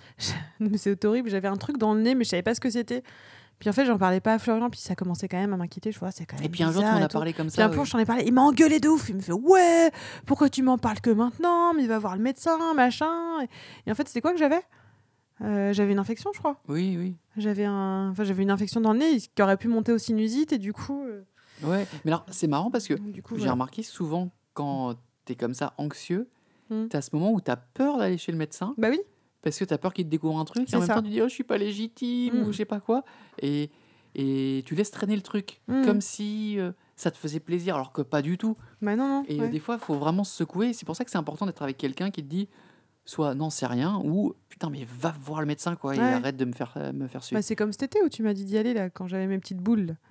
Mais c'est horrible, j'avais un truc dans le nez, mais je savais pas ce que c'était. Puis en fait, j'en parlais pas à Florian, puis ça commençait quand même à m'inquiéter. Je vois, c'est quand même Et puis un jour, tu bizarre m'en et as tout. parlé comme Puis un ça. peu, oui. je t'en ai parlé. Il m'a engueulé de ouf. Il me fait ouais, pourquoi tu m'en parles que maintenant? Mais il va voir le médecin, machin. Et, et en fait, c'était quoi que j'avais Euh, J'avais une infection, je crois. Oui, oui. J'avais un, enfin, j'avais une infection dans le nez qui aurait pu monter au sinusite et du coup, euh, Ouais. Mais alors, c'est marrant parce que du coup, j'ai voilà. remarqué souvent quand t'es comme ça, anxieux, Hmm. t'as ce moment où t'as peur d'aller chez le médecin Bah oui. parce que t'as peur qu'il te découvre un truc et C'est en même ça. temps tu dis oh je suis pas légitime Mm. ou je sais pas quoi et, et tu laisses traîner le truc Mm. comme si euh, ça te faisait plaisir alors que pas du tout. Bah non, non. Et euh, ouais. des fois il faut vraiment se secouer. C'est pour ça que c'est important d'être avec quelqu'un qui te dit soit non c'est rien ou putain mais va voir le médecin quoi et Ouais. arrête de me faire euh, me faire suer. Bah, c'est comme cet été où tu m'as dit d'y aller là, quand j'avais mes petites boules. là.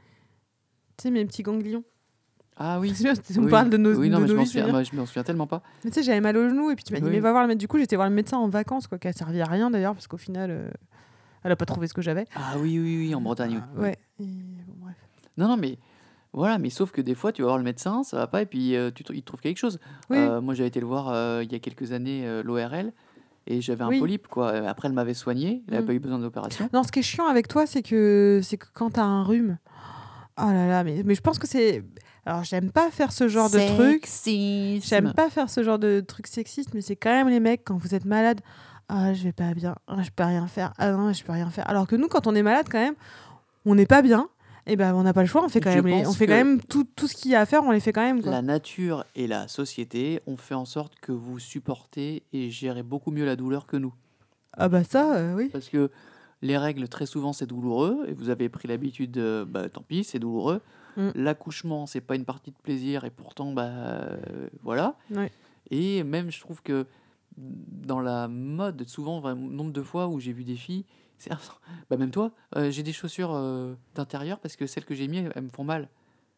Tu sais, mes petits ganglions. Ah oui. On Oui. parle de nos, Oui non de mais je nos m'en vies, souviens, c'est-à-dire. moi, je m'en souviens tellement pas. Mais tu sais, j'avais mal au genou et puis tu m'as dit, Oui. mais va voir le médecin. Du coup, j'étais voir le médecin en vacances, quoi, qui a servi à rien d'ailleurs, parce qu'au final, euh, elle a pas trouvé ce que j'avais. Ah oui oui oui en Bretagne. Ah, Oui. ouais. Et bon, bref. Non non mais voilà, mais sauf que des fois, tu vas voir le médecin, ça va pas, et puis euh, tu, tr- il te trouve quelque chose. Oui. Euh, moi, j'avais été le voir euh, il y a quelques années, euh, l'O R L, et j'avais un Oui. polype, quoi. Euh, Après, elle m'avait soigné, elle n'avait Mm. pas eu besoin d'opération. Non, ce qui est chiant avec toi, c'est que, c'est que quand t'as un rhume. Oh là là, mais, mais je pense que c'est. Alors, j'aime pas faire ce genre de truc. Sexisme. J'aime pas faire ce genre de truc sexiste, mais c'est quand même les mecs, quand vous êtes malade. Ah, je vais pas bien. Ah, je peux rien faire. Ah non, je peux rien faire. Alors que nous, quand on est malade, quand même, on n'est pas bien. Et ben, on n'a pas le choix. On fait quand Je même, les- pense on fait que quand même tout, tout ce qu'il y a à faire. On les fait quand même. Quoi. La nature et la société ont fait en sorte que vous supportez et gérez beaucoup mieux la douleur que nous. Ah bah ça, euh, oui. Parce que les règles, très souvent, c'est douloureux, et vous avez pris l'habitude, de, bah tant pis, c'est douloureux. Mm. L'accouchement, c'est pas une partie de plaisir, et pourtant, bah euh, voilà. Ouais. Et même, je trouve que dans la mode, souvent, vraiment, nombre de fois où j'ai vu des filles, c'est bah même toi, euh, j'ai des chaussures euh, d'intérieur parce que celles que j'ai mis, elles, elles me font mal.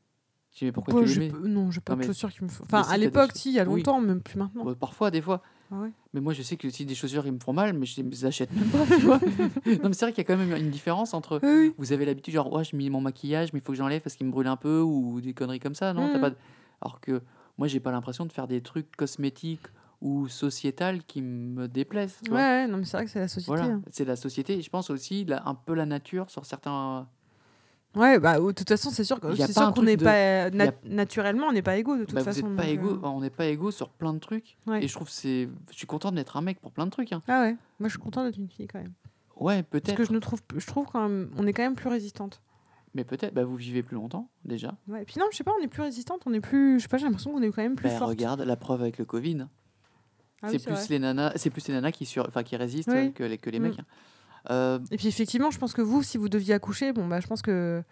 Je dis, mais pourquoi Bon, tu les j'ai mets p- non, j'ai pas Non, de mais- chaussures qui me font. mais Enfin, si, à t'as des l'époque, chaussures. si, il y a Oui. longtemps, même plus maintenant. Bah, parfois, des fois. Ah ouais. Mais moi, je sais que si des chaussures, ils me font mal, mais je les achète même pas, tu vois. Non, mais c'est vrai qu'il y a quand même une différence entre Oui, oui. vous avez l'habitude, genre, ouais, je mets mon maquillage, mais il faut que j'enlève parce qu'il me brûle un peu, ou des conneries comme ça, non t'as Mhm. pas de- Alors que moi, j'ai pas l'impression de faire des trucs cosmétiques ou sociétales qui me déplaisent, tu Ouais, vois. ouais, non, mais c'est vrai que c'est la société. Voilà, hein. c'est la société. Et je pense aussi la- un peu la nature sur certains. Ouais, bah, de toute façon, c'est sûr, que- Il y a c'est pas sûr un qu'on truc n'est de- pas. il y nat- a- Naturellement, on n'est pas égaux, de toute Bah, vous façon. êtes pas donc, égaux, euh, on n'est pas égaux sur plein de trucs. Ouais. Et je trouve que c'est. Je suis content d'être un mec pour plein de trucs. Hein. Ah ouais, moi, je suis contente d'être une fille quand même. Ouais, Parce peut-être. que je nous trouve, je trouve quand même, on est quand même plus résistante. Mais peut-être. Bah, vous vivez plus longtemps, déjà. Ouais. Et puis non, je sais pas, on est plus résistante, on est plus, je sais pas, j'ai l'impression qu'on est quand même plus Bah, forte. regarde la preuve avec le Covid. Ah oui, c'est c'est plus vrai. les nanas, c'est plus les nanas qui sur, enfin qui résistent Oui. euh, que les que les Mm. mecs. hein. Euh, Et puis effectivement, je pense que vous, si vous deviez accoucher, bon bah, je pense que,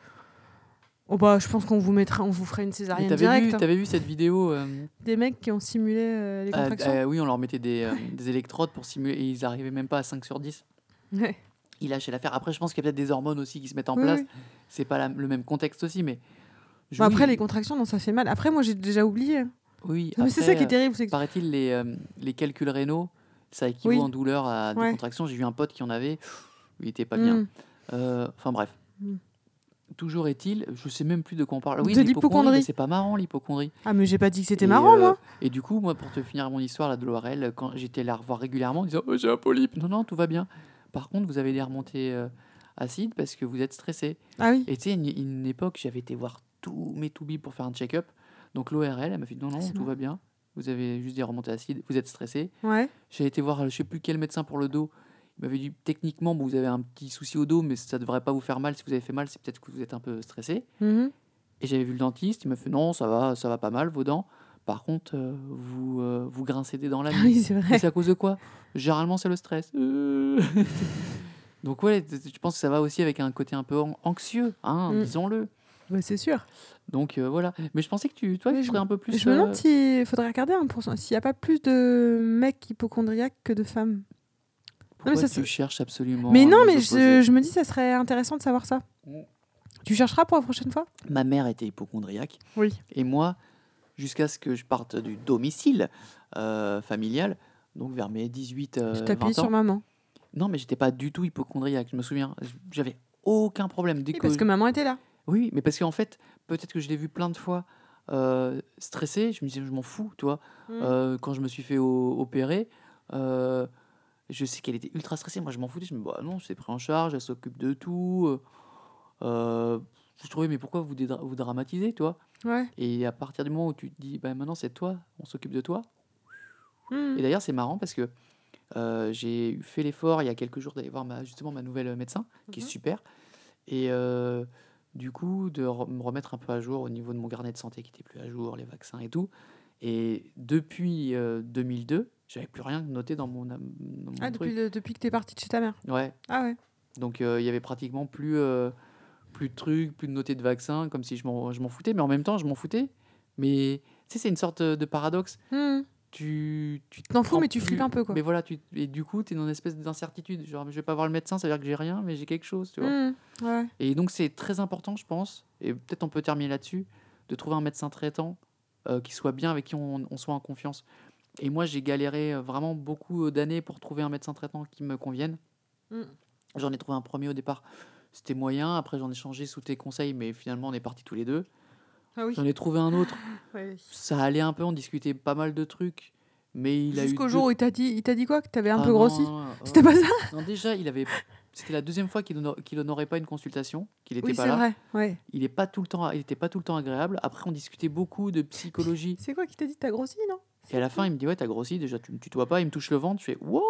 oh bah, je pense qu'on vous mettra, on vous ferait une mais césarienne t'avais directe. vu, hein. t'avais vu cette vidéo euh, Des mecs qui ont simulé euh, les euh, contractions. euh, Oui, on leur mettait des, euh, des électrodes pour simuler et ils arrivaient même pas à cinq sur dix. Ouais. Ils lâchaient l'affaire. Après, je pense qu'il y a peut-être des hormones aussi qui se mettent en Oui, place. oui. C'est pas la- le même contexte aussi, mais. Bon, après, oui, les contractions, non, ça fait mal. Après, moi, j'ai déjà oublié. hein. Oui. Mais c'est après, ça qui est euh, terrible. C'est que... Paraît-il, les, euh, les calculs rénaux, ça équivaut Oui. en douleur à des Ouais. contractions. J'ai eu un pote qui en avait, il était pas bien. Mm. Euh, Enfin bref. Mm. Toujours est-il, je sais même plus de quoi on parle. Oui, De l'hypocondrie, l'hypocondrie. mais c'est pas marrant l'hypocondrie. Ah, mais j'ai pas dit que c'était Et, marrant, euh, moi. Et du coup, moi, pour te finir mon histoire là, de l'O R L, quand j'étais la revoir régulièrement en disant oh, j'ai un polype, non, non, tout va bien. Par contre, vous avez des remontées euh, acides parce que vous êtes stressé. Ah oui. Et tu sais, une, une époque, j'avais été voir tous mes toubis pour faire un check-up. Donc l'O R L, elle m'a fait non, non, Ah, c'est tout marrant. va bien. Vous avez juste des remontées acides, vous êtes stressé. Ouais. J'ai été voir, euh, je sais plus quel médecin pour le dos. Il m'avait dit techniquement, bon, vous avez un petit souci au dos, mais ça devrait pas vous faire mal. Si vous avez fait mal, c'est peut-être que vous êtes un peu stressé. Mhm. Et j'avais vu le dentiste, il m'a fait non, ça va, ça va pas mal, vos dents. Par contre, euh, vous, euh, vous grincez des dents la Ah nuit. oui, c'est Et vrai. c'est à cause de quoi Généralement, c'est le stress. Euh. Donc ouais, t- t- je pense que ça va aussi avec un côté un peu an- anxieux, hein, Mm. disons-le. Bah, c'est sûr. Donc euh, voilà. Mais je pensais que tu, toi, Mais tu je, serais un peu plus. je me demande euh, s'il faudrait regarder un pourcent- s'il n'y a pas plus de mecs hypochondriaques que de femmes. Non, mais Pourquoi ça, tu c'est- cherches absolument mais à non, nous mais je, opposer? je me dis ça serait intéressant de savoir ça. Mm. Tu chercheras pour la prochaine fois? Ma mère était hypochondriaque. Oui. Et moi, jusqu'à ce que je parte du domicile euh, familial, donc vers mes dix-huit Tu euh, t'appuies vingt sur ans, maman. non, mais j'étais pas du tout hypochondriaque. Je me souviens, j'avais aucun problème. Dès Oui, que parce que maman était là. Oui, mais parce qu'en fait, peut-être que je l'ai vu plein de fois euh, stressé, je me disais, je m'en fous, tu vois. Mm. Euh, quand je me suis fait o- opérer, euh, je sais qu'elle était ultra stressée, moi je m'en foutais, je me dis, bah non, c'est pris en charge, elle s'occupe de tout. euh, euh, je trouvais, mais pourquoi vous, dédra- vous dramatisez, tu vois? Ouais. Et à partir du moment où tu te dis, bah maintenant c'est toi, on s'occupe de toi. Mm. Et d'ailleurs, c'est marrant parce que euh, j'ai eu fait l'effort il y a quelques jours d'aller voir ma, justement ma nouvelle médecin, qui est Mhm. super. Et euh, du coup, de re- me remettre un peu à jour au niveau de mon carnet de santé qui était plus à jour, les vaccins et tout. Et depuis euh, deux mille deux, j'avais plus rien noté dans mon, am- dans mon Ah, depuis, truc. le- depuis que t'es partie de chez ta mère. Ouais. Ah ouais. Donc euh, il y avait pratiquement plus, euh, plus de trucs, plus de notés de vaccins, comme si je m'en, je m'en foutais. Mais en même temps, je m'en foutais. Mais tu sais, c'est une sorte de paradoxe. Mm. Tu, tu te T'en fous, prends mais tu flippes plus. un peu, quoi. Mais voilà, tu, et du coup, tu es dans une espèce d'incertitude. Genre, je vais pas voir le médecin, ça veut dire que j'ai rien, mais j'ai quelque chose, tu vois. Mm. Ouais. Et donc, c'est très important, je pense, et peut-être on peut terminer là-dessus, de trouver un médecin traitant euh, qui soit bien, avec qui on, on soit en confiance. Et moi, j'ai galéré euh, vraiment beaucoup d'années pour trouver un médecin traitant qui me convienne. Mm. J'en ai trouvé un premier au départ, c'était moyen. Après, j'en ai changé sous tes conseils, mais finalement, on est partis tous les deux. Ah oui. J'en ai trouvé un autre, Ouais. ça allait un peu, on discutait pas mal de trucs, mais il a eu Jusqu'au deux. jour où il t'a dit, il t'a dit quoi? Que t'avais un Ah peu non, grossi? non, non, C'était oh. pas ça? Non, déjà, il avait. C'était la deuxième fois qu'il honor- qu'il honorait pas une consultation, qu'il n'était Oui, pas c'est là. vrai. Ouais. Il est pas tout le temps, il était pas tout le temps agréable. Après, on discutait beaucoup de psychologie. C'est quoi qui t'a dit t'as grossi, non? Et à la fin, il me dit, ouais, t'as grossi, déjà, tu me tutoies pas. Il me touche le ventre, je fais, wow.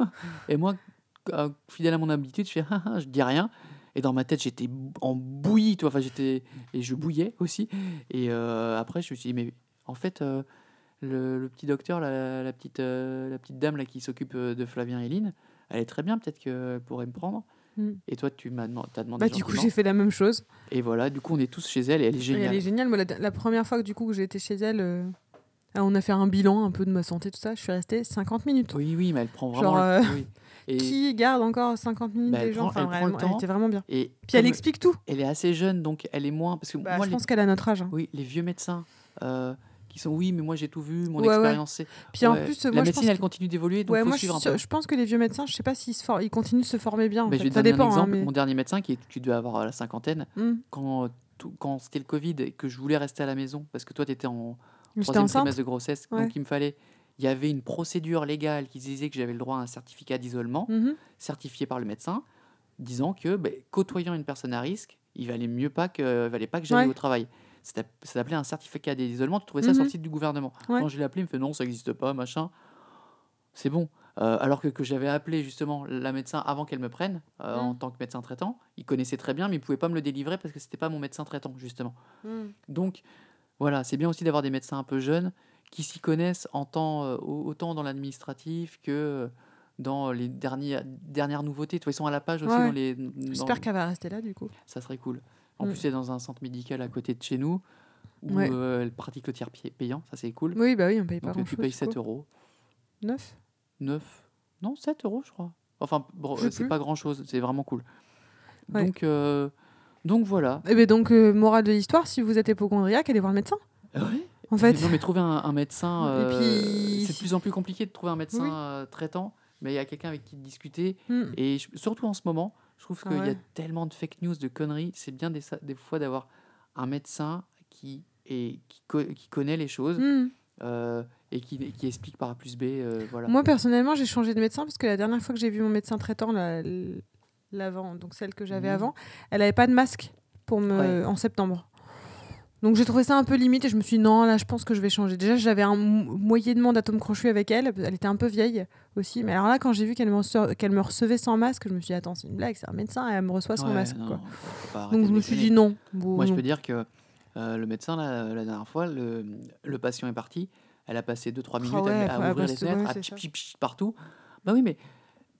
Et moi, euh, fidèle à mon habitude, je fais, ah, ah, je dis rien. Et dans ma tête, j'étais bou- en bouillie, toi. Enfin, j'étais. Et je bouillais aussi. Et euh, après, je me suis dit, mais en fait, euh, le, le petit docteur, la, la petite, euh, la petite dame là, qui s'occupe euh, de Flavien et Lynn, elle est très bien, peut-être qu'elle pourrait me prendre. Mm. Et toi, tu m'as deman- t'as demandé Bah, du coup, gentiment. j'ai fait la même chose. Et voilà, du coup, on est tous chez elle et elle est Et elle géniale. est géniale. Moi, la, la première fois que, du coup, que j'ai été chez elle, euh, ah, on a fait un bilan un peu de ma santé, tout ça. Je suis restée cinquante minutes. Oui, oui, mais elle prend vraiment Genre, le... euh, oui. Et qui garde encore cinquante minutes bah, elle des gens? prend, Enfin, elle prend le vraiment, elle temps. était vraiment bien. Et Puis elle comme explique tout. elle est assez jeune, donc elle est moins... Parce que Bah, moi, je les, pense qu'elle a notre âge. Hein. oui, les vieux médecins euh, qui sont, oui, mais moi j'ai tout vu, mon Ouais, ouais. expérience c'est... Puis en Ouais, plus, la moi, je médecine, pense elle que... continue d'évoluer, donc Ouais, faut moi, je, suivre un suis sûre- peu. je pense que les vieux médecins, je sais pas s'ils se for- ils continuent de se former bien. En Bah, je fait. vais te Ça donner un dépend. Hein, exemple. mais... Mon dernier médecin, qui est, tu dois avoir la cinquantaine, Mm. quand, tout- quand c'était le Covid et que je voulais rester à la maison, parce que toi, tu étais en J'étais troisième enceinte. trimestre de grossesse, Ouais. donc il me fallait... Il y avait une procédure légale qui disait que j'avais le droit à un certificat d'isolement, Mhm. certifié par le médecin, disant que bah, côtoyant une personne à risque, il valait mieux pas que, il valait pas que j'aille Ouais. au travail. C'était- Ça s'appelait un certificat d'isolement. Tu trouvais ça sur le Mhm. site du gouvernement. Ouais. Quand je l'ai appelé, il me fait non, ça n'existe pas, machin. C'est bon. Euh, alors que, que j'avais appelé justement la médecin avant qu'elle me prenne euh, en Mm. tant que médecin traitant, il connaissait très bien, mais il pouvait pas me le délivrer parce que c'était pas mon médecin traitant justement. Mm. Donc voilà, c'est bien aussi d'avoir des médecins un peu jeunes qui s'y connaissent en temps, euh, au- autant dans l'administratif que euh, dans les dernières, dernières nouveautés. Tu vois, ils sont à la page aussi Ouais. dans les. Dans... J'espère qu'elle va rester là, du coup. Ça serait cool. En Mm. plus, c'est dans un centre médical à côté de chez nous où Ouais. euh, elle pratique le tiers pi- payant. Ça, c'est cool. Oui, bah oui, on paye pas Donc, euh, tu grand-chose. payes sept euros. neuf? neuf. Non, sept euros, je crois. Enfin, bon, Je sais euh, c'est plus. pas grand chose. C'est vraiment cool. Ouais. Donc, euh, donc voilà. Et ben donc, euh, morale de l'histoire, si vous êtes hypochondriaque, allez voir le médecin. Ouais. En fait. Non, mais trouver un, un médecin, Et euh, puis, c'est de si- plus en plus compliqué de trouver un médecin Oui. euh, traitant, mais il y a quelqu'un avec qui discuter. Mm. Et je- surtout en ce moment, je trouve Ah qu'il y a ouais. tellement de fake news, de conneries. C'est bien des, sa- des fois d'avoir un médecin qui, est, qui, co- qui connaît les choses Mm. euh, et qui, qui explique par A plus B. euh, voilà. Moi, personnellement, j'ai changé de médecin parce que la dernière fois que j'ai vu mon médecin traitant, la- l- l'avant, donc celle que j'avais Mhm. avant, elle avait pas de masque pour me Ouais. en septembre. Donc j'ai trouvé ça un peu limite et je me suis dit non, là je pense que je vais changer. Déjà j'avais un mo- moyennement d'atomes crochus avec elle, elle était un peu vieille aussi. Mais alors là quand j'ai vu qu'elle me, rece- qu'elle me recevait sans masque, je me suis dit attends c'est une blague, c'est un médecin et elle me reçoit sans Ouais, masque non, quoi. non, faut- faut pas arrêter Donc de je me suis déconner. dit non. Bon, Moi, je non. peux dire que euh, le médecin, là, la dernière fois, le, le patient est parti. Elle a passé deux trois Ah minutes à, ouais, à à ouvrir les Brest, ouais, fenêtres, à c'est pchit, ça. pchit, pchit partout. Bah oui, mais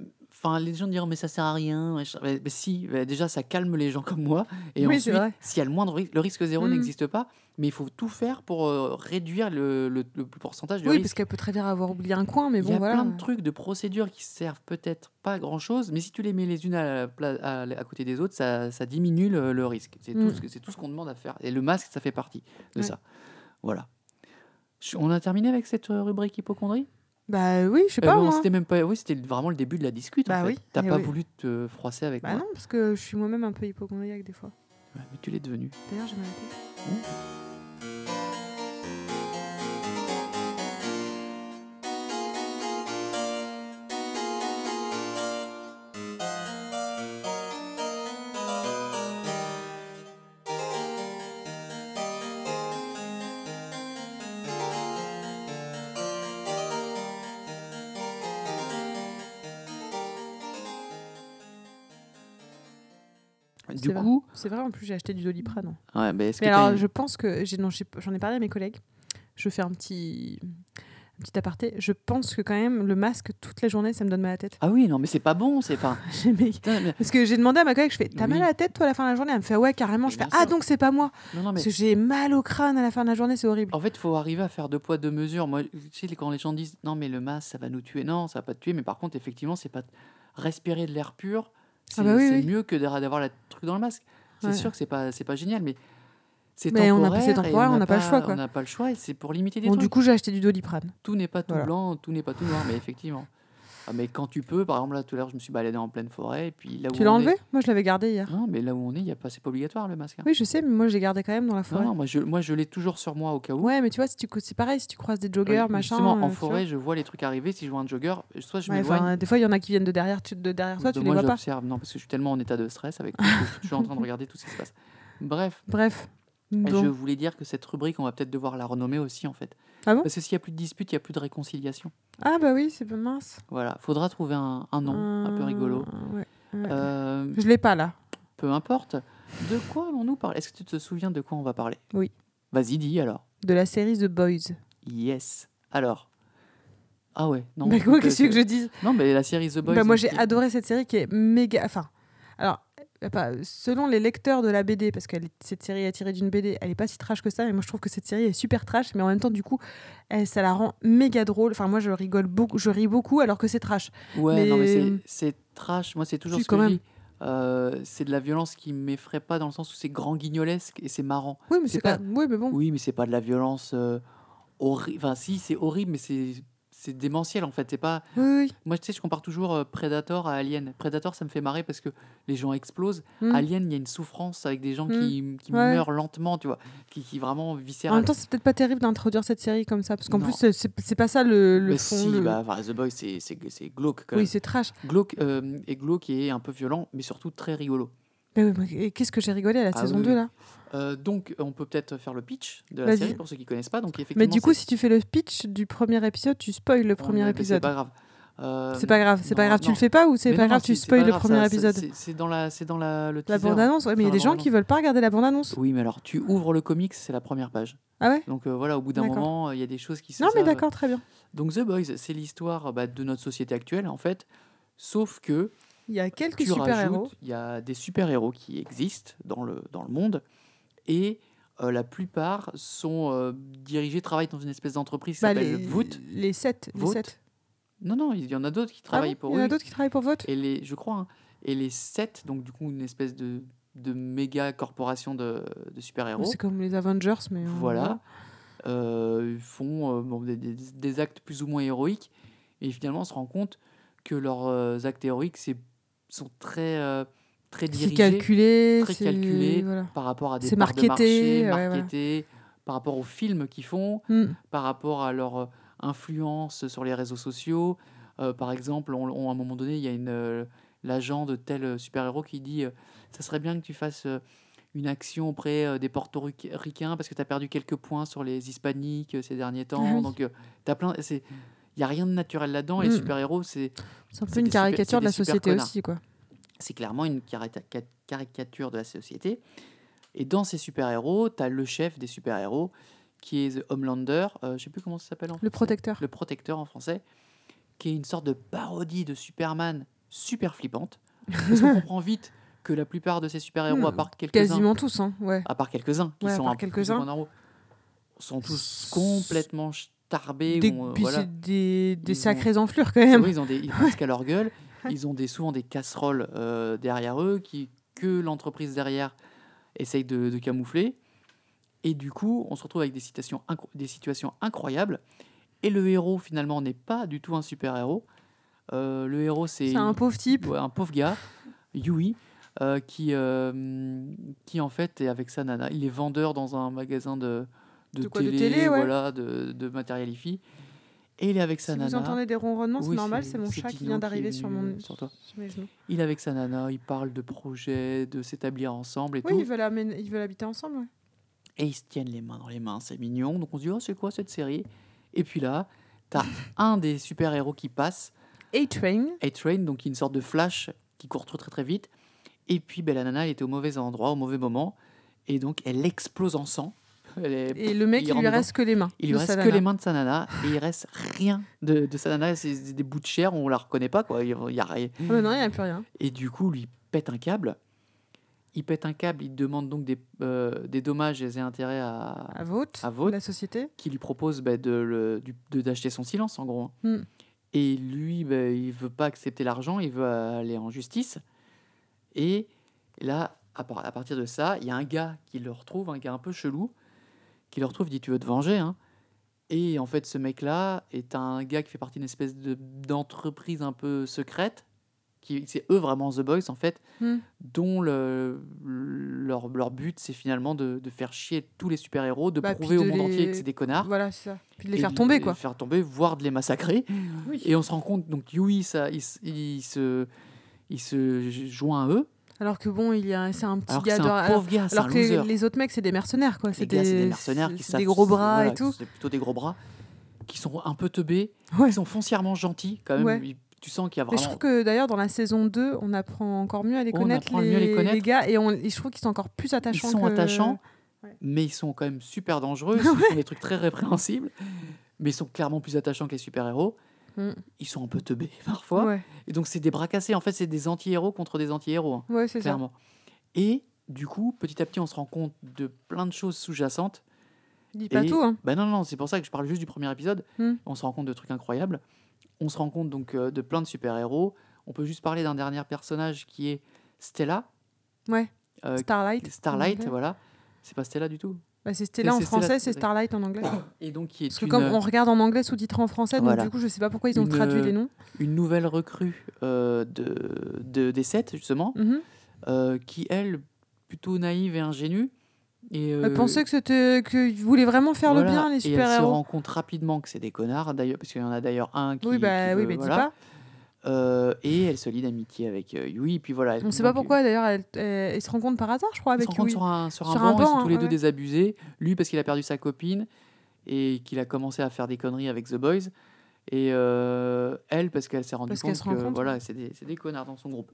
Enfin, les gens diront, mais ça sert à rien. machin. Mais, mais si, mais déjà, ça calme les gens comme moi. Et Oui, c'est ensuite, vrai. s'il y a le moindre risque, le risque zéro Mm. n'existe pas, mais il faut tout faire pour euh, réduire le, le, le pourcentage de Oui, parce risque. qu'elle peut très bien avoir oublié un coin, mais Il y bon, a voilà. plein de trucs, de procédures qui servent peut-être pas à grand chose, mais si tu les mets les unes à, la pla- à, à côté des autres, ça, ça diminue le, le risque. C'est tout, Mm. ce que- c'est tout ce qu'on demande à faire. Et le masque, ça fait partie de Ouais. ça. Voilà. Je- On a terminé avec cette euh, rubrique hypochondrie. Bah oui, je sais Eh pas, ben, moi. c'était même pas. Oui, c'était vraiment le début de la discute en Bah fait. oui, T'as eh pas oui. voulu te froisser avec Bah moi. non, parce que je suis moi-même un peu hypochondriaque des fois. Ouais, mais tu l'es devenu. D'ailleurs, j'ai mal à la tête. Mmh. Du C'est vrai. coup, C'est vrai, en plus, j'ai acheté du Doliprane. hein. ouais, mais est-ce que Mais t'as alors, une- je pense que. j'ai- non, j'ai- J'en ai parlé à mes collègues. Je fais un petit. Un petit aparté. Je pense que quand même, le masque, toute la journée, ça me donne mal à la tête. Ah oui, non, mais c'est pas bon. C'est enfin. J'ai- mais- Putain, mais- Parce que j'ai demandé à ma collègue, je fais, t'as Oui. mal à la tête, toi, à la fin de la journée? Elle me fait, ouais, carrément. Mais Je fais, bien ah, sûr. donc c'est pas moi. Non, non, mais Parce que j'ai mal au crâne à la fin de la journée, c'est horrible. en fait, il faut arriver à faire deux poids deux mesures. Moi, tu sais, quand les gens disent non, mais le masque, ça va nous tuer. Non, ça va pas te tuer. Mais par contre, effectivement, c'est pas respirer de l'air pur. C'est Ah bah oui, c'est oui. mieux que d'a- d'avoir le truc dans le masque. C'est Ouais. sûr que c'est pas, c'est pas génial, mais c'est Mais on a- temporaire. c'est et temporaire, on n'a pas le choix, quoi. On n'a pas le choix et c'est pour limiter des Bon, trucs. du coup, j'ai acheté du Doliprane. Tout n'est pas tout Voilà. blanc, tout n'est pas tout noir, mais effectivement. Ah, mais quand tu peux, par exemple, là, tout à l'heure, je me suis baladé en pleine forêt. Et puis là où Tu l'as on enlevé? est... Moi, je l'avais gardé hier. Non, mais là où on est, y a pas, c'est pas obligatoire le masque. hein. Oui, je sais, mais moi, je l'ai gardé quand même dans la Non, forêt. non, moi je, moi je l'ai toujours sur moi au cas où. Ouais, mais tu vois, si tu... c'est pareil, si tu croises des joggers, Euh, machin. Justement, en euh, tu forêt, je vois les trucs arriver. Si je vois un jogger, soit je vois. Ouais, m'éloigne. enfin, des fois, il y en a qui viennent de derrière, tu... de derrière toi, de tu les moi, vois pas. j'observe. Non, parce que je suis tellement en état de stress avec tout. Je suis toujours en train de regarder tout ce qui se passe. Bref, Bref. je Bon. voulais dire que cette rubrique, on va peut-être devoir la renommer aussi, en fait. Ah bon? Parce que s'il n'y a plus de dispute, il n'y a plus de réconciliation. Ah bah oui, c'est pas mince. Voilà, faudra trouver un, un nom un peu rigolo. Euh, ouais, ouais. Euh, Je l'ai pas là. peu importe. De quoi allons-nous parler? Est-ce que tu te souviens de quoi on va parler? Oui. Vas-y, dis alors. De la série The Boys. Yes. Alors. Ah ouais, non. Bah quoi, écoute, qu'est-ce que tu veux euh, que je dise? Non, mais la série The Boys. Bah moi, j'ai qui- adoré cette série qui est méga. Enfin, alors, euh, pas- selon les lecteurs de la B D, parce que cette série est tirée d'une B D, elle est pas si trash que ça, mais moi je trouve que cette série est super trash, mais en même temps, du coup, elle, ça la rend méga drôle. Enfin, moi, je rigole beaucoup, je ris beaucoup alors que c'est trash. Ouais, Mais- non, mais c'est- c'est trash. Moi, c'est toujours Si, ce que quand je même. dis. Euh, c'est de la violence qui m'effraie pas dans le sens où c'est grand guignolesque et c'est marrant. Oui, mais C'est c'est pas- pas. Oui, mais bon. Oui, mais c'est pas de la violence euh, horrible. Enfin, si, c'est horrible, mais c'est c'est démentiel en fait. C'est pas. Oui, oui. Moi, tu sais, je compare toujours euh, Predator à Alien. Predator, ça me fait marrer parce que les gens explosent. Mm. Alien, il y a une souffrance avec des gens Mm. qui, qui Ouais. meurent lentement, tu vois, qui, qui vraiment En viscéral. même temps, c'est peut-être pas terrible d'introduire cette série comme ça, parce qu'en Non. plus, c'est- c'est c'est pas ça le, le Mais fond. si, le- bah, enfin, The Boys, c'est c'est- c'est glauque quand Oui, même. c'est trash. Glauque euh, et glauque et un peu violent, mais surtout très rigolo. Mais oui, mais qu'est-ce que j'ai rigolé à la Ah saison oui, deux oui. là. Euh, on on peut peut-être faire le pitch de la Vas-y. série pour ceux qui connaissent pas. Donc, Mais effectivement, du coup, c'est- si tu fais le pitch du premier épisode, tu spoil le Ouais, premier mais- mais épisode. C'est pas grave. Euh, C'est pas grave, c'est pas non, grave. Tu non. le fais pas ou c'est Mais pas non, grave, non, tu si, c'est spoil pas le grave, premier ça- épisode. c'est- C'est dans la, c'est dans la, le La teaser. bande-annonce, ouais, mais il y a Enfin, des la gens bande-annonce. qui veulent pas regarder la bande-annonce. Oui, mais alors tu ouvres le comics, c'est la première page. Ah ouais? Donc euh, voilà, au bout d'un D'accord. moment, il y a des choses qui se Non, mais savent. d'accord, très bien. Donc The Boys, c'est l'histoire bah, de notre société actuelle en fait, sauf que Il y a quelques tu super-héros. rajoutes, il y a des super-héros qui existent dans le, dans le monde et euh, la plupart sont euh, dirigés, travaillent dans une espèce d'entreprise qui Bah, s'appelle les, Voot. les sept. Les Voot. sept. Non, non, il y en a d'autres qui Ah travaillent bon pour Il y en a eux. d'autres qui travaillent pour Vote. Et les, je crois, hein, et les sept, donc du coup une espèce de, de méga corporation de, de super-héros. C'est comme les Avengers, mais. euh, Voilà. Euh, font euh, bon, des, des- des actes plus ou moins héroïques. Et finalement, on se rend compte que leurs euh, actes héroïques c'est, sont très, euh, très C'est dirigés calculé. très c'est- calculé. Voilà. par rapport à des C'est parts de marketé, marché, ouais, voilà. marketés, par rapport aux films qu'ils font, Mm. par rapport à leur euh, influence sur les réseaux sociaux. Euh, par exemple, on, on- à un moment donné, il y a une, euh, l'agent de tel euh, super-héros qui dit euh, ça serait bien que tu fasses euh, une action auprès euh, des portoricains parce que tu as perdu quelques points sur les hispaniques euh, ces derniers temps. Ah oui. Donc, euh, t'as plein. Il n'y a rien de naturel là-dedans. Et Mm. les super-héros, c'est, C'est un peu C'est une des super- caricature c'est de la des super société connards. aussi, quoi. c'est clairement une carica- caricature de la société. Et dans ces super-héros, tu as le chef des super-héros qui est The Homelander. Euh, je sais plus comment ça s'appelle en Le français. protecteur. Le protecteur en français, qui est une sorte de parodie de Superman super flippante. Parce qu'on comprend vite que la plupart de ces super-héros, à part quelques-uns, Quasiment tous, hein, ouais. à part quelques-uns qui Ouais, à sont part un peu plus quelques-uns. grands, sont tous complètement starbés. Des, ou, euh, puis voilà. c'est des, des Ils sacrées ont- enflures quand même. Oui, ils ont des, ils pensent qu'à leur gueule. Ils ont des, souvent des casseroles euh, derrière eux qui, que l'entreprise derrière essaye de, de camoufler. Et du coup, on se retrouve avec des situations, incro- des situations incroyables. Et le héros, finalement, n'est pas du tout un super-héros. Euh, le héros, c'est C'est un pauvre type. ouais, un pauvre gars, Yui, euh, qui, euh, qui en fait est avec sa nana. Il est vendeur dans un magasin de, de, De quoi, de télé, télé, ouais. voilà, de, de matériel hi-fi. Et il est avec sa Si nana. vous entendez des ronronnements, Oui, c'est normal, c'est- c'est mon c'est chat qui Dino vient qui d'arriver est sur, venu, mon... euh, sur toi. sur mes genoux. Il est avec sa nana, il parle de projets, de s'établir ensemble et Oui, tout. ils veulent, amen- ils veulent habiter ensemble. Ouais. Et ils se tiennent les mains dans les mains, c'est mignon. Donc on se dit, oh, c'est quoi cette série? Et puis là, t'as un des super-héros qui passe, A-Train. A-Train, donc qui est une sorte de flash qui court très très très vite. Et puis ben, la nana, elle était au mauvais endroit, au mauvais moment. Et donc elle explose en sang. Elle est- Et le mec, il il, lui rentre reste que les mains. Il lui de reste sa que nana. les mains de sa nana et il reste rien de, de sa nana. C'est des bouts de chair, on la reconnaît pas quoi. Il y a rien. Ah bah non, il n'y a plus rien. Et du coup, lui pète un câble. Il pète un câble, il demande donc des, euh, des dommages et intérêts à, À Vought, à Vought, la société. qui lui propose bah, de, le- du- de- d'acheter son silence en gros. Hmm. Et lui, bah, il veut pas accepter l'argent, il veut aller en justice. Et là, à, par- à partir de ça, il y a un gars qui le retrouve, un gars un peu chelou, qui le retrouve, dit tu veux te venger, hein. Et en fait, ce mec-là est un gars qui fait partie d'une espèce de, d'entreprise un peu secrète. Qui, c'est eux vraiment The Boys en fait, Hmm. dont le, leur, leur but c'est finalement de, de faire chier tous les super-héros, de Bah, prouver puis au de monde les- entier que c'est des connards. Voilà, c'est ça. Puis de les et faire tomber, de quoi. les faire tomber, voire de les massacrer. Oui. Et on se rend compte, donc Yui, ça, il, s- il se, il se joint à eux. Alors que bon, il y a, c'est un petit Alors que gars. c'est de- un alors pauvre gars, c'est alors un que les, loser. les autres mecs, c'est des mercenaires, quoi. C'est Les gars, c'est des des mercenaires c'est- qui c'est savent. des gros bras voilà, et tout. C'est plutôt des gros bras, qui sont un peu teubés, Ouais. qui sont foncièrement gentils quand même. Ouais. Il- Tu sens qu'il y a Mais vraiment. je trouve que d'ailleurs, dans la saison deux, on apprend encore mieux à les Ouais, on connaître, apprend à les, mieux à les connaître. gars. Et, on, et je trouve qu'ils sont encore plus Ils attachants. sont que... attachants, Ouais. mais ils sont quand même super dangereux. Ils font des trucs très répréhensibles, mais ils sont clairement plus attachants que les super-héros. Mm. Ils sont un peu teubés parfois. Ouais, Et donc, c'est des bras cassés. En fait, c'est des anti-héros contre des anti-héros, hein, ouais c'est ça. clairement. Et du coup, petit à petit, on se rend compte de plein de choses sous-jacentes. Dis pas Et- tout, hein. Bah non, non, c'est pour ça que je parle juste du premier épisode. Mm. On se rend compte de trucs incroyables. On se rend compte donc euh, de plein de super-héros. On peut juste parler d'un dernier personnage qui est Stella. Ouais. euh, Starlight. en Starlight, anglais. voilà. C'est pas Stella du tout. Bah, c'est Stella en c'est Stella, français, c'est c'est vrai. Starlight en anglais. Et donc, qui est Parce que une, comme on regarde en anglais sous-titré en français, donc Voilà. du coup, je sais pas pourquoi ils ont Une, traduit euh, les noms. une nouvelle recrue euh, de, de, des sept, justement, Mhm. euh, qui, elle, plutôt naïve et ingénue. Et, Elle euh, pensait que c'était qu'ils voulaient vraiment faire voilà. le bien, les Et elle se super-héros. rend compte rapidement que c'est des connards, d'ailleurs, parce qu'il y en a d'ailleurs un qui. Oui, bah, qui oui, veut- bah, voilà. dis pas. Euh, et elle se lie d'amitié avec euh, Yui. Puis voilà. On sait Donc, pas pourquoi d'ailleurs, elle, elle- ils se rencontrent par hasard, je crois, Ils se avec rencontrent Yui. sur un, sur un Sur banc, un ils banc, sont hein, tous les deux ouais. désabusés. Lui parce qu'il a perdu sa copine et qu'il a commencé à faire des conneries avec The Boys. Et euh, elle parce qu'elle s'est rendue Parce qu'elle compte se que rend compte, voilà, ouais. c'est des, c'est des connards dans son groupe.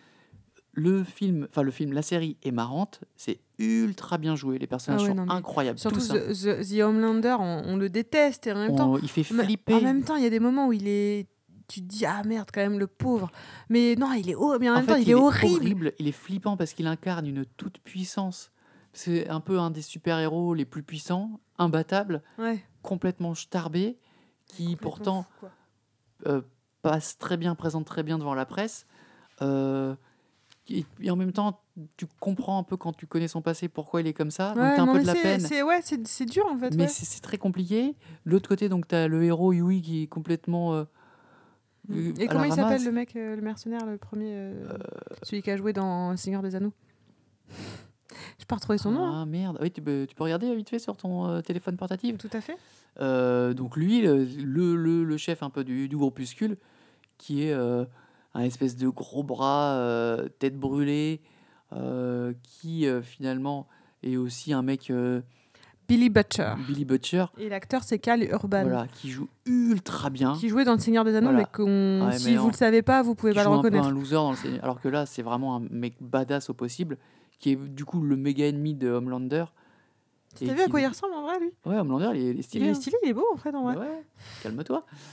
Le film, enfin le film, la série est marrante, c'est ultra bien joué, les personnages Ah ouais, sont non, mais incroyables. Surtout tous, hein. The, The- The Homelander, on, on le déteste et en même temps, On- il fait mais flipper. en même temps, il y a des moments où il est, tu te dis ah merde quand même le pauvre. Mais non, il est haut, mais en, En même fait, temps, il, est horrible. Il est flippant parce qu'il incarne une toute puissance. C'est un peu un des super-héros les plus puissants, imbattable, Ouais. complètement starbé, qui Complètement pourtant fou, quoi. euh, passe très bien, présente très bien devant la presse. Euh, et, et en même temps, tu comprends un peu quand tu connais son passé pourquoi il est comme ça. Donc Ouais, tu as un non, peu mais de la c'est- peine. C'est ouais, c'est c'est dur en fait. Mais ouais. c'est c'est très compliqué. De l'autre côté, donc tu as le héros Yui qui est complètement. euh, euh, Et à comment la il s'appelle ramasse. le mec, euh, le mercenaire, le premier, euh, celui qui a joué dans Le Seigneur des Anneaux. J'ai pas retrouvé son nom. hein. Ah merde. Oui, tu peux, tu peux regarder vite fait sur ton euh, téléphone portatif. Tout à fait. Euh, donc lui, le, le, le- le chef un peu du, du groupuscule, qui est euh, un espèce de gros bras, euh, tête brûlée, euh, qui euh, finalement est aussi un mec, euh, Billy Butcher. Billy Butcher, Et l'acteur c'est Cal Urban, voilà, qui joue ultra bien. qui jouait dans Le Seigneur des Anneaux, Voilà. mais qu'on, Ouais, mais si non. vous le savez pas, vous pouvez Qui pas le joue un peu reconnaître. un loser dans le Seigneur- alors que là c'est vraiment un mec badass au possible, qui est du coup le méga ennemi de Homelander. T'as Et vu à qui- quoi il ressemble en vrai lui? Ouais, Homelander il est, il est stylé. Il est hein. stylé, il est beau en fait en vrai. Ouais, calme-toi.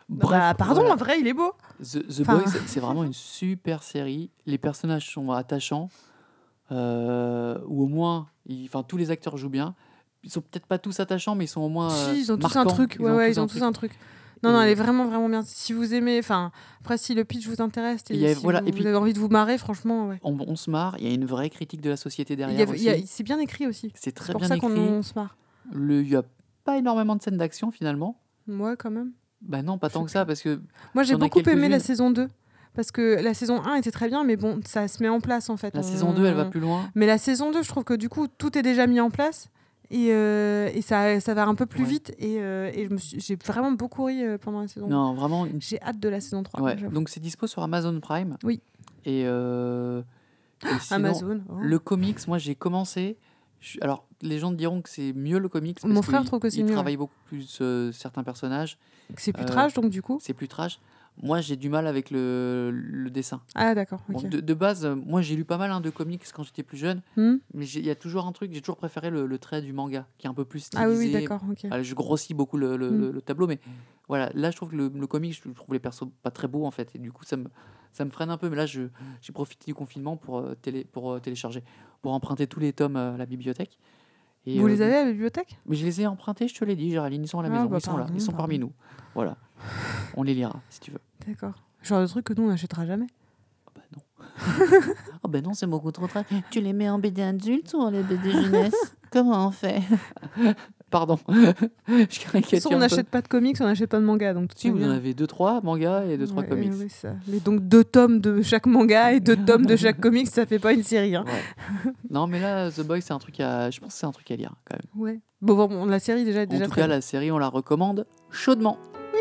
Bref, Bah, pardon, voilà. en vrai, il est beau. The, The Enfin- Boys, c'est- c'est vraiment une super série. Les personnages sont attachants, euh, ou au moins, ils- enfin tous les acteurs jouent bien. Ils sont peut-être pas tous attachants, mais ils sont au moins euh, Si, ils ont tous un marquants. truc. Ouais, ouais, ils ont tous un truc. Non, Et- non, elle est vraiment, vraiment bien. Si vous aimez, enfin, après, si le pitch vous intéresse et Il y a- si voilà, vous, et puis- vous avez envie de vous marrer, franchement, ouais. On, on se marre. Il y a une vraie critique de la société Il y derrière a- aussi. il y a- c'est bien écrit aussi. C'est très C'est pour bien ça écrit. qu'on on se marre. Le- Il y a pas énormément de scènes d'action finalement. Ouais, quand même. Bah non, pas Je tant sais que ça, parce que Moi, j'ai T'en as beaucoup aimé la quelques-unes. saison deux. Parce que la saison un était très bien, mais bon, ça se met en place en fait. la On- saison deux, elle va plus loin. Mais la saison deux, je trouve que du coup, tout est déjà mis en place. Et, euh, et ça, ça va un peu plus Ouais. vite. Et, euh, et je me suis- j'ai vraiment beaucoup ri euh, pendant la saison deux. Non, vraiment. une- J'ai hâte de la saison trois. Ouais. j'avoue. Donc c'est dispo sur Amazon Prime. Oui. Et, euh, et sinon, Amazon. oh. le comics, moi j'ai commencé. je- Alors, les gens te diront que c'est mieux le comics. parce Mon frère qu'il- trouve que c'est il mieux, travaille beaucoup plus euh, certains personnages. C'est plus euh, trash, donc du coup. C'est plus trash. Moi, j'ai du mal avec le, le dessin. Ah, d'accord. Bon, ok. de, de base, euh, moi j'ai lu pas mal hein, de comics quand j'étais plus jeune. Hmm Mais j'ai- il y a toujours un truc, j'ai toujours préféré le, le trait du manga, qui est un peu plus stylisé. ah oui, oui, d'accord. ok. Ah, je grossis beaucoup le, le- Mm. le- le tableau, mais voilà, là je trouve que le, le comic, je trouve les persos pas très beaux en fait, et du coup ça me, ça me freine un peu. Mais là je- j'ai profité du confinement pour, euh, télé, pour euh, télécharger, pour emprunter tous les tomes euh, à la bibliothèque. Et, Vous euh, les avez à la bibliothèque? Mais je les ai empruntés, je te l'ai dit, Géraldine, ils sont à la Ah, maison, bah, ils sont là, pardon, ils sont parmi pardon. nous. Voilà, on les lira si tu veux. D'accord. Genre de truc que nous, on n'achètera jamais. Ah bah non. Ah bah non, c'est beaucoup trop trash. Tu les mets en B D adulte ou en B D jeunesse? Comment on fait? Pardon, je De toute caricature façon, on un peu. n'achète pas de comics, on n'achète pas de manga. Donc tout Si, va vous en bien. avez deux, trois mangas et deux, trois Ouais, comics. ouais, c'est ça. Mais donc deux tomes de chaque manga et deux tomes de chaque comics, ça fait pas une série. Hein. Ouais. Non, mais là, The Boys, c'est un truc à... je pense que c'est un truc à lire quand même. Ouais. Bon, bon, bon, la série déjà, En déjà tout très cas, bien. la série, on la recommande chaudement.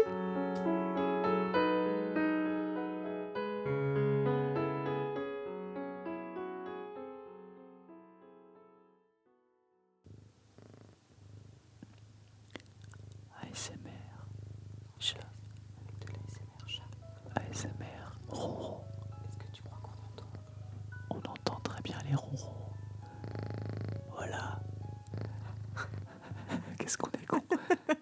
A S M R, chat, de l'A S M R chat, A S M R ronron. Est-ce que tu crois qu'on entend? On entend très bien les ronrons. Voilà. Qu'est-ce qu'on est con.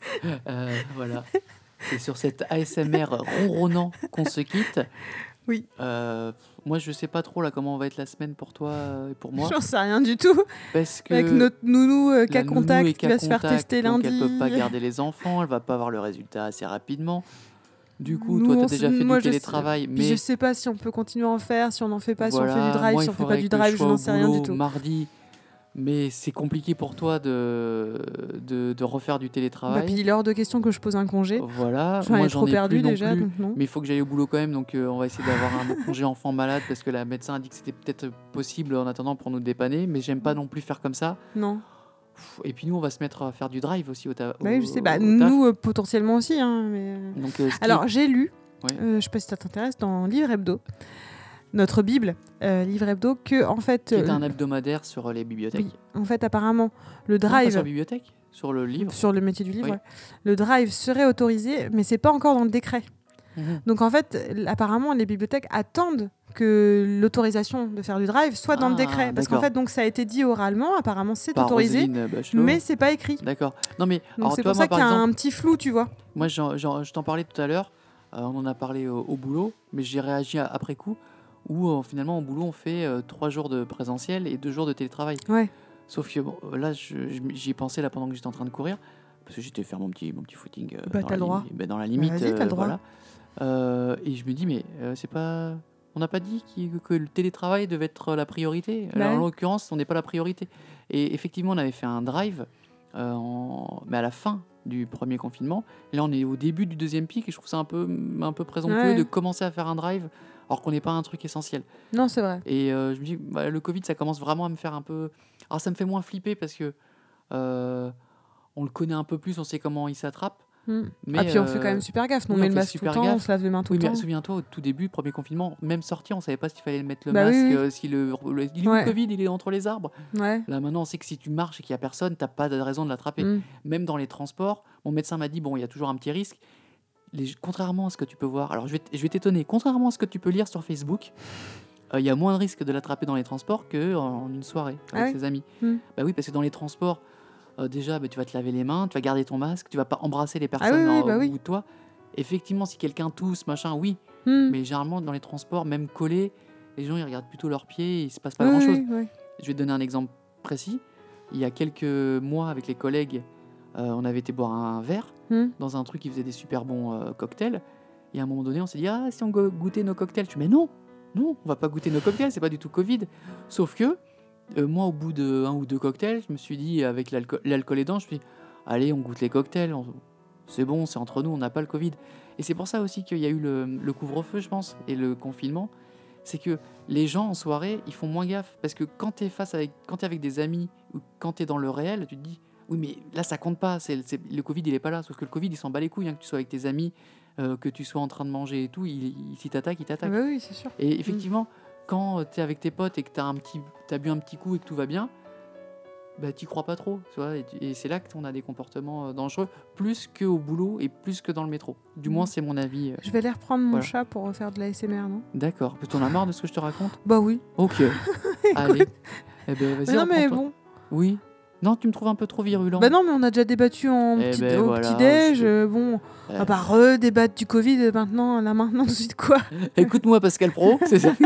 Euh, voilà. C'est sur cet A S M R ronronnant qu'on se quitte. Oui. Euh, moi, je sais pas trop là comment va être la semaine pour toi et pour moi, J'en sais rien du tout. parce que Avec notre nounou euh, la cas nounou est contact qui cas va se faire contact, tester donc lundi. elle peut pas garder les enfants, elle va pas avoir le résultat assez rapidement. Du coup, Nous, toi, on t'as s- déjà fait moi, du je sais- télétravail, Puis mais je sais pas si on peut continuer à en faire, si on n'en fait pas, si on fait voilà, du drive, moi, si il on fait pas faudrait du que je drive, je sois n'en au sais rien du boulot tout. mardi, mais c'est compliqué pour toi de, de, de refaire du Bah, télétravail. puis il est hors de question que je pose un congé. Voilà, J'en moi ai j'en trop ai perdu plus non déjà, plus, donc non. mais il faut que j'aille au boulot quand même, donc euh, on va essayer d'avoir un congé enfant malade parce que la médecin a dit que c'était peut-être possible en attendant pour nous dépanner, mais j'aime pas non plus faire comme ça. Non. Pff, Et puis nous, on va se mettre à faire du drive aussi au, ta- Bah oui, au- je sais. Bah, au taf. nous, euh, potentiellement aussi. Hein, mais... euh. Donc, euh, ce qui Alors, est- j'ai lu, Ouais. euh, je sais pas si ça t'intéresse, dans Livre Hebdo, notre Bible, euh, Livre Hebdo, que en fait, qui est euh, un hebdomadaire sur les bibliothèques. oui, en fait, apparemment, le Non, pas drive sur la bibliothèque, sur le livre. sur le métier du livre, Oui. ouais, le drive serait autorisé, mais c'est pas encore dans le décret. Mhm. Donc en fait, l- apparemment, les bibliothèques attendent que l'autorisation de faire du drive soit dans le Ah, décret, parce qu'en d'accord. fait, donc ça a été dit oralement, apparemment, c'est Par autorisé, Roselyne Bachelot. mais c'est pas écrit. D'accord. Non, mais Donc alors, c'est toi, pour moi, ça par qu'il y a exemple, un petit flou, tu vois. moi, j'en- j'en- je t'en parlais tout à l'heure. euh, on en a parlé au, au boulot, mais j'ai réagi à- après coup. Où euh, finalement, au boulot, on fait euh, trois jours de présentiel et deux jours de télétravail. Ouais. Sauf que bon, euh, là, je- je- j'y ai pensé là pendant que j'étais en train de courir, parce que j'étais faire mon petit, mon petit footing euh, Bah, dans, t'as la le droit. limi- bah, dans la limite. vas-y, t'as le droit. Voilà. Euh, et je me dis, mais euh, c'est pas. On n'a pas dit qu'il- que le télétravail devait être la priorité. Bah Alors, en ouais. l'occurrence, on n'est pas la priorité. Et effectivement, on avait fait un drive, euh, en- mais à la fin du premier confinement. Et là, on est au début du deuxième pic, et je trouve ça un peu, un peu présomptueux Ouais. de commencer à faire un drive alors qu'on n'est pas un truc essentiel. Non, c'est vrai. Et euh, je me dis, bah, le Covid, ça commence vraiment à me faire un peu. Alors, ça me fait moins flipper parce que euh, on le connaît un peu plus, on sait comment il s'attrape. Mm. Mais, ah, puis on fait euh, quand même super gaffe. On oui, met on le fait masque tout le super temps, on gaffe. se lave les mains tout Oui, le mais temps. souviens-toi, au tout début, premier confinement, même sorti, on savait pas s'il fallait mettre le Bah oui, masque, oui. euh, si le, le- il est où Ouais. le Covid, il est entre les arbres. Ouais. Là, maintenant, on sait que si tu marches et qu'il y a personne, t'as pas de raison de l'attraper. Mm. Même dans les transports, mon médecin m'a dit, bon, il y a toujours un petit risque. Les- contrairement à ce que tu peux voir, alors je vais, t- je vais t'étonner, contrairement à ce que tu peux lire sur Facebook, euh, il y a moins de risque de l'attraper dans les transports qu'en en une soirée Ah avec oui ses amis. Mm. Bah oui, parce que dans les transports, euh, déjà, bah, tu vas te laver les mains, tu vas garder ton masque, tu vas pas embrasser les personnes oui, oui, en- bah au oui. bout de toi. Effectivement, si quelqu'un tousse, machin, oui. Hmm. Mais généralement, dans les transports, même collés, les gens ils regardent plutôt leurs pieds, il se passe pas Oui, grand-chose. oui, oui. Je vais te donner un exemple précis. Il y a quelques mois, avec les collègues, euh, on avait été boire un verre Hmm. dans un truc qui faisait des super bons euh, cocktails. Et à un moment donné, on s'est dit, ah, si on go- goûtait nos cocktails. Je dis, mais non, non, on va pas goûter nos cocktails, c'est pas du tout Covid. Sauf que, euh, moi, au bout de un ou deux cocktails, je me suis dit, avec l'alco- l'alcool aidant, je me suis dit, allez, on goûte les cocktails, on- c'est bon, c'est entre nous, on n'a pas le Covid. Et c'est pour ça aussi qu'il y a eu le, le couvre-feu, je pense, et le confinement. C'est que les gens en soirée, ils font moins gaffe. Parce que quand tu es face avec, quand t'es avec des amis ou quand tu es dans le réel, tu te dis, oui, mais là, ça compte pas. C'est, c'est- le Covid, il est pas là. Sauf que le Covid, il s'en bat les couilles, hein, que tu sois avec tes amis, euh, que tu sois en train de manger et tout. Il, il, s'il t'attaque, il Ah t'attaque. bah oui, c'est sûr. Et effectivement, quand tu es avec tes potes et que tu as bu un petit coup et que tout va bien, bah, t'y crois pas trop. Tu vois, et, tu- et c'est là que on a des comportements euh, dangereux, plus qu'au boulot et plus que dans le métro. Du Mm. moins, c'est mon avis. euh. Je vais aller reprendre mon Voilà. chat pour refaire de l'A S M R, non? D'accord. T'en as marre de ce que je te raconte? Bah oui. Ok. Allez. Eh ben, vas-y, Mais non, mais reprends-toi. bon. Oui. Non, tu me trouves un peu trop virulent. Bah non, mais on a déjà débattu en Eh petit, ben, au voilà, petit-déj. je- euh, Bon, Eh, on va pas redébattre du Covid euh, maintenant, là maintenant, tout de suite, quoi. Écoute-moi, Pascal Pro, c'est ça.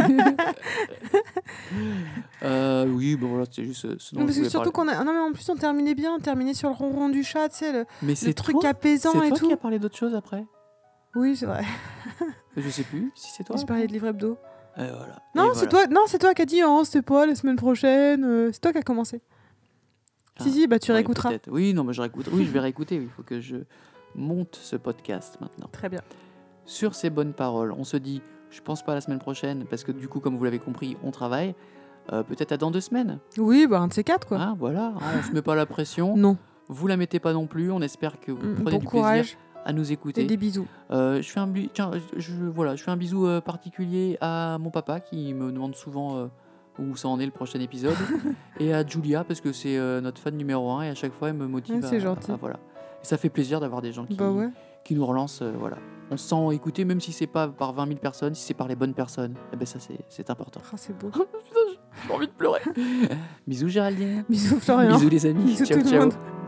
Euh, oui, bon voilà, c'est juste euh, ce dont Non, je parce que voulais surtout parler. qu'on a. Non, mais en plus, on terminait bien, on terminait sur le ronron du chat, tu sais, le, Mais le c'est truc toi, apaisant c'est et toi tout. qui as parlé d'autre chose après. Oui, c'est vrai. Je sais plus si c'est toi. Je parlais de livre hebdo. Et voilà. Non, Et c'est voilà. toi, non, c'est toi qui as dit, oh, c'était pas la semaine prochaine. euh, C'est toi qui as commencé. Ah, Si, si, bah tu ouais, réécouteras. peut-être. Oui, non, mais je réécoute. Oui, je vais réécouter. Il faut que je monte ce podcast maintenant. Très bien. Sur ces bonnes paroles, on se dit, je pense pas à la semaine prochaine, parce que du coup, comme vous l'avez compris, on travaille. Euh, peut-être à dans deux semaines. Oui, bah un de ces quatre, quoi. Hein, voilà, hein, on se met pas la pression. Non. Vous la mettez pas non plus. On espère que vous Mm, prenez Bon du courage plaisir à nous et écouter. des bisous. Euh, je fais un bi- tiens, je, voilà, je fais un bisou euh, particulier à mon papa qui me demande souvent euh, où ça en est le prochain épisode, et à Julia parce que c'est euh, notre fan numéro un et à chaque fois elle me motive. Ouais, c'est à, gentil. à- voilà. Et ça fait plaisir d'avoir des gens qui, Bah ouais. qui nous relancent. euh, voilà. On se sent écouté même si c'est pas par vingt mille personnes, si c'est par les bonnes personnes. Eh ben ça c'est, c'est important. Ah, c'est beau. Putain, j'ai envie de pleurer. Bisous Géraldine. Bisous, Florian. Bisous les amis. Bisous ciao tout le ciao. monde.